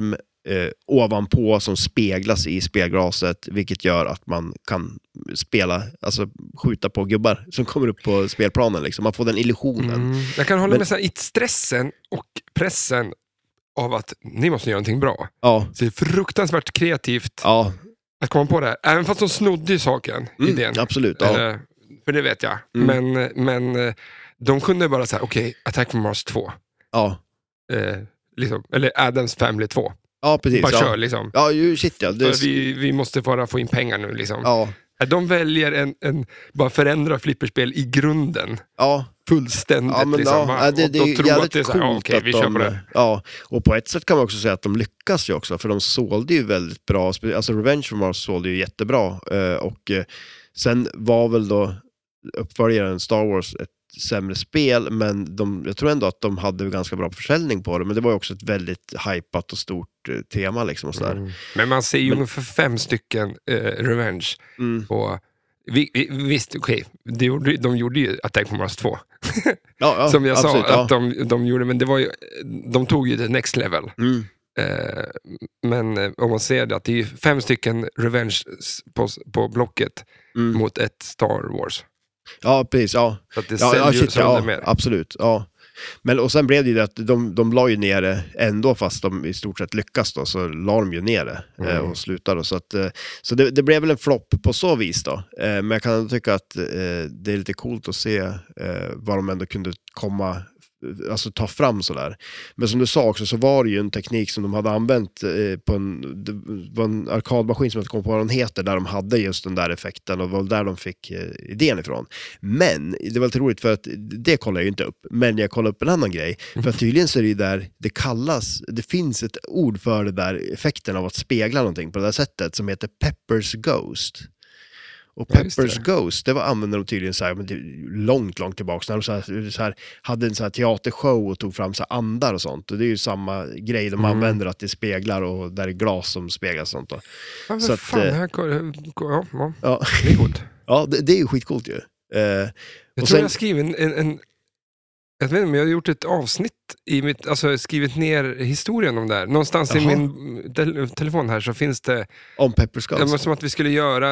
eh, ovanpå som speglas i spelglaset, vilket gör att man kan spela, alltså skjuta på gubbar som kommer upp på spelplanen liksom. Man får den illusionen. Mm. Jag kan hålla Men- med så här, i stressen och pressen av att ni måste göra någonting bra. Ja, Så det är fruktansvärt kreativt ja, att komma på det här. Även fast de snodde ju saken, mm, idén. absolut. Ja. Eller, för det vet jag. Mm. Men, men eh, de kunde bara säga, okej, okay, Attack from Mars två. Ja. Eh, liksom, eller Addams Family två. Ja, precis. Bara Ja. kör liksom. Ja, ju shit ja. Det, För vi, vi måste bara få in pengar nu liksom. ja, De väljer en, en bara förändra flipperspel i grunden. ja. Fullständigt Ja, men liksom. ja, det, Och det då är tror jävligt att det är så här, coolt okej, att vi de, kör på det. Ja, och på ett sätt kan man också säga att de lyckas ju också, för de sålde ju väldigt bra, alltså Revenge from Mars sålde ju jättebra, eh, och eh, sen var väl då uppföljaren Star Wars ett sämre spel, men de, jag tror ändå att de hade ganska bra försäljning på det, men det var ju också ett väldigt hypat och stort eh, tema liksom och sådär. Mm. Men man ser ju Men- ungefär fem stycken eh, Revenge. Mm. Och vi, vi, visst, okej, okay, de gjorde ju Attack from Mars två. Ja, ja, Som jag absolut, sa, ja. att de, de gjorde, men det var ju, de tog ju det next level. Mm. Eh, men eh, om man ser det, att det är ju fem stycken Revenge s- på, på blocket Mm. mot ett Star Wars. Ja, precis, ja. Så att det Ja, ja, säljer shit, sålde ja, mer. absolut. Ja. Men och sen blev det ju det att de, de la ju ner det ändå, fast de i stort sett lyckas då, så la de ju ner det eh, Mm. och slutade. Så, att, eh, så det, det blev väl en flopp på så vis då. Eh, men jag kan ändå tycka att eh, det är lite coolt att se eh, vad de ändå kunde komma, alltså ta fram sådär. Men som du sa också, så var det ju en teknik som de hade använt eh, på en, det var en arkadmaskin som jag inte kom på vad den heter, där de hade just den där effekten, och det var där de fick eh, idén ifrån. Men det var lite roligt, för att det kollar jag ju inte upp, men jag kollar upp en annan grej, för att tydligen så är det ju där det kallas, det finns ett ord för det där effekten av att spegla någonting på det där sättet, som heter Pepper's Ghost. Och Ja, just Pepper's det. Ghost, det var, använde de tydligen så här, men det, långt, långt tillbaka, när de så här, så här, hade en så här teatershow och tog fram så här andar och sånt. Och det är ju samma grej de Mm. använder, att det speglar, och där är glas som speglar och sånt då. Ja, men så att, fan, eh, det här, går- går- ja, ja, Ja, det är coolt. ja det, det är ju skitcoolt ju. Eh, Jag och tror sen, jag har skrivit en, en, en jag vet inte, men jag har gjort ett avsnitt i mitt, alltså skrivit ner historien om det här. Någonstans i Jaha. min te- telefon här så finns det, om Pepper's det var Ghost. som att vi skulle göra,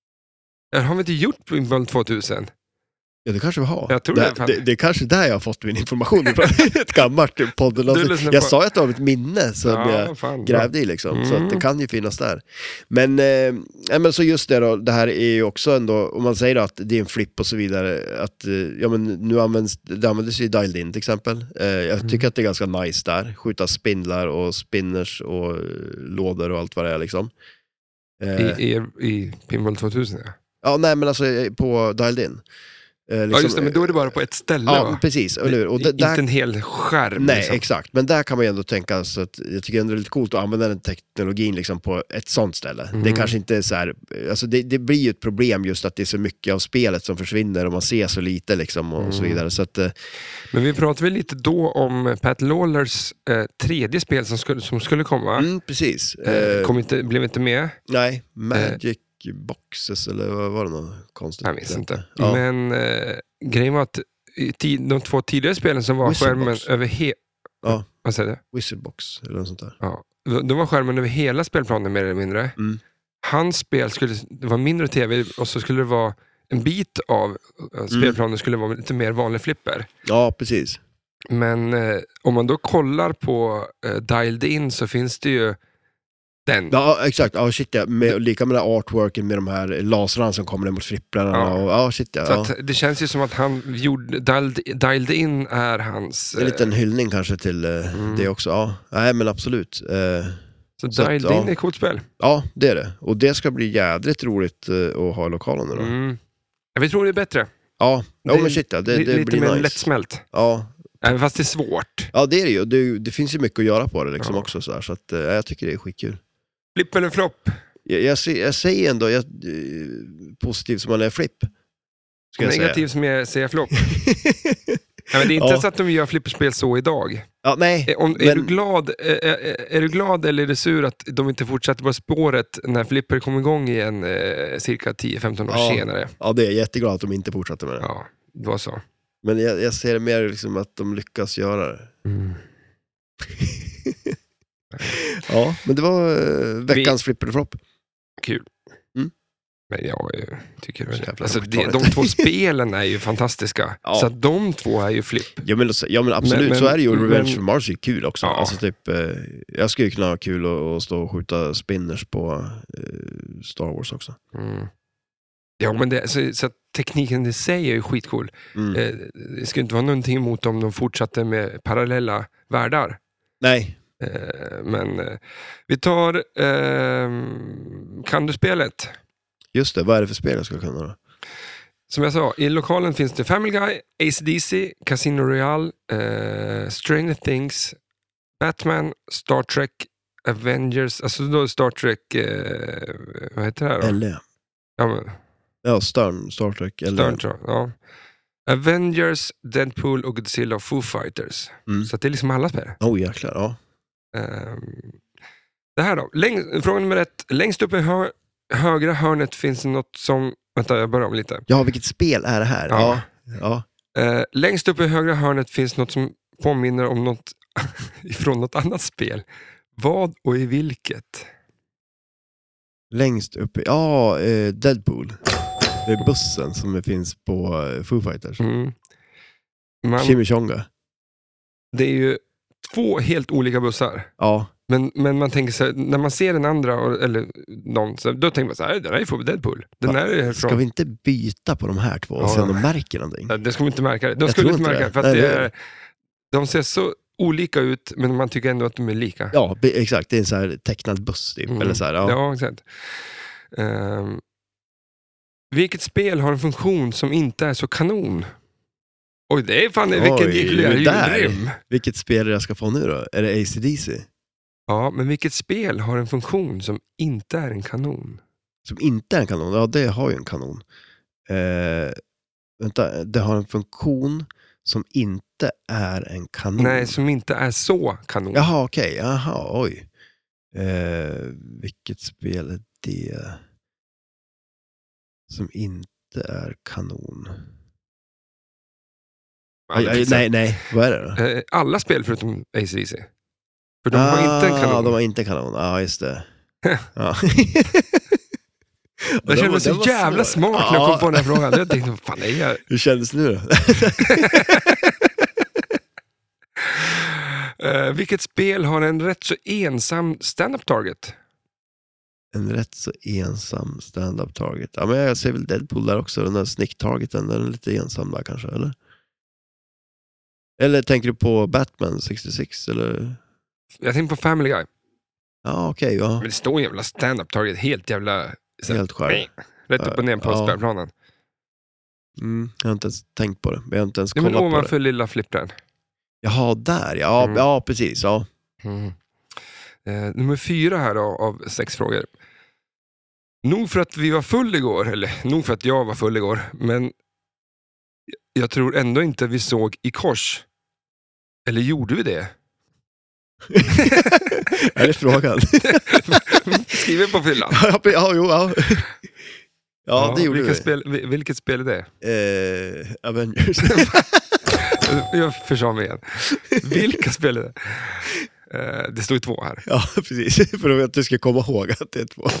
jag har vi inte gjort Pinball tvåtusen? Ja, det kanske vi har. Jag tror det, det, fan. det, det är kanske där jag har fått min information ifrån. Ett gammalt podden. Du lyssnar Jag på- sa att det var ett minne som jag fan, grävde i liksom, så att det Mm. kan ju finnas där. Men, eh, ja, men så just det då, det här är ju också ändå, om man säger då att det är en flip och så vidare, att eh, ja, men nu används, det användes ju i Dialed In till exempel. Eh, jag Mm. tycker att det är ganska nice där, skjuta spindlar och spinners och eh, lådor och allt vad det är liksom. Eh, I, i, i Pinball tvåtusen, ja. ja, nej men alltså eh, på Dialed In. Eh, Ja liksom, just det, men då är det bara på ett ställe, ja, va? precis, eller hur? Och det, Inte där, en hel skärm. nej, liksom. exakt. Men där kan man ju ändå tänka, så att jag tycker ändå det är lite coolt att använda den teknologin liksom på ett sånt ställe. Mm. Det kanske inte är så här, alltså det, det blir ju ett problem just att det är så mycket av spelet som försvinner och man ser så lite liksom och, och så Mm. vidare. Så att, eh, Men vi pratade väl lite då om Pat Lawlers eh, tredje spel som skulle, som skulle komma. mm, precis. Eh, Eh, kom inte, blev inte med. nej, Magic Boxes eller vad var det något konstigt? Jag minns inte. Ja. Men eh, grejen var att i ti- de två tidigare spelen som var Wizard skärmen Box. över hela... Ja. Vad säger du? Wizard Box eller något sånt där. Ja. Då- Då var skärmen över hela spelplanen mer eller mindre. Mm. Hans spel skulle, det var mindre tv och så skulle det vara en bit av eh, spelplanen skulle vara lite mer vanlig flipper. Ja, precis. Men eh, om man då kollar på eh, Dialed In så finns det ju den. Ja, exakt. Ja, shit ja. Med, lika med den här artworken med de här lasrarna som kommer ner mot flipprarna. Ja. Och, ja, shit ja. Så ja. att det känns ju som att han gjorde, dialed, dialed In är hans... Det är en liten hyllning kanske till eh, Mm. det också. Ja, nej men absolut. Eh, Så så att, Dialed ja. In är ett coolt spel. ja, det är det. Och det ska bli jädrigt roligt eh, att ha i lokalen nu då. Mm. Ja, vi tror det är bättre. Ja, ja Det- men shit ja. Det, Li- det lite blir mer nice. lättsmält. Ja. Även fast det är svårt. ja, det är det ju. Det, det finns ju mycket att göra på det liksom Ja. också. Så, här, så att, eh, jag tycker det är skitkul. Flipp eller flopp? Jag, jag, se- jag säger ändå jag, eh, positiv som man är flipp. Ska jag Negativ som jag säger flopp. Nej, men det är inte Ja. så att de gör flipperspel så idag. Ja, nej. Eh, Om, är, Men- du glad, är, är, är du glad eller är du sur att de inte fortsatte på spåret när flipper kom igång igen eh, cirka tio femton år Ja. senare? Ja, det är jag jätteglad att de inte fortsatte med det. Ja, det var så. Men jag, jag ser det mer liksom att de lyckas göra det. Mm. Ja, men det var eh, veckans Vi- flipper och flopp. Kul. Mm. Men jag eh, tycker Så väl jävla alltså, det, långtaget. de två spelen är ju fantastiska. Ja. Så att de två är ju flipp. Ja men, ja, men absolut, Men- men- så är det ju. Revenge men- from Mars är ju kul också. Ja. Alltså, typ, eh, jag skulle ju kunna ha kul att, att stå och skjuta spinners på eh, Star Wars också. Mm. Ja, men det, så, så att tekniken i sig är ju skitcool. Mm. Eh, det skulle inte vara någonting emot om de fortsatte med parallella världar. Nej, Eh, men eh, vi tar... Eh, kan du spelet? just det. Vad är det för spel jag ska kunna då? Som jag sa, i lokalen finns det Family Guy, A C D C, Casino Royale, eh, Stranger Things, Batman, Star Trek, Avengers, alltså då Star Trek, eh, vad heter det här då? L E. Ja, men, Ja, Stern, Star Trek. L E. Stern, tror jag, ja. Avengers, Deadpool och Godzilla och Foo Fighters. Mm. Så att det är liksom alla spel. Oh jäklar, ja. Ehm, det här då, Läng, fråga nummer ett. Längst upp i hö, högra hörnet finns det något som, vänta jag börjar om lite. Ja, vilket spel är det här? Ja. Ja, ja. Eh, längst upp i högra hörnet finns något som påminner om något ifrån något annat spel. Vad och i vilket? Längst uppe, ja, eh, Deadpool. Det är bussen som finns på eh, Foo Fighters. Mm. Man, Chimichanga. det är ju två helt olika bussar. Ja, Men, men man tänker så här, när man ser den andra, och- eller någon, så, då tänker man så här, den här är från Deadpool. Den här är ska från... vi inte byta på de här två och Ja. se om de märker någonting? Ja, det ska man inte märka. De Jag skulle tror inte inte märka det. för att Nej, det det är är, de ser så olika ut, men man tycker ändå att de är lika. Ja, be- exakt. Det är en så här tecknad buss typ. Mm. Eller så här, ja. Ja, exakt. Ehm, vilket spel har en funktion som inte är så kanon? Oj, det är fan vilken Oj, jäkla det där. julrim. Vilket spel är det jag ska få nu då? Är det A C D C? Ja, men vilket spel har en funktion som inte är en kanon? Som inte är en kanon? Ja, det har ju en kanon. Eh, vänta, det har en funktion som inte är en kanon. Nej, som inte är så kanon. Jaha, okej. Jaha, oj. Eh, vilket spel är det? Som inte är kanon. Ja, det Aj, aj, finns nej, nej. Vad är det då? Eh, Alla spel förutom A C D C. För de har inte en Ah, kanon. de har inte en kanon. Ja, ah, just det. Ja. Jag kände mig så jävla smart när jag kom på den här frågan. Jag tänkte, vad fan är jag? Hur kändes det nu då? Eh, vilket spel har en rätt så ensam stand-up target? En rätt så ensam stand-up target. Ja, men jag ser väl Deadpool där också. Den där snick-targeten, den är lite ensam där kanske, eller? Eller tänker du på Batman sextiosex, eller? Jag tänkte på Family Guy. Ja, okej, ja. Men det står en jävla stand-up target, helt jävla... så här, Helt själv. rätt upp och ner på Ja. spelplanen. Mm, jag har inte ens tänkt på det. Jag har inte ens Ja, men kollat på det. ovanför lilla flippren. Jaha, där. Ja, Mm. ja precis. Ja. Mm. Eh, nummer fyra här då, av sex frågor. Nog för att vi var full igår, eller nog för att jag var full igår, men jag tror ändå inte vi såg i kors. Eller gjorde vi det? Är det frågan? Skriver på fyllan. ja, ja, jo, ja. Ja, det gjorde vilka vi. Spel, vil- vilket spel är det? Eh, Avengers. Jag försade mig igen. Vilka spel är det? Eh, det står ju två här. ja, precis. För att du ska komma ihåg att det är två.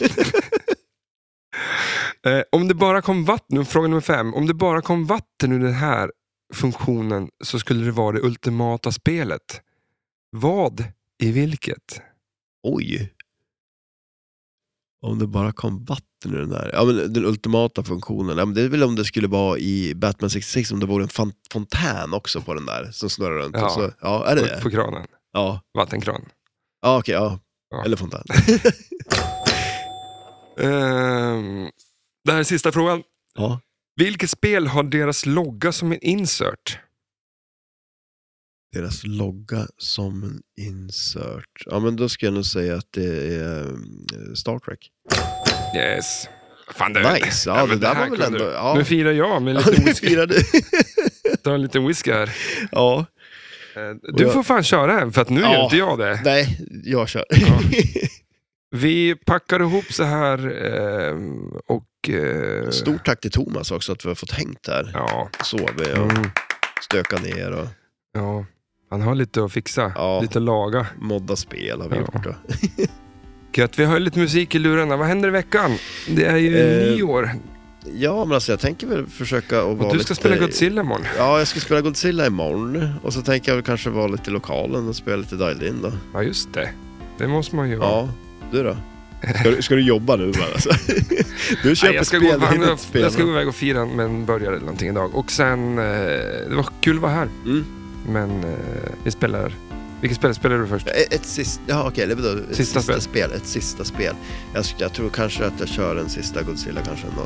Eh, om det bara kom vatten, fråga nummer fem. Om det bara kom vatten ur den här funktionen så skulle det vara det ultimata spelet. Vad i vilket? Oj. Om det bara kom vatten ur den där. Ja, men den ultimata funktionen. Ja, men det är väl om det skulle vara i Batman sextiosex, om det vore en fan- fontän också på den där som snurrar runt. Ja. Och så, ja, är det På, det? på kranen. Ja, Vattenkran. ja okej, ja. Ja. Eller fontän. Ehm, det här är sista frågan. ja. Vilket spel har deras logga som en insert? Deras logga som en insert. Ja, men då ska jag nog säga att det är eh, Star Trek. Yes. Fan, det, Nice, ja, det men där här var väl kunde ändå- du. ja. Nu firar jag med en Ja, liten nu whisky. firar du. Ta en liten whisky här. Ja, Eh, Du jag- får fan köra en, för att nu Ja. gör inte jag det. nej, jag kör. Ja. Vi packar ihop så här eh, och... Eh, Stort tack till Thomas också att vi har fått hängt här. Ja. Sovit och Mm, stöka ner och... ja. Han har lite att fixa, Ja. lite att laga. Modda spel har vi Ja. gjort då. Gött, vi har ju lite musik i lurarna. Vad händer i veckan? Det är ju Eh, nyår. Ja, men alltså jag tänker väl försöka att vara Och du ska lite... spela Godzilla imorgon. Ja, jag ska spela Godzilla imorgon. Och så tänker jag väl kanske vara lite i lokalen och spela lite Dialed In då. Ja, just det. Det måste man ju vara. Ja, du då? Ska du, ska du jobba nu bara? Alltså? Du köper Nej, jag, ska spel, gå, det är jag, ditt spel. jag ska gå iväg och fira med en burgare eller någonting idag. Och sen, eh, det var kul att vara här. Mm. Men eh, vi spelar... Vilket spel spelar du först? Ett, ett sista, ja okej, det betyder ett Sista sista, spel. spel. Ett sista spel. Jag, jag tror kanske att jag kör en sista Godzilla kanske ändå.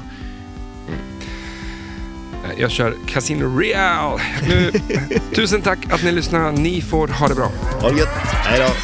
Eh, Jag kör Casino Real. Nu, tusen tack att ni lyssnar. Ni får ha det bra. Ha det gött, hej då!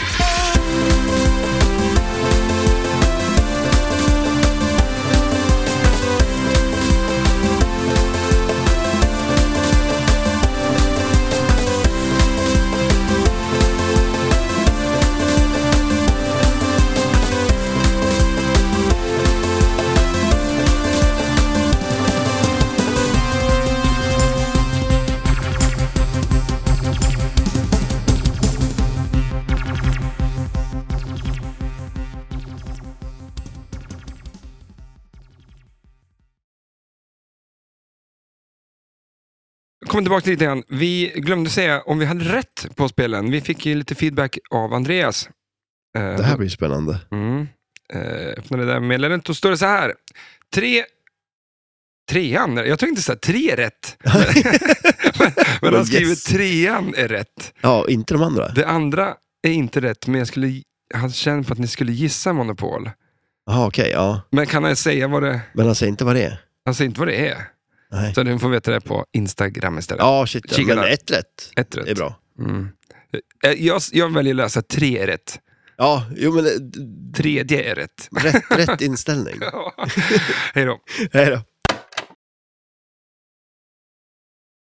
Kommer tillbaka lite grann. Vi glömde säga om vi hade rätt på spelen. Vi fick ju lite feedback av Andreas. Eh, Det här blir spännande. Mm. Eh, öppnade det där meddelandet och står det så här. Tre... Trean? Jag tror inte så här, tre är rätt. men men han skriver Yes. trean är rätt. Ja, inte de andra. Det andra är inte rätt, men jag skulle... Han känner på att ni skulle gissa Monopol. Jaha, okej, ja. Men kan han säga vad det... Men han säger inte vad det är. Han säger inte vad det är. Nej. Så du får veta det på Instagram istället. Ja, shit. Ja. Kika Men där. ett rätt. Ett rätt. Det är bra. Mm. Eh, Jag, jag väljer att läsa tre är rätt. Ja, jo men eh, Tredje är rätt. rätt, rätt inställning. Hej då. Hej då.